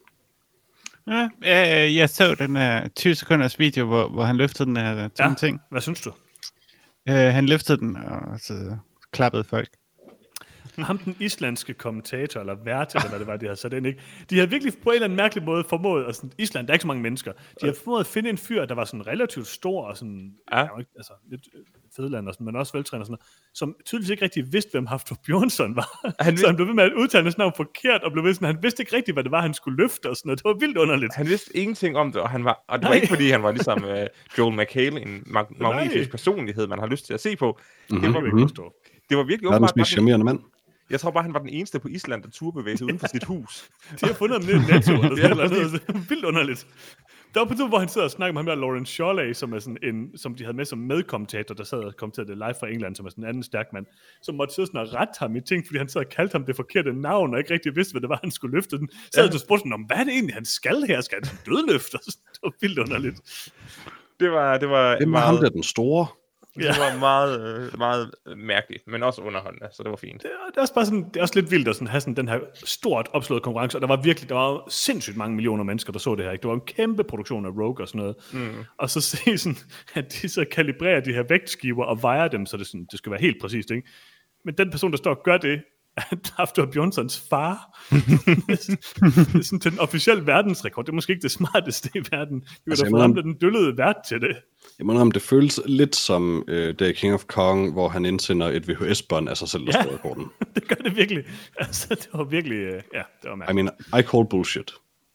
Ja, jeg så den her 20 sekunders video, hvor han løftede den her ting. Hvad synes du? Han løftede den, og så klappede folk. Ham den islandske kommentator, eller vært, eller hvad det var, de havde sat ind, ikke? De havde virkelig på en eller anden mærkelig måde formået, og sådan, Island, der er ikke så mange mennesker, de havde formået at finde en fyr, der var sådan relativt stor, og sådan, altså lidt fedland, og sådan, men også veltrænet og sådan noget, som tydeligvis ikke rigtig vidste, hvem Hafthor Bjørnsson var. Så han blev ved med at udtale hans navn forkert, og blev ved sådan, han vidste ikke rigtigt, hvad det var, han skulle løfte, og sådan noget. Det var vildt underligt. Han vidste ingenting om det, og det var ikke, fordi han var ligesom Joel McHale, en magnetisk personlighed, man har lyst til at se på. Det var virkelig forstå. Det var virkelig verdens mest charmerende mand. Jeg tror bare, han var den eneste på Island, der turde bevæge sig uden for sit hus. De har fundet ham ned i Netto, eller sådan noget. Vildt underligt. Der var på tid, hvor han sidder og snakker med ham der Lawrence Shawley, som er sådan som de havde med som medkommentator, der sad og kommenterede det live fra England, som er sådan en anden stærk mand, som måtte sidde sådan og rette ham i ting, fordi han sad og kaldte ham det forkerte navn, og ikke rigtig vidste, hvad det var, han skulle løfte den. Så havde du spurgt sådan, hvad er det egentlig, han skal her? Skal han dødløfte? Det var vildt underligt. Det var meget... ham der den store? Det var meget, meget mærkeligt, men også underholdende, så det var fint. Det er også bare sådan, det er også lidt vildt at sådan have sådan den her stort opslået konkurrence, og der var sindssygt mange millioner mennesker, der så det her. Ikke? Det var en kæmpe produktion af Rogue og sådan noget. Og så se sådan, at de så kalibrerer de her vægtskiver og vejer dem, så det skal være helt præcist, ikke? Men den person, der står og gør det, er Hafthor Bjørnssons far. Det er sådan til den officielle verdensrekord. Det er måske ikke det smarteste i verden. Det var der frem, den døllede vært til det. Jeg mener, om det føles lidt som The King of Kong, hvor han indsender et VHS-bånd af sig selv, der står i rekorden. Det gør det virkelig. Altså, det var virkelig, det var mærkeligt. I call bullshit.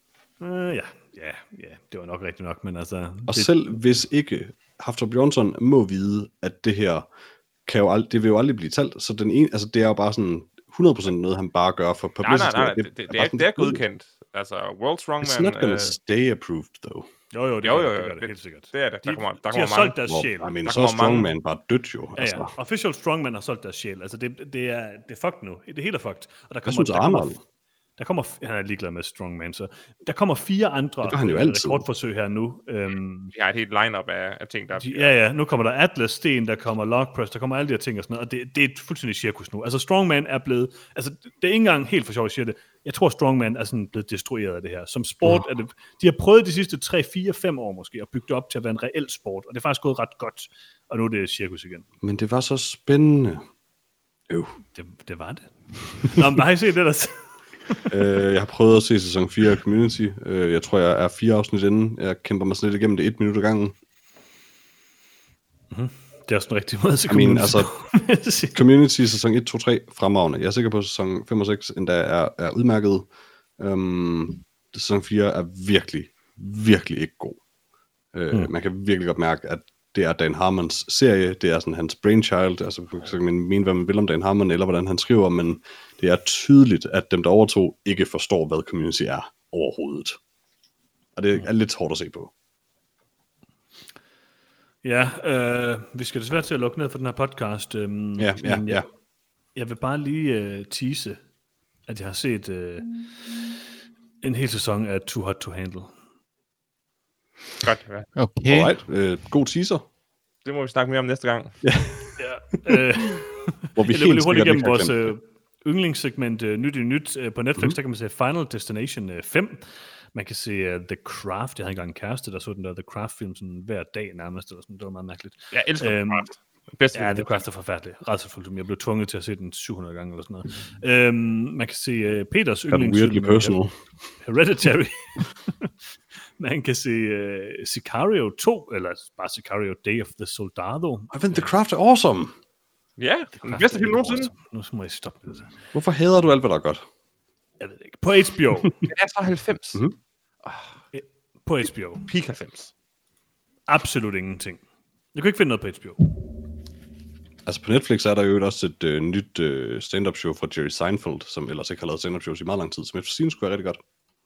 Det var nok rigtigt nok, men altså... Og selv hvis ikke Hafthor Bjørnsson må vide, at det her det vil jo aldrig blive talt, så det er jo bare sådan 100% noget, han bare gør for publicity. Nej, det er godkendt. Altså, World Strongman... It's not gonna stay approved, though. Jo, det gør det helt sikkert. Det er det. Der kommer de har solgt deres sjæl. Så er Strongman bare dødt jo. Altså. Ja. Official Strongman har solgt deres sjæl. Altså, det er fucked nu. Det hele er fucked. Og der kommer, han er ligeglad med Strongman, så der kommer 4 andre rekordforsøg her nu. Vi har et helt line-up af ting, der... Nu kommer der Atlas-sten, der kommer Logpress, der kommer alle de her ting og sådan noget, og det er et fuldstændig cirkus nu. Altså Strongman er blevet, altså det er ikke engang helt for sjovt, jeg siger det. Jeg tror, Strongman er sådan blevet destrueret af det her. Som sport er det, de har prøvet de sidste 3, 4, 5 år måske, at bygge det op til at være en reel sport, og det er faktisk gået ret godt, og nu er det cirkus igen. Men det var så spændende. Det var det. Nå, men har I set det der? Jeg har prøvet at se sæson 4 af Community. Jeg tror, jeg er 4 afsnit inden. Jeg kæmper mig sådan lidt igennem det 1 minut ad gangen. Det er også en rigtig måde at se Community sæson 1, 2, 3 fremragende. Jeg er sikker på, at sæson 5 og 6 endda er udmærket. Sæson 4 er virkelig, virkelig ikke god. Man kan virkelig godt mærke, at det er Dan Harmons serie, det er sådan hans brainchild, altså så kan man mene, hvad man vil om Dan Harmon, eller hvordan han skriver, men det er tydeligt, at dem, der overtog, ikke forstår, hvad Community er. overhovedet. Og det er lidt hårdt at se på. Ja, vi skal desværre til at lukke ned for den her podcast. Jeg vil bare lige tease, at jeg har set en hel sæson af Too Hot to Handle. Godt, ja. Okay. Alright, god teaser. Det må vi snakke mere om næste gang. Hvor vi jeg løber lige hurtigt igennem ikke har vores yndlingssegment Nyt i Nyt på Netflix. Der kan man se Final Destination 5. Man kan se The Craft. Jeg havde engang en kæreste, der så den der The Craft-film sådan hver dag nærmest. Eller sådan. Det var meget mærkeligt. Jeg elsker The Craft. Ja, The Craft er forfærdeligt. Rædselsfuldt. Jeg blev tvunget til at se den 700 gange eller sådan noget. Man kan se Peters yndlingsfilm. Hereditary. Man kan se Sicario 2, eller bare Sicario Day of the Soldado. The Craft er awesome. Ja, den bedste film nogensinde. Nu må jeg stoppe det. Hvorfor hader du alt, hvad der er godt? Jeg ved det ikke. På HBO. Det er så 90. Mhm. På HBO. Peak 90. Absolut ingenting. Jeg kan ikke finde noget på HBO. Altså på Netflix er der jo også et nyt stand-up show fra Jerry Seinfeld, som ellers ikke har lavet stand-up shows i meget lang tid, som efter scene skulle være rigtig godt.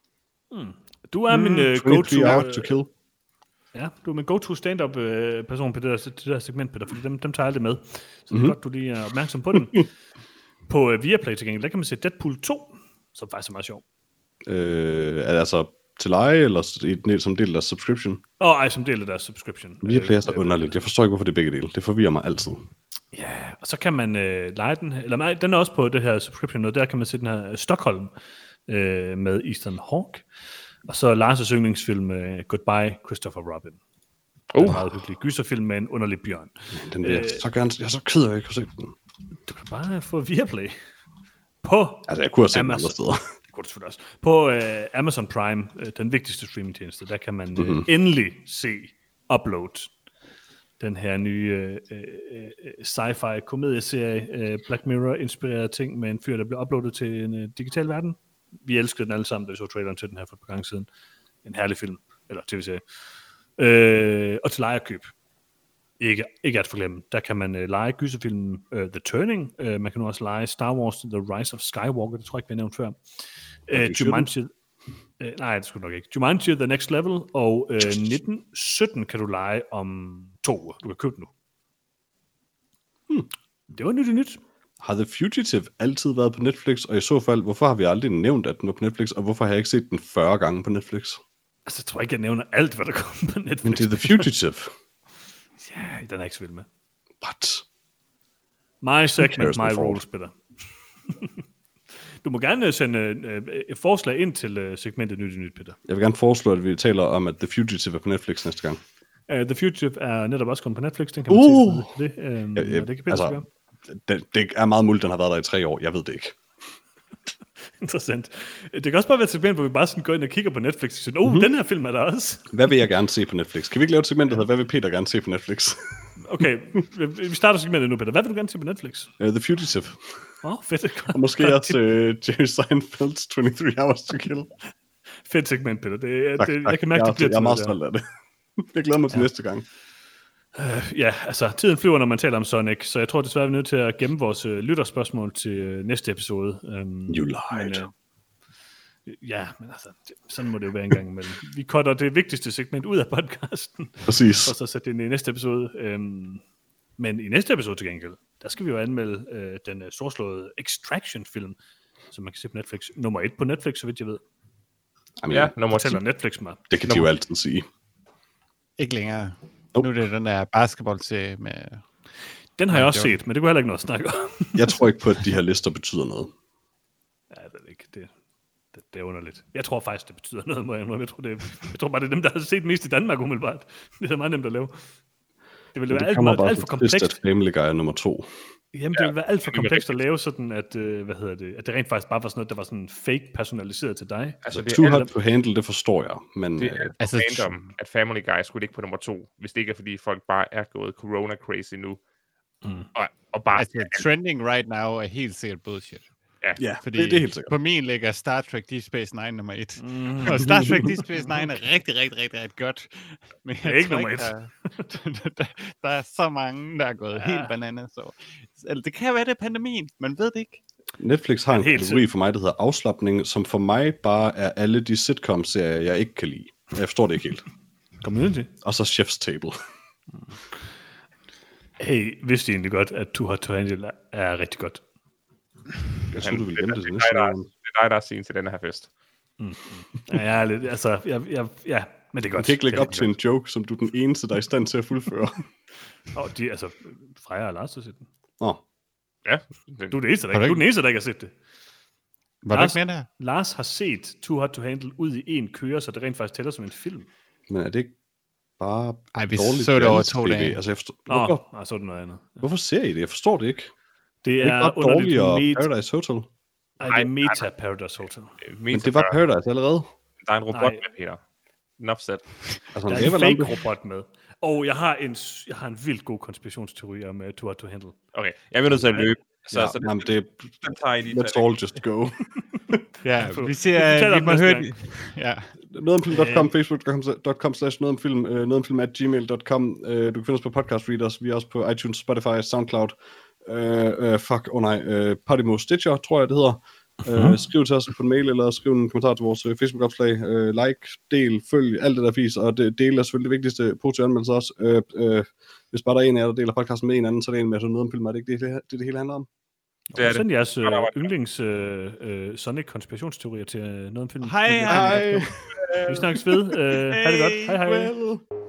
Du er min go-to... Hours to Kill. Ja, du er min go-to stand-up person på det der segment, Peter, fordi dem tager jeg aldrig med. Så det er godt, du lige er opmærksom på den. På Viaplay til gengæld, der kan man se Deadpool 2, som faktisk er meget sjov. Er det altså til leje, eller som del af subscription? Ej, som del af deres subscription. Viaplay er så underligt. Jeg forstår ikke, hvorfor det er begge dele. Det forvirrer mig altid. Ja, og så kan man lege den, eller nej, den er også på det her subscription, og der kan man se den her Stockholm med Ethan Hawke, og så Lars' yndlingsfilm Goodbye Christopher Robin. Det er en meget hyggelig gyserfilm med en underlig bjørn. Den vil jeg så gerne, jeg er så ked af, at jeg ikke har set den. Du kan bare få Viaplay på Altså, jeg kunne have set den Amazon. andre steder. Det kunne du selvfølgelig også. På Amazon Prime, den vigtigste streamingtjeneste, der kan man endelig se Upload. Den her nye sci-fi komedieserie, Black Mirror-inspirerede ting med en fyr, der bliver uploadet til en digital verden. Vi elskede den alle sammen, da vi så traileren til den her for et par gange siden. En herlig film, eller tv-serie. Og til lejerkøb. Ikke at forglemme. Der kan man lege gyserfilmen The Turning. Man kan nu også lege Star Wars The Rise of Skywalker. Det tror jeg ikke, vi har nævnt før. Jumanji... nej, det skulle nok ikke. Jumanji The Next Level. Og 1917 kan du lege om 2 uger. Du kan købe den nu. Det var nyt i nyt. Har The Fugitive altid været på Netflix? Og i så fald, hvorfor har vi aldrig nævnt, at den var på Netflix? Og hvorfor har jeg ikke set den 40 gange på Netflix? Altså, jeg tror ikke, jeg nævner alt, hvad der kommer på Netflix. Men det er The Fugitive. Ja, den er ikke så vild med. What? My segment, my rules, Peter. Du må gerne sende et forslag ind til segmentet Nyt i Nyt, Peter. Jeg vil gerne foreslå, at vi taler om, at The Fugitive er på Netflix næste gang. The Fugitive er netop også kommet på Netflix. Den kan man se det. Det kan Peter altså, det er meget muligt, den har været der i 3 år. Jeg ved det ikke. Interessant. Det kan også bare være et segment, hvor vi bare sådan går ind og kigger på Netflix og siger, den her film er der også. Hvad vil jeg gerne se på Netflix? Kan vi ikke lave et segment, der hedder, hvad vil Peter gerne se på Netflix? Okay, vi starter segmentet nu, Peter. Hvad vil du gerne se på Netflix? The Fugitive. Fedt. Og måske også Jerry Seinfelds 23 Hours to Kill. Fedt segment, Peter. Tak. Jeg kan mærke, det bliver jeg er meget stolt af det. Jeg glæder mig til næste gang. Ja, altså, tiden flyver, når man taler om Sonic, så jeg tror desværre, vi er nødt til at gemme vores lytterspørgsmål til næste episode. You lied. Ja, men altså, sådan må det jo være en gang imellem. Vi cutter det vigtigste segment ud af podcasten. Præcis. Og så sætter det ind i næste episode. Men i næste episode til gengæld, der skal vi jo anmelde den storslåede Extraction-film, som man kan se på Netflix. Nummer 1 på Netflix, så vidt jeg ved. Jamen, ja, nummer 10. Netflix mig. Det kan de jo altid sige. Ikke længere. Nu er det den der basketball til med... Den har jeg også set, men det kunne heller ikke noget at snakke om. Jeg tror ikke på, at de her lister betyder noget. Ja, jeg ved ikke. Det er underligt. Jeg tror faktisk, det betyder noget. Jeg tror bare, det er dem, der har set mest i Danmark umiddelbart. Det er meget nemt at lave. Det ville være alt for komplekst. At Family Guy er nummer 2. Jamen, det ville være alt for komplekst at lave sådan, at, at det rent faktisk bare var sådan noget, der var sådan fake personaliseret til dig. Altså, Too Hot to Handle, det forstår jeg. Men, det er altså random, at Family Guy skulle ligge på nummer 2, hvis det ikke er, fordi folk bare er gået corona-crazy nu. Og bare... Altså, trending right now er helt sikkert bullshit. Ja, fordi det er helt sikkert. På min ligger Star Trek Deep Space Nine nummer 1. Og Star Trek Deep Space Nine er rigtig godt. Men det er ikke nummer 1. Der er så mange, der er gået helt bananas. Så det kan være, det er pandemien. Man ved det ikke. Netflix har en Helt kategori for mig, der hedder afslapning, som for mig bare er alle de sitcom-serier, jeg ikke kan lide. Jeg forstår det ikke helt. Community. Og så Chef's Table. Hey, vidste I egentlig godt, at Too Hot to Handle er rigtig godt? Jeg tror, du vil gemme det til Det næste er gang. dig, der er sin til den her fest. Ja, jeg er lidt, altså, ja, men det er Du godt. kan ikke lægge Det er op til en joke, som du er den eneste, der er i stand til at fuldføre. Og de, altså, Freja og Lars har set den. Nå, Ja, Du er den eneste, der Har du ikke, du er den eneste, der ikke har set det. Var du ikke med der? Lars har set Too Hot to Handle ud i en køre, så det rent faktisk tæller som en film. men er det ikke bare Ej, vi dårligt så det over reality 2 TV? dage. Altså, jeg forstår, Så er det noget andet. hvorfor ser I det? Jeg forstår det ikke. Det Det er ikke er bare dårligere underligt Paradise Hotel. Nej, det er Meta Paradise Hotel. Men det var Paradise allerede. Der er en robot Nej. med, Peter. Enough said. Altså, Der en er en ræberlampe. fake robot med. Og jeg har en vildt god konspirationsteori om Too Hot to Handle. Okay, jeg er nødt til at løbe. Så, Ja, så jamen, det den tager I lige. let's all just go. Ja, Vi vi taler vi om må næste høre... gang. Ja, Nogetomfilm.com, facebook.com/nogetomfilm, nogetomfilm@gmail.com. Du kan finde os på podcast readers. Vi er også på iTunes, Spotify, SoundCloud. Podimo, Stitcher, tror jeg det hedder. Skriv til os på en mail, eller skriv en kommentar til vores Facebook-opslag. Like, del, følg, alt det der fis, og del er selvfølgelig det vigtigste. Positive anmeldelser også. Hvis bare der er en af jer, der deler podcasten med en anden, så er det en med, at noget om film, er det ikke det hele handler om? Det er det. Send jeres yndlings Sonic konspirationsteorier til noget om film. Hej. Vi snakkes ved. Ha' det godt. Hej hej. Well.